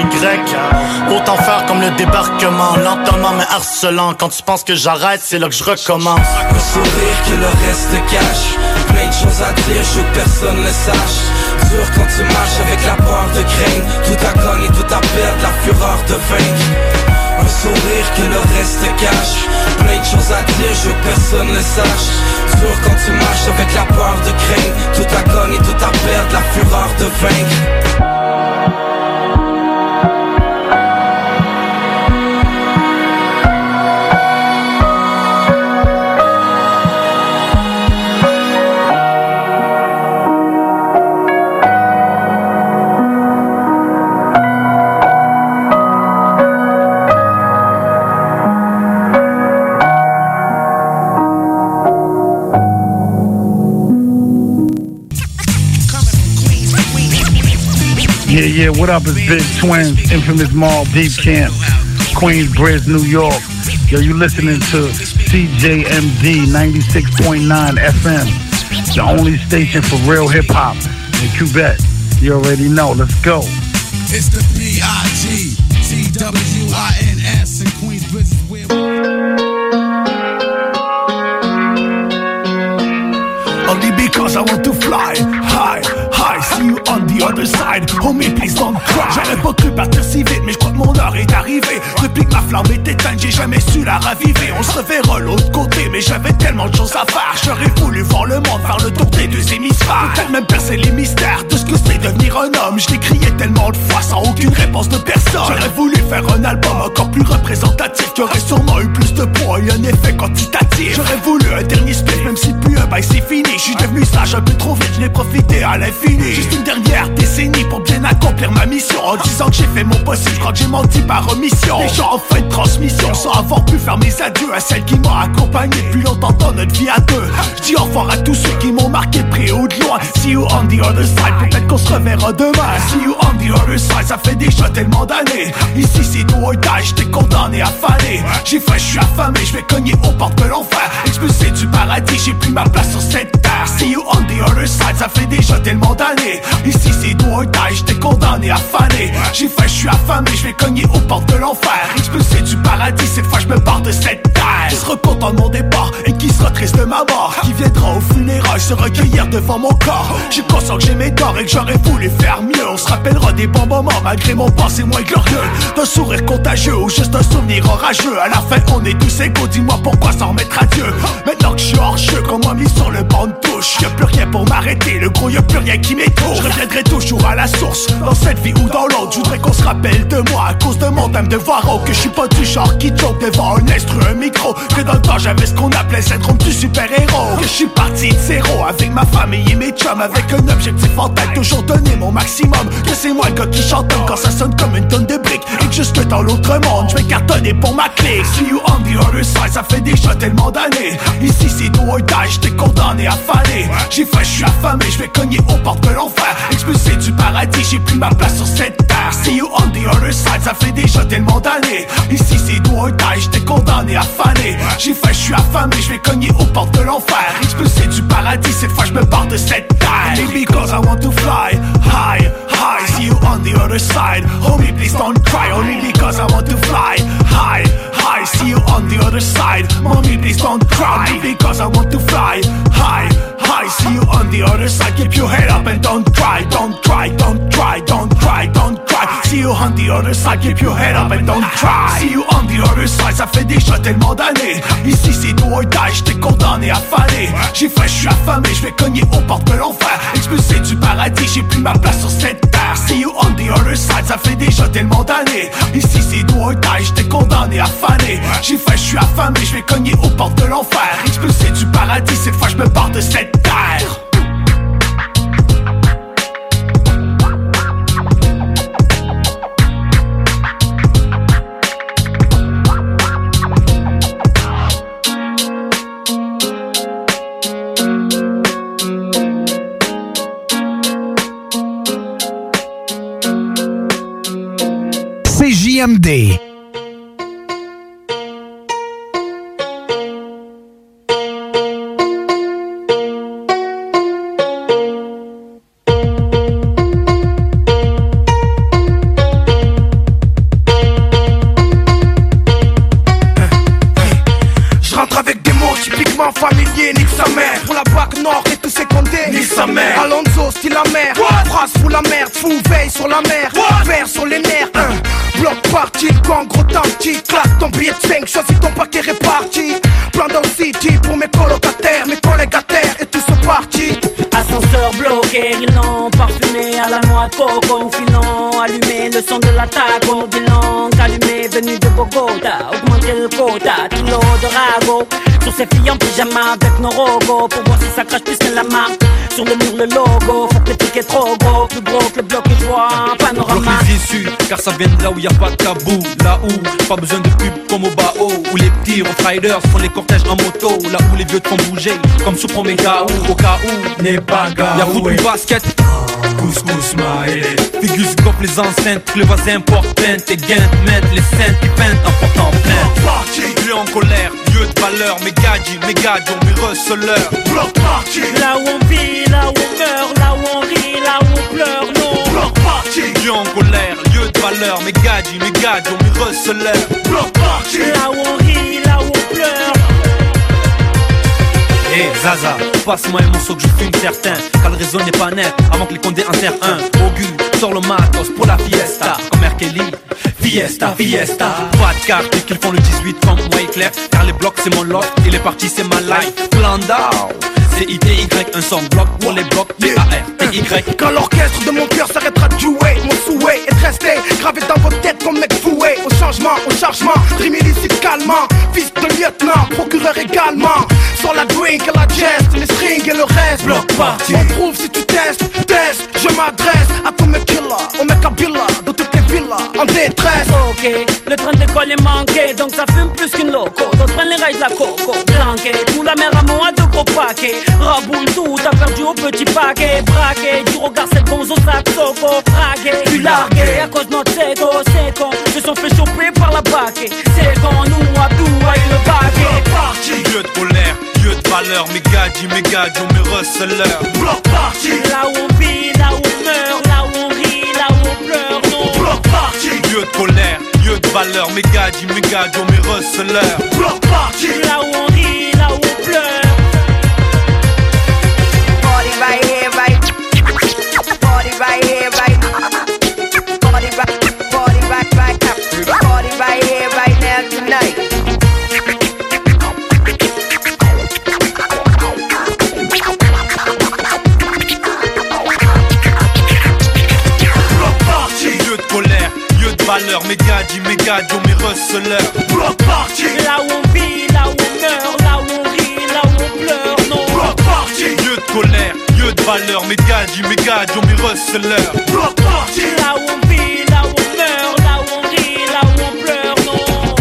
Y. Autant faire comme le débarquement, lentement mais harcelant. Quand tu penses que j'arrête, c'est là que je recommence. Un sourire que le reste cache, plein de choses à dire, je veux que personne ne sache. Dur quand tu marches avec la peur de craindre. Tout à gagner, tout à perdre, la fureur de vaincre. Un sourire que le reste cache, plein de choses à dire, je veux que personne ne sache. Dur quand tu marches avec la peur de craindre. Tout à gagner, tout à perdre, la fureur de vaincre. Yeah, yeah, what up, it's Big Twins, Infamous Mall, Deep Camp, Queensbridge, New York. Yo, you listening to C J M D ninety-six point nine F M, the only station for real hip-hop in Quebec. You already know, let's go. It's the B I G T W I N S in Queensbridge is where only because I want to fly high, high, see you on the other side. Homie, please don't cry. J'aurais pas cru partir si vite, mais je crois que mon heure est arrivée. Depuis que ma flamme est éteinte, j'ai jamais su la raviver. On se reverra l'autre côté, mais j'avais tellement de choses à faire. J'aurais voulu voir le monde, faire le tour des deux hémisphères. Peut-être même percer les mystères de ce que c'est devenir un homme. Je l'ai crié tellement de fois sans aucune réponse de personne. J'aurais voulu faire un album encore plus représentatif, qui aurait sûrement eu plus de poids. a eu un effet quantitatif. J'aurais voulu un dernier split, même si plus un bail c'est fini. J'suis devenu sage un peu trop vite, je l'ai profité à l'infini. Juste une dernière décennie pour bien accomplir ma mission. En disant que j'ai fait mon possible, j'crois que j'ai menti par omission. Les gens en fin de transmission, sans avoir pu faire mes adieux à celle qui m'a accompagné depuis longtemps dans notre vie à deux. J'dis au revoir à tous ceux qui m'ont marqué de près ou de loin. See you on the other side, peut-être qu'on se reverra demain. See you on the other side, ça fait déjà tellement d'années. Ici c'est do or die, j'étais condamné à faner. J'ai faim, j'suis affamé, j'vais cogner aux portes de l'enfer. Expulsé du paradis, j'ai plus ma place sur cette terre. See you on the other side, ça fait déjà tellement d'années. Ici c'est do or die, j'étais condamné à faner. J'ai faim, j'suis affamé, j'vais cogner aux portes de l'enfer. Expulsé du paradis, cette fois j'me barre de cette terre. Qui sera content de mon départ et qui sera triste de ma mort. Qui viendra au funérailles se recueillir devant mon corps. J'suis conscient que j'ai mes torts et que j'aurais voulu faire mieux. On se rappellera des bons moments malgré mon passé moins glorieux. D'un sourire contagieux ou juste un souvenir orageux. À la fin on est tous égaux, dis-moi pourquoi s'en remettre à Dieu. Maintenant que je suis hors jeu, qu'on m'a mis sur le banc de touche. Y'a plus rien pour m'arrêter, le gros y'a plus rien qui m'étouffe. Je reviendrai toujours à la source, dans cette vie ou dans l'autre. J'voudrais qu'on se rappelle de moi à cause de mon thème de Varro. Que je suis pas du genre qui choque devant un instru, un micro. Que dans le temps j'avais ce qu'on appelait syndrome du super-héros. Que je suis parti de zéro avec ma famille et mes chums. Avec un objectif en tête, toujours donner mon maximum. Que c'est moi le gars qui chante quand ça sonne comme une tonne de briques. Et que jusque dans l'autre monde, j'vais cartonner pour ma clique. See you on the other side, ça fait déjà tellement d'années. Ici c'est do or die, j'étais condamné à faner. J'ai faim, j'suis affamé, j'vais cogner aux portes de l'enfer. Expulsé du paradis, j'ai plus ma place sur cette terre. See you on the other side, ça fait déjà tellement d'années. Ici c'est do or die, j'étais condamné à faner. J'ai faim, j'suis affamé, j'vais cogner aux portes de l'enfer. Expulsé du paradis, cette fois j'me barre de cette terre. Maybe because I want to fly high, high. See you on the other side. Homie, please don't cry. Only because I want to fly high, high. See you on the other side. Mommy, please don't cry. Only because I want to fly high, high. See you on the other side. Keep your head up and don't cry, don't cry, don't cry, don't cry, don't cry. See you on the other side. Keep your head up and don't cry. See you on the other side. Ça fait déjà tellement d'années. Ici c'est do or die, j'étais condamné à faner. J'ai faim, j'suis affamé, j'vais cogner aux portes de l'enfer. Expulsé du paradis, j'ai plus ma place sur cette terre. See you on the other side, ça fait déjà tellement d'années. Ici c'est do or die, j'étais condamné à faner. J'ai faim, j'suis affamé, j'vais cogner aux portes de l'enfer. Expulsé du paradis, cette fois j'me barre de cette terre. C J M D. Je rentre avec des mots typiquement familiers, nique sa mère. Pour la bac nord et tous ses condés, nique sa mère. Alonso, style la mer, phrase fou la merde, fou veille sur la mer, vert sur les nerfs, hein. Bloc party, gang gros tanky, claque ton billet de cinq, choisis ton paquet réparti. Plan dans city pour mes colocataires, mes collègues à terre et tous sont partis. Ascenseur bloqué, rilant, parfumé à la noix de coco, filant, allumé, le son de l'attaque, au bilan, allumé, venu de Bogota, augmenter le quota, kilo de rago, sur ces filles en pyjama avec nos rogos, pour voir si ça crache plus que la marque, sur le mur le logo, faut que le truc est trop gros, plus gros que le bloc que je vois, un panorama. Bloque les issues, car ça vient de là où y a pas de tabou, là où pas besoin de pub comme au Bao, où les petits Rough Riders font les cortèges en moto, là où les vieux te font bouger, comme sous Promega ou au cas où n'est pas gars. Y'a foot ou basket, couscous maïlé, figure goff les enceintes, les voisins portent plainte et gain mettent les scènes qui peintent en portant plainte. Lieu en colère, lieu de valeur, mes gadgets, mes gadgets, mes receleurs. Block party. Là où on vit, là où on meurt, là où on rit, là où on pleure, non. Block party. Lieu en colère, lieu de valeur, mes gadgets, mes gadgets, mes receleurs. Block party. Là où on rit, là où on pleure. Hey Zaza, passe-moi un morceau que je fume certain, car le réseau n'est pas net avant que les condés enterrent un. Augu, sors le matos pour la fiesta, comme R. Kelly. Fiesta, fiesta, pas de carte et qu'ils font le dix-huit comme moi éclair, car les blocs c'est mon lot et les parties c'est ma life. Plan down, C I T Y, un son bloc pour les blocs, P A R T. Y. Quand l'orchestre de mon cœur s'arrêtera de jouer, mon souhait est de rester gravé dans vos têtes comme mec foué. Au changement, au chargement, rime illicite calmant. Fils de lieutenant, procureur également. Sur la drink et la jest, les strings et le reste. Bloc party. On prouve si tu testes, teste. Je m'adresse à tous mes killers, aux mecs à villa, de toutes les villas en détresse. Ok, le train d'école est manqué, donc ça fume plus qu'une loco. D'autres prennent les rails de la coco, planqué. Tout la mer à moi à deux gros paquets. Raboule tout, t'as perdu au petit paquet. Braqué, du regard cette bonzo sac soco. Braqué, puis largué, à cause de notre séco, c'est con. Se sont fait choper par la baquet. C'est con, nous à tout, à le baquet. Parti, lieu de colère, lieu de valeur. Mes gadgets, mes gadgets, mes receleurs. Bloc party. Là où on vit, là où on meurt, là où on rit, là où on pleure, non. Bloc party. Lieu de colère, lieu de valeur. Mes gadgets, mes gadgets, mes receleurs. Bloc party. Là où on rit, là où on pleure. Party right here, right. Party right here, right. Party right, party right, right. Party right here, right now tonight. Valeur, mes gadgets, mes gadgets, mes receleurs. Bloc party. Là où on vit, là où on meurt, là où on rit, là où on pleure, non. Bloc party. Lieu de colère, lieu de valeur, mes gadgets, mes gadgets, mes receleurs. Bloc party. Là où on vit, là où on meurt, là où on rit, là où on pleure, non.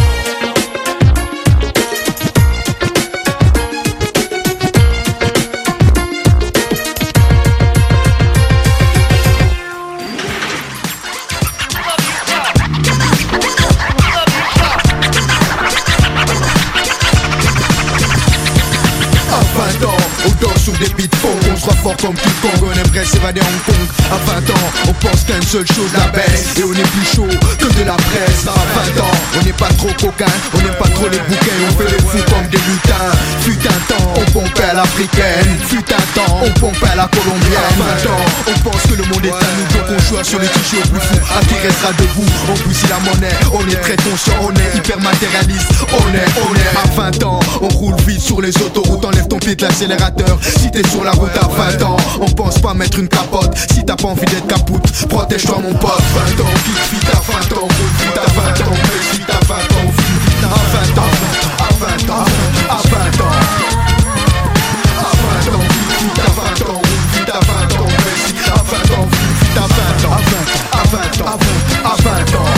Sur des beats fond, on sera fort comme King Kong. On aimerait s'évader à Hong Kong. À vingt ans, on pense qu'à une seule chose, la baisse. Et on est plus chaud que de la presse. À vingt ans, on n'est pas trop coquin, on n'aime pas trop les bouquins. On fait les fous comme des lutins. Fut un temps, on pompait à l'africaine. Fut un temps, on pompait à la colombienne. À vingt ans, on pense que le monde est à nous. Donc on joue sur les t-shirts plus fous. À qui restera debout, on bousille la monnaie. On est très conscient, on est hyper matérialiste. On est, on est à vingt ans, on roule vite sur les autoroutes. Enlève ton pied de l'accélérateur. Si t'es sur la route à vingt ans, on pense pas mettre une capote. Si t'as pas envie d'être capoute, protège-toi mon pote. vingt ans, kick vite à vingt ans, roule vite à vingt ans, pèse vite à vingt ans, vite vite à vingt ans, à vingt ans, à vingt ans, à vingt ans, vite vite à vingt ans, roule vite à vingt ans, pèse vite à vingt ans, vite vite à vingt ans, à vingt ans, à vingt ans.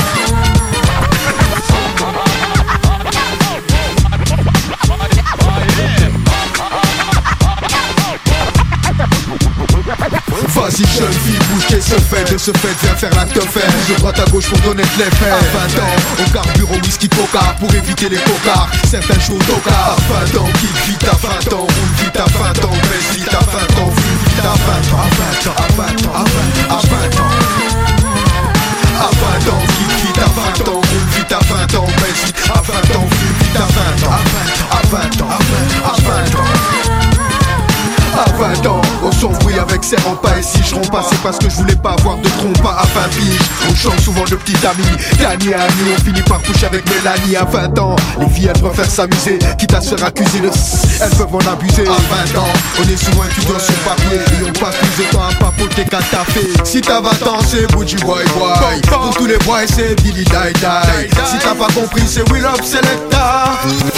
Vas-y jeune fille, bouge qu'elle se fait. De ce fait, viens faire la teuf. Bouge de droite à gauche pour donner de l'effet. À vingt ans, on carbure au whisky coca pour éviter les cocards. Certains jouent au toca. À vingt ans, kick vite à vingt ans, roule vite à vingt ans, baisse vite à vingt ans, fume vite à vingt ans, à vingt ans, à vingt ans, à vingt ans. À vingt ans, kick vite à vingt ans, roule vite à vingt ans, baisse vite à vingt ans, fume vite à vingt ans, à vingt ans, à vingt ans. À vingt ans, on s'embrouille avec ses rempas. Et si je romps pas, c'est parce que je voulais pas avoir de trompe à vingt piges. On change souvent de petites amies, d'année à année, on finit par coucher avec Mélanie. À vingt ans, les filles elles préfèrent s'amuser, quitte à se faire accuser de elles peuvent en abuser. À vingt ans, on est souvent étudiants sur papier et on passe plus de temps à papoter qu'à taffer. Si t'as vingt ans, c'est Bougie Boy Boy. Pour tous les boys, c'est Billy Die Die. Si t'as pas compris, c'est Will Up Selecta.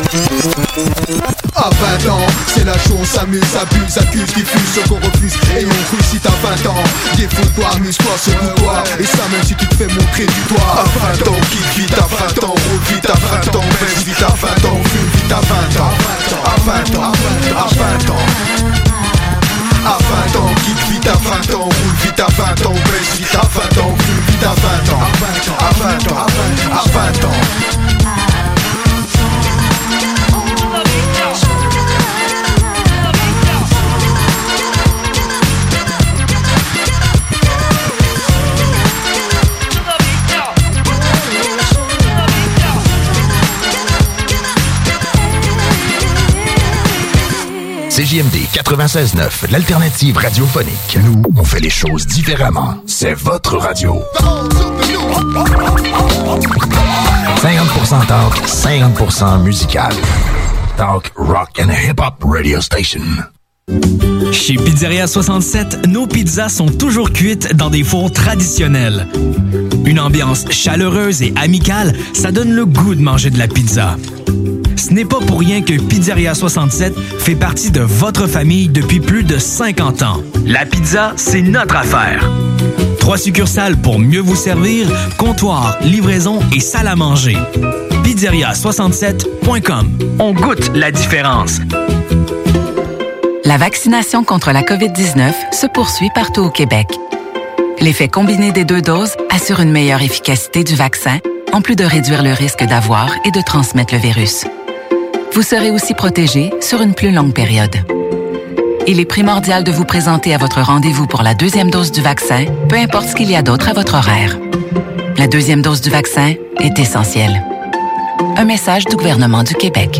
À vingt ans, c'est la show, on s'amuse, abuse, accuse, diffuse ce qu'on refuse. Et on cru si t'as vingt ans, défaut-toi, amuse-toi, secoue-toi. Et ça même si tu te fais montrer du doigt. À vingt ans, kick vite à vingt ans, roule vite à vingt ans, baisse vite à vingt ans, fume vite à vingt ans. À vingt ans, à vingt ans, à vingt ans, kick vite à vingt ans, roule vite à vingt ans, baisse vite à vingt ans, fume vite à vingt ans. À vingt ans, à vingt ans. C J M D quatre-vingt-seize neuf, l'alternative radiophonique. Nous, on fait les choses différemment. C'est votre radio. cinquante pour cent talk, cinquante pour cent musical. Talk, rock and hip-hop radio station. Chez Pizzeria soixante-sept, nos pizzas sont toujours cuites dans des fours traditionnels. Une ambiance chaleureuse et amicale, ça donne le goût de manger de la pizza. Ce n'est pas pour rien que Pizzeria soixante-sept fait partie de votre famille depuis plus de cinquante ans. La pizza, c'est notre affaire. Trois succursales pour mieux vous servir, comptoir, livraison et salle à manger. pizzeria soixante-sept point com. On goûte la différence. La vaccination contre la covid dix-neuf se poursuit partout au Québec. L'effet combiné des deux doses assure une meilleure efficacité du vaccin, en plus de réduire le risque d'avoir et de transmettre le virus. Vous serez aussi protégé sur une plus longue période. Il est primordial de vous présenter à votre rendez-vous pour la deuxième dose du vaccin, peu importe ce qu'il y a d'autre à votre horaire. La deuxième dose du vaccin est essentielle. Un message du gouvernement du Québec.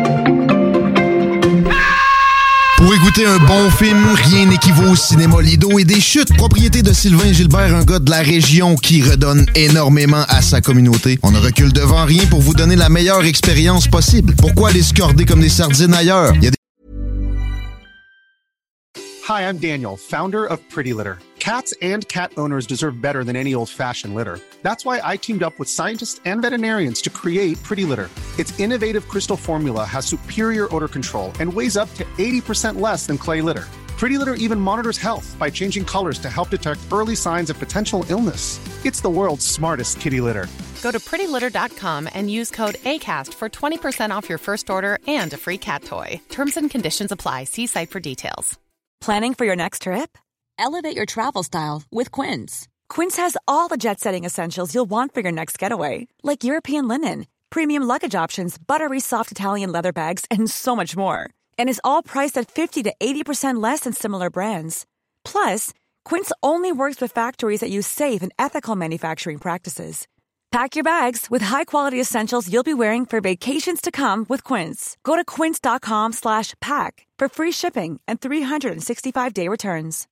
Pour écouter un bon film, rien n'équivaut au Cinéma Lido et des chutes, propriété de Sylvain Gilbert, un gars de la région qui redonne énormément à sa communauté. On ne recule devant rien pour vous donner la meilleure expérience possible. Pourquoi aller se corder comme des sardines ailleurs? Il y a des... Hi, I'm Daniel, founder of Pretty Litter. Cats and cat owners deserve better than any old-fashioned litter. That's why I teamed up with scientists and veterinarians to create Pretty Litter. Its innovative crystal formula has superior odor control and weighs up to eighty percent less than clay litter. Pretty Litter even monitors health by changing colors to help detect early signs of potential illness. It's the world's smartest kitty litter. Go to pretty litter dot com and use code ACAST for twenty percent off your first order and a free cat toy. Terms and conditions apply. See site for details. Planning for your next trip? Elevate your travel style with Quince. Quince has all the jet-setting essentials you'll want for your next getaway, like European linen, premium luggage options, buttery soft Italian leather bags, and so much more. And is all priced at fifty to eighty percent less than similar brands. Plus, Quince only works with factories that use safe and ethical manufacturing practices. Pack your bags with high-quality essentials you'll be wearing for vacations to come with Quince. Go to quince dot com slash pack for free shipping and three sixty-five day returns.